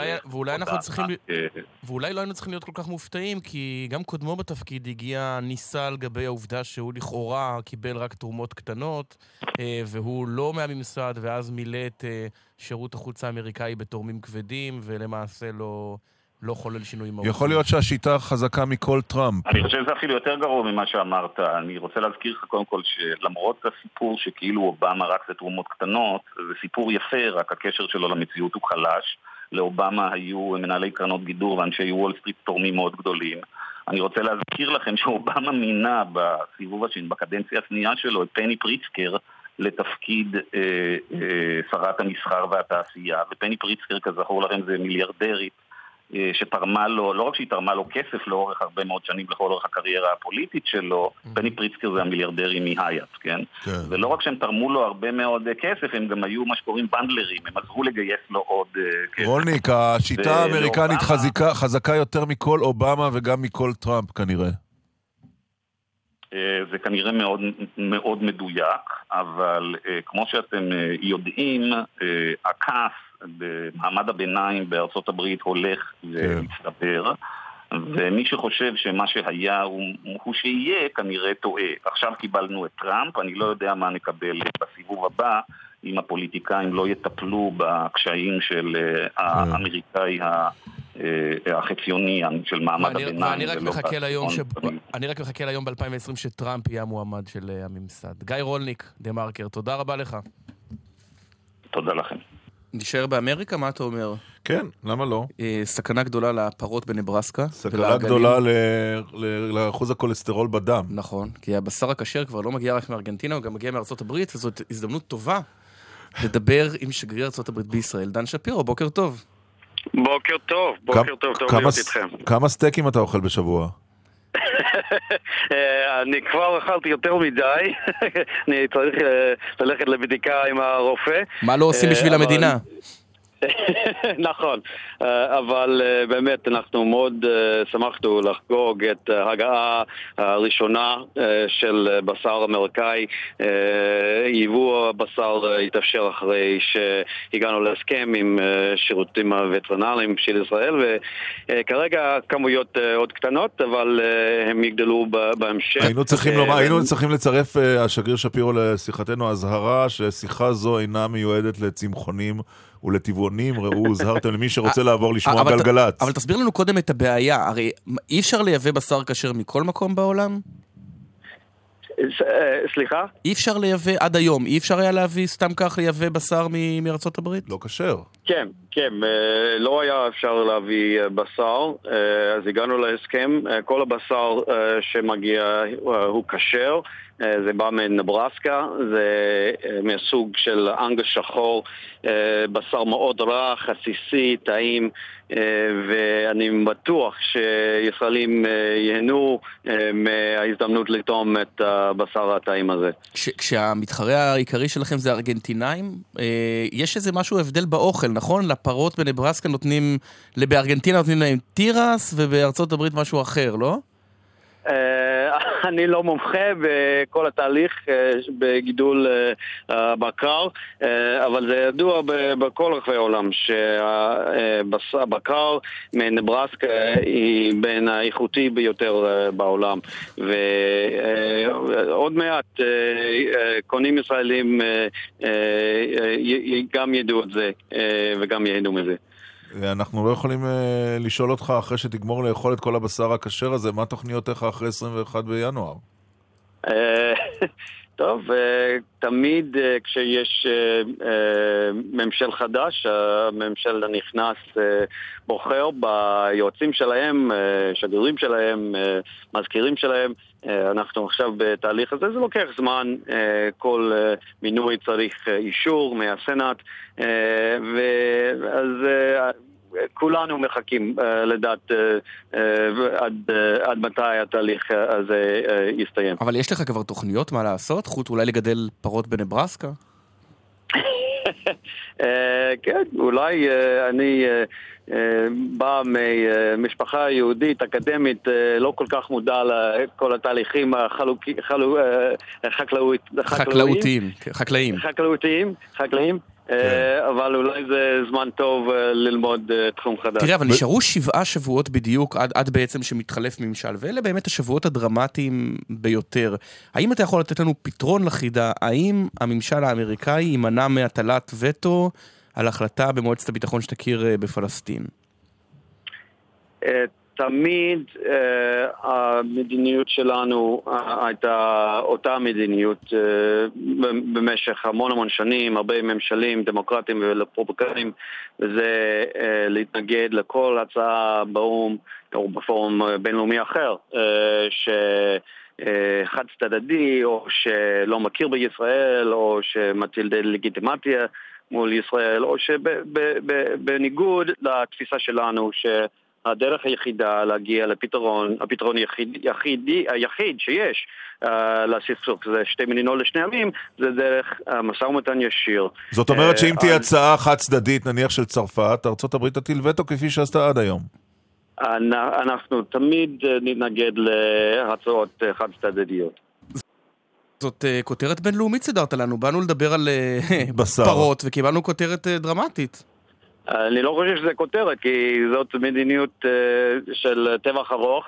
Speaker 3: ואולי לא היינו צריכים להיות כל כך מופתעים, כי גם קודמו בתפקיד ניסה על גבי העובדה שהוא לכאורה קיבל רק תרומות קטנות, והוא לא מהממסד, ואז מילא את שירות החוץ האמריקאי בתורמים כבדים, ולמעשה לא חולל שינוי מהותי.
Speaker 2: יכול להיות שהשיטה חזקה מכל טראמפ.
Speaker 21: אני חושב שזה אפילו יותר גרוע ממה שאמרת. אני רוצה להזכיר לך קודם כל שלמרות הסיפור שכאילו אובמה רק זה תרומות קטנות, זה סיפור יפה, רק הקשר שלו למציאות הוא חלש. לאובמה היו מנהלי קרנות גידור ואנשי וול סטריט תורמים מאוד גדולים. אני רוצה להזכיר לכם שאובמה מינה בסיבוב השני, בקדנציה השנייה שלו, את פני פריצקר לתפקיד שרת המסחר והתעשייה. ופני פריצקר, כזכור לכם, זה מיליארדרית שתרמה לו, לא רק שהיא תרמה לו כסף לאורך הרבה מאוד שנים לכל אורך הקריירה הפוליטית שלו, פני פריצקר זה המיליארדרי מהייט, כן? ולא רק שהם תרמו לו הרבה מאוד כסף, הם גם היו מה שקוראים בנדלרים, הם עזרו לגייס לו עוד כסף.
Speaker 2: רוניק, השיטה האמריקנית חזקה יותר מכל אובמה וגם מכל טראמפ כנראה.
Speaker 21: זה כנראה מאוד, מאוד מדויק, אבל כמו שאתם יודעים, הכעס במעמד הביניים בארצות הברית הולך ומצטבר, ומי שחושב שמה שהיה הוא שיהיה כנראה טועה. עכשיו קיבלנו את טראמפ, אני לא יודע מה נקבל בסיבוב הבא, אם הפוליטיקאים לא יטפלו בקשיים של האמריקאי החציוני של מעמד הביניים.
Speaker 3: אני רק מחכה ליום ב-2020 שטראמפ יהיה המועמד של הממסד. גיא רולניק, דה מרקר, תודה רבה לך.
Speaker 21: תודה לכם.
Speaker 3: נשאר באמריקה, מה אתה אומר?
Speaker 2: כן, למה לא?
Speaker 3: סכנה גדולה לפרות בנברסקה.
Speaker 2: סכנה גדולה לאחוז הכולסטרול בדם.
Speaker 3: נכון, כי הבשר הכשר כבר לא מגיע רק מארגנטינה, הוא גם מגיע מארצות הברית, וזאת הזדמנות טובה לדבר עם שגריר ארצות הברית בישראל. דן שפירו, בוקר טוב.
Speaker 4: בוקר טוב, טוב להיות איתכם.
Speaker 2: כמה סטייקים אתה אוכל בשבוע?
Speaker 4: אני כבר אכלתי יותר מדי, אני צריך ללכת לבדיקה עם הרופא.
Speaker 3: מה לא עושים בשביל המדינה?
Speaker 4: נכון, אבל באמת אנחנו מאוד שמחנו לחגוג את ההגעה הראשונה של בשר אמריקאי. ייבוא הבשר התאפשר אחרי שהגענו להסכם עם שירותים הווטרינריים של ישראל, וכרגע כמויות עוד קטנות, אבל הם יגדלו בהמשך.
Speaker 2: היינו צריכים לצרף, השגריר שפירו, לשיחתנו הזהרה ששיחה זו אינה מיועדת לצמחונים ולטבעונים. ראו, הוזהרתם למי שרוצה לעבור לשמוע גלגלץ.
Speaker 3: אבל תסביר לנו קודם את הבעיה. הרי אי אפשר לייבא בשר כשר מכל מקום בעולם?
Speaker 4: סליחה?
Speaker 3: אי אפשר לייבא עד היום, אי אפשר היה להביא סתם כך לייבא בשר מארצות הברית?
Speaker 2: לא כשר.
Speaker 4: כן, לא היה אפשר להביא בשר, אז הגענו להסכם, כל הבשר שמגיע הוא כשר, זה בא מנברסקה, זה מהסוג של אנגוס שחור, בשר מאוד רך, עסיסי, טעים, ואני בטוח שישראלים ייהנו מההזדמנות לטעום את הבשר הטעים הזה.
Speaker 3: כשהמתחרה העיקרי שלכם זה ארגנטינאים, יש איזה משהו הבדל באוכל, נכון? לפרות בנברסקה נותנים, בארגנטינה נותנים להם טירס, ובארצות הברית משהו אחר, לא?
Speaker 4: אני לא מומחה בכל התהליך בגידול בקר, אבל זה ידוע בכל רחבי העולם שהבקר מנברסקה היא בין האיכותי ביותר בעולם, ועוד מעט קונים ישראלים גם ידעו את זה וגם יהנו מזה.
Speaker 2: אנחנו לא יכולים לשאול אותך אחרי שתגמור לאכול את כל הבשר הכשר הזה, מה תוכניותיך אחרי 21 בינואר?
Speaker 4: טוב, תמיד כשיש ממשל חדש, הממשל הנכנס בוחר ביועצים שלהם, שגרירים שלהם, מזכירים שלהם. אנחנו עכשיו בתהליך הזה, זה לוקח זמן, כל מינוי צריך אישור מהסנאט, ואז כולנו מחכים לדעת עד מתי התהליך הזה יסתיים.
Speaker 3: אבל יש לך כבר תוכניות מה לעשות? חוץ אולי לגדל פרות בנברסקה?
Speaker 4: כן, אולי אני בא ממשפחה יהודית אקדמית, לא כל כך מודע לכל התהליכים חקלאיים, אבל אולי זה זמן טוב ללמוד תחום חדש.
Speaker 3: תראה, אבל נשארו 7 שבועות בדיוק עד בעצם שמתחלף ממשל, ואלה באמת השבועות הדרמטיים ביותר. האם אתה יכול לתת לנו פתרון לחידה? האם הממשל האמריקאי יימנע מהטלת וטו על החלטה במועצת הביטחון שתכיר בפלסטין?
Speaker 4: תמיד המדיניות שלנו הייתה אותה מדיניות במשך המון שנים, הרבה ממשלים דמוקרטיים ורפובליקנים, וזה להתנגד לכל הצעה באו"ם או בפורום בינלאומי אחר שחד צדדי או שלא מכיר בישראל או שמטיל לגיטימציה מול ישראל, או שבניגוד לתפיסה שלנו שהדרך היחידה להגיע לפתרון, הפתרון היחיד שיש לסכסוך, זה 2 מדינות לשני עמים, זה דרך משא ומתן ישיר.
Speaker 2: זאת אומרת שאם תהיה הצעה חד צדדית, נניח של צרפת, ארצות הברית תטיל וטו כפי שעשתה עד היום.
Speaker 4: אנחנו תמיד נתנגד להצעות חד צדדיות.
Speaker 3: זאת כותרת בינלאומית סדרת לנו, באנו לדבר על פרות וקיבלנו כותרת דרמטית.
Speaker 4: אני לא חושב שזה כותרת, כי זאת מדיניות של טווח ארוך,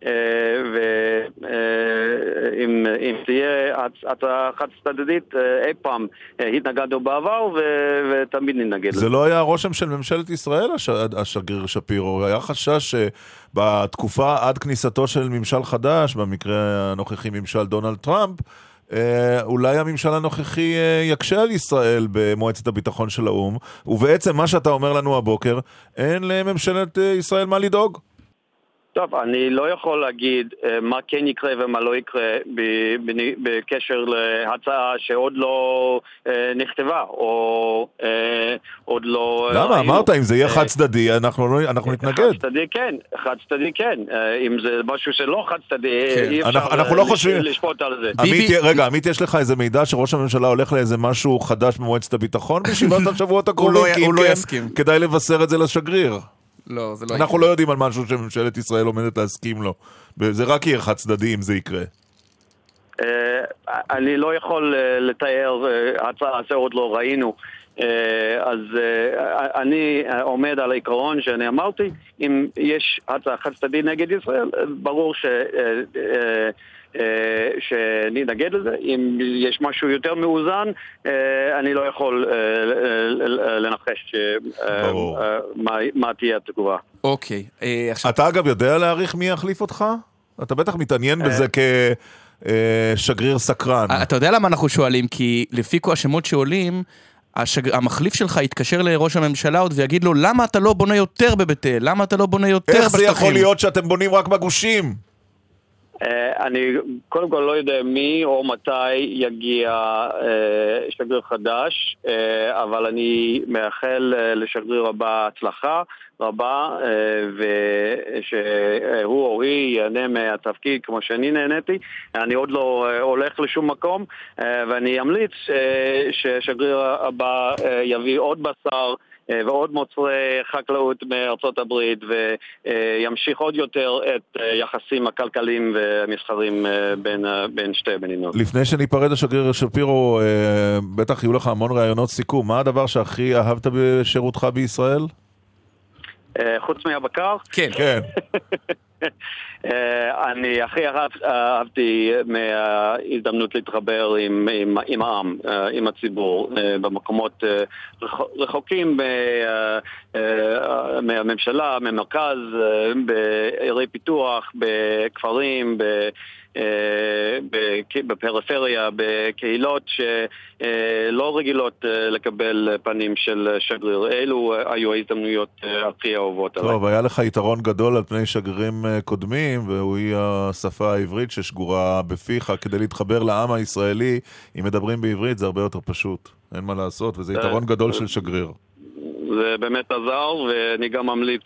Speaker 4: ואם תהיה הצעה חד צדדית, אי פעם התנגדנו בעבר ותמיד נתנגד.
Speaker 2: זה לא היה הרושם של ממשלת ישראל, השגריר שפירו. היה חשש שבתקופה עד כניסתו של ממשל חדש, במקרה הנוכחי ממשל דונלד טראמפ, אולי הממשל הנוכחי יקשה על ישראל במועצת הביטחון של האו"ם, ובעצם מה שאתה אומר לנו הבוקר, אין לממשלת ישראל מה לדאוג.
Speaker 4: טוב, אני לא יכול להגיד מה כן יקרה ומה לא יקרה בקשר להצעה שעוד לא נכתבה, או עוד לא...
Speaker 2: למה? אמרת, אם זה יהיה חד צדדי, אנחנו נתנגד.
Speaker 4: חד צדדי כן. אם זה משהו שלא חד צדדי, אי אפשר לשפוט על זה.
Speaker 2: רגע, עמית, יש לך איזה מידע שראש הממשלה הולך לאיזה משהו חדש במועצת הביטחון בישיבת השבועות הקרובים?
Speaker 3: הוא לא יסכים.
Speaker 2: כדאי לבשר את זה לשגריר.
Speaker 3: לא, זה לא
Speaker 2: אנחנו לא יודעים על משהו שממשלת ישראל עומדת להסכים לו. זה רק יהיה חד צדדי אם זה יקרה.
Speaker 4: אני לא יכול לתאר הצעה שעוד לא ראינו. אז אני עומד על העיקרון שאני אמרתי, אם יש הצעה חד צדדי נגד ישראל, ברור שנתנגד לזה. אם יש משהו יותר מאוזן, אני לא יכול לנחש מה תהיה התגובה.
Speaker 3: אוקיי.
Speaker 2: אתה אגב יודע להעריך מי יחליף אותך? אתה בטח מתעניין בזה כשגריר סקרן.
Speaker 3: אתה יודע למה אנחנו שואלים? כי לפי כל השמות שעולים, המחליף שלך יתקשר לראש הממשלה עוד ויגיד לו, למה אתה לא בונה יותר בבית אל? למה אתה לא בונה יותר בשטחים?
Speaker 2: איך זה יכול להיות שאתם בונים רק בגושים?
Speaker 4: אני קודם כל לא יודע מי או מתי יגיע שגריר חדש, אבל אני מאחל לשגריר הבא הצלחה רבה, ושהוא או היא ייהנה מהתפקיד כמו שאני נהניתי. אני עוד לא הולך לשום מקום, ואני אמליץ ששגריר הבא יביא עוד בשר ועוד מוצרי חקלאות מארצות הברית, וימשיך עוד יותר את יחסים הכלכליים והמסחרים בין שתי מדינות.
Speaker 2: לפני שניפרד השגריר שפירו, בטח יהיו לך המון רעיונות סיכום. מה הדבר שהכי אהבת בשירותך בישראל?
Speaker 4: חוץ מהבקר?
Speaker 3: כן.
Speaker 2: כן.
Speaker 4: אני הכי אהבתי מההזדמנות להתחבר עם העם, עם הציבור, במקומות רחוקים מהממשלה, ממרכז, בערי פיתוח, בכפרים, בפריפריה, בקהילות שלא רגילות לקבל פנים של שגריר. אלו היו ההזדמנויות הכי אהובות עליי.
Speaker 2: טוב, היה לך יתרון גדול על פני שגרירים קודמים, והוא היא השפה העברית ששגורה בפיך. כדי להתחבר לעם הישראלי, אם מדברים בעברית זה הרבה יותר פשוט, אין מה לעשות, וזה יתרון גדול של שגריר.
Speaker 4: זה באמת עזר, ואני גם ממליץ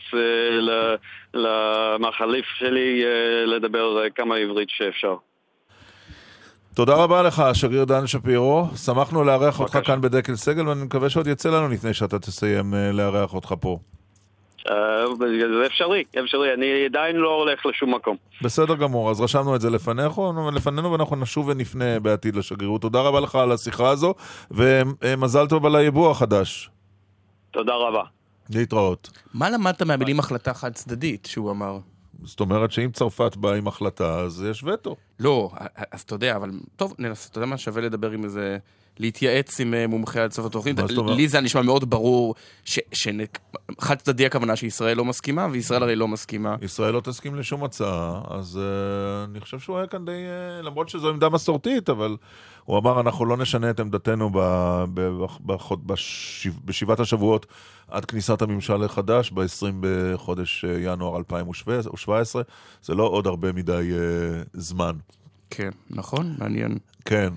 Speaker 4: למחליף שלי לדבר כמה עברית שאפשר.
Speaker 2: תודה רבה לך, שגריר דן שפירו. שמחנו לארח אותך כאן בדקל סגל, ואני מקווה שעוד יצא לנו לפני שאתה תסיים לארח אותך פה.
Speaker 4: זה אפשרי, אני עדיין לא הולך לשום מקום.
Speaker 2: בסדר גמור, אז רשמנו את זה לפנינו, ואנחנו נשוב ונפנה בעתיד לשגרירות. תודה רבה לך על השיחה הזו, ומזל טוב על היבוא החדש.
Speaker 4: תודה רבה.
Speaker 2: להתראות.
Speaker 3: מה למדת מהמילים החלטה חד צדדית שהוא אמר?
Speaker 2: זאת אומרת שאם צרפת באה עם החלטה, אז יש וטו.
Speaker 3: לא, אז אתה יודע, אבל טוב, ננסה, אתה יודע מה, שווה לדבר עם איזה, להתייעץ עם מומחי על צרפת תוכנית. לי זה נשמע מאוד ברור שחד צדדי הכוונה שישראל לא מסכימה, וישראל הרי לא מסכימה.
Speaker 2: ישראל לא תסכים לשום הצעה, אז אני חושב שהוא היה כאן די, למרות שזו עמדה מסורתית, אבל הוא אמר, אנחנו לא נשנה את עמדתנו בשבעת השבועות עד כניסת הממשל החדש, ב-20 בחודש ינואר 2017. זה לא עוד הרבה מדי זמן.
Speaker 3: כן, נכון, מעניין.
Speaker 2: כן.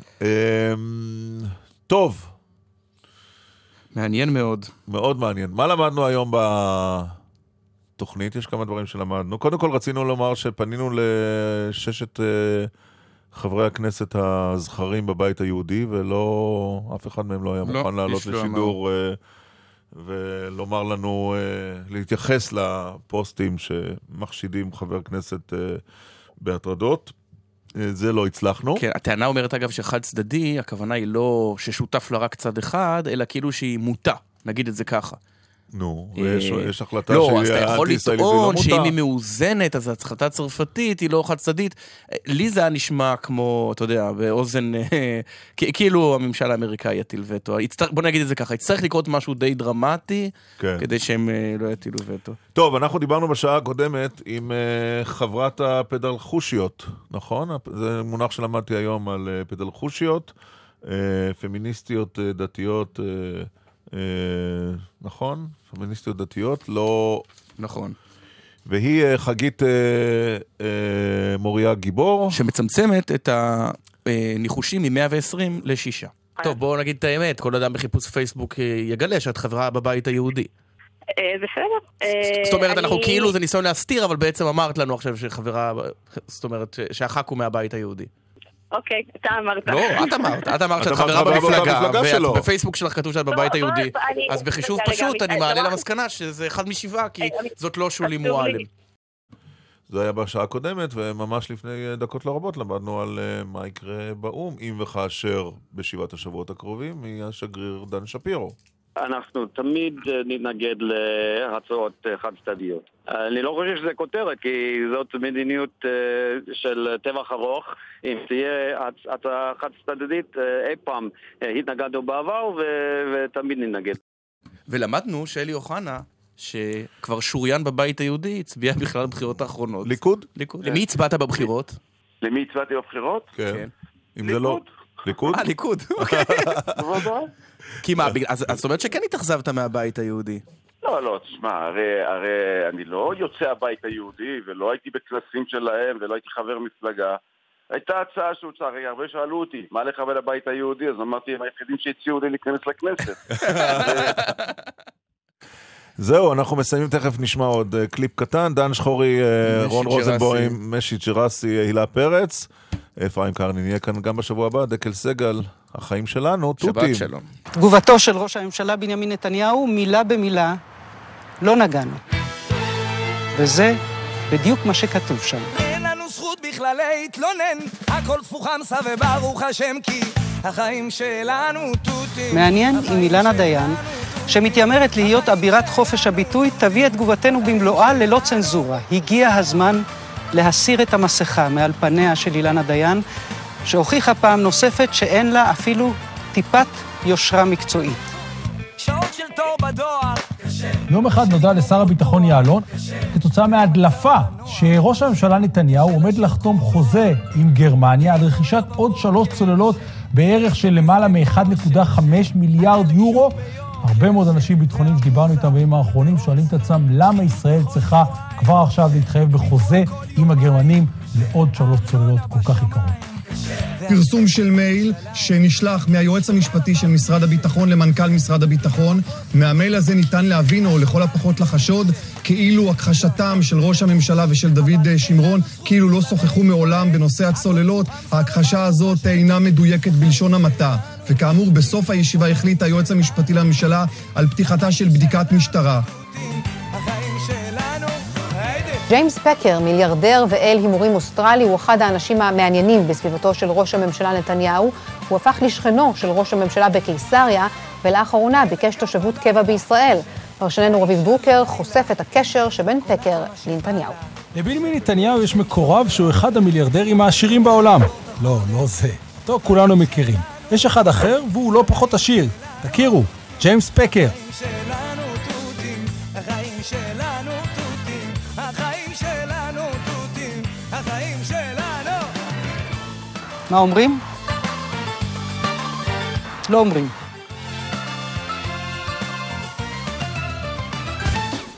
Speaker 2: טוב.
Speaker 3: מעניין מאוד.
Speaker 2: מאוד מעניין. מה למדנו היום בתוכנית? יש כמה דברים שלמדנו. קודם כל רצינו לומר שפנינו לששת חברי הכנסת הזכרים בבית היהודי, ולא, אף אחד מהם לא היה מוכן לעלות לשידור ולומר לנו, להתייחס לפוסטים שמחשידים חבר כנסת בהטרדות. זה לא הצלחנו.
Speaker 3: כן, הטענה אומרת אגב שחד צדדי, הכוונה היא לא ששותף לה רק צד אחד, אלא כאילו שהיא מוטה, נגיד את זה ככה.
Speaker 2: נו, ויש החלטה
Speaker 3: לא,
Speaker 2: שהיא
Speaker 3: אז אתה יכול
Speaker 2: אנטי-ישראלית והיא לא
Speaker 3: לטעון
Speaker 2: מוטה.
Speaker 3: שאם היא מאוזנת, אז ההחלטה צרפתית היא לא חד צדדית. לי זה היה נשמע כמו, אתה יודע, באוזן, כאילו הממשל האמריקאי יטיל וטו. בוא נגיד את זה ככה, יצטרך לקרות משהו די דרמטי, כדי שהם לא יטילו וטו.
Speaker 2: טוב, אנחנו דיברנו בשעה הקודמת עם חברת הפדלחושיות, נכון? זה מונח שלמדתי היום על פדלחושיות, פמיניסטיות דתיות, נכון? פמיניסטיות דתיות, לא...
Speaker 3: נכון.
Speaker 2: והיא חגית מוריה גיבור.
Speaker 3: שמצמצמת את הניחושים מ-120 ל-6. טוב, בואו נגיד את האמת, כל אדם בחיפוש פייסבוק יגלה שאת חברה בבית היהודי.
Speaker 10: בסדר.
Speaker 3: זאת אומרת, אנחנו כאילו זה ניסיון להסתיר, אבל בעצם אמרת לנו עכשיו שחברה, זאת אומרת, שהח"כ הוא מהבית היהודי.
Speaker 10: אוקיי, אתה אמרת.
Speaker 3: לא, את אמרת שאת חברה במפלגה, ובפייסבוק שלך כתוב שאת בבית היהודי, אז בחישוב פשוט אני מעלה למסקנה שזה 1 מ-7, כי זאת לא שולי מועלם.
Speaker 2: זה היה בשעה הקודמת, וממש לפני דקות לא רבות למדנו על מה יקרה באום, אם וכאשר בשבעת השבועות הקרובים, מהשגריר דן שפירו.
Speaker 4: אנחנו תמיד נתנגד להצעות חד צדדיות. אני לא חושב שזה כותרת, כי זאת מדיניות של טווח ארוך. אם תהיה הצעה חד צדדית, אי פעם התנגדנו בעבר ותמיד נתנגד.
Speaker 3: ולמדנו שאלי אוחנה, שכבר שוריין בבית היהודי, הצביע בכלל בבחירות האחרונות.
Speaker 2: ליכוד?
Speaker 3: למי הצבעת בבחירות?
Speaker 11: למי הצבעתי בבחירות?
Speaker 2: כן. אם זה לא... ליכוד?
Speaker 3: ליכוד, אוקיי. כי מה, אז זאת אומרת שכן התאכזבת מהבית היהודי.
Speaker 11: לא, תשמע, הרי אני לא יוצא הבית היהודי, ולא הייתי בכנסים שלהם, ולא הייתי חבר מפלגה. הייתה הצעה שהוצעה, הרבה שאלו אותי, מה לך בין הבית היהודי? אז אמרתי, הם היחידים שהציעו לי להיכנס לכנסת.
Speaker 2: זהו, אנחנו מסיימים, תכף נשמע עוד קליפ קטן, דן שחורי, רון רוזנבוים, משי ג'רסי, הילה פרץ, אפרים קרנין יהיה כאן גם בשבוע הבא, דקל סגל, החיים שלנו, תותים.
Speaker 3: שבת שלום.
Speaker 13: תגובתו של ראש הממשלה בנימין נתניהו, מילה במילה, לא נגענו. וזה בדיוק מה שכתוב שם.
Speaker 14: אין לנו זכות בכלל להתלונן, הכל תפוחם וברוך השם, כי החיים שלנו תותים.
Speaker 13: מעניין אם אילנה דיין, שמתיימרת להיות אבירת חופש הביטוי, תביא את תגובתנו במלואה ללא צנזורה. הגיע הזמן להסיר את המסכה מעל פניה של אילנה דיין, שהוכיחה פעם נוספת שאין לה אפילו טיפת יושרה מקצועית.
Speaker 14: שעות של תור בדואר.
Speaker 15: יום אחד נודע לשר הביטחון יעלון, כתוצאה מהדלפה שראש הממשלה נתניהו עומד לחתום חוזה עם גרמניה על רכישת עוד 3 צוללות בערך של למעלה מ-1.5 מיליארד יורו. הרבה מאוד אנשים ביטחוניים שדיברנו איתם בימים האחרונים שואלים את עצמם למה ישראל צריכה כבר עכשיו להתחייב בחוזה עם הגרמנים לעוד 3 צוללות כל כך יקרות.
Speaker 16: פרסום של מייל שנשלח מהיועץ המשפטי של משרד הביטחון למנכ"ל משרד הביטחון. מהמייל הזה ניתן להבין, או לכל הפחות לחשוד, כאילו הכחשתם של ראש הממשלה ושל דוד שמרון, כאילו לא שוחחו מעולם בנושא הצוללות. ההכחשה הזאת אינה מדויקת בלשון המעטה. וכאמור, בסוף הישיבה החליט היועץ המשפטי לממשלה על פתיחתה של בדיקת משטרה.
Speaker 17: ג'יימס פקר, מיליארדר ואל הימורים אוסטרלי, הוא אחד האנשים המעניינים בסביבתו של ראש הממשלה נתניהו. הוא הפך לשכנו של ראש הממשלה בקיסריה, ולאחרונה ביקש תושבות קבע בישראל. פרשננו רביב דרוקר חושף את הקשר שבין פקר לנתניהו.
Speaker 15: לבנימין נתניהו יש מקורב שהוא אחד המיליארדרים העשירים בעולם. לא זה. אותו כולנו מכירים. יש אחד אחר והוא לא פחות עשיר. תכירו, ג'יימס פקר.
Speaker 13: מה אומרים? לא אומרים.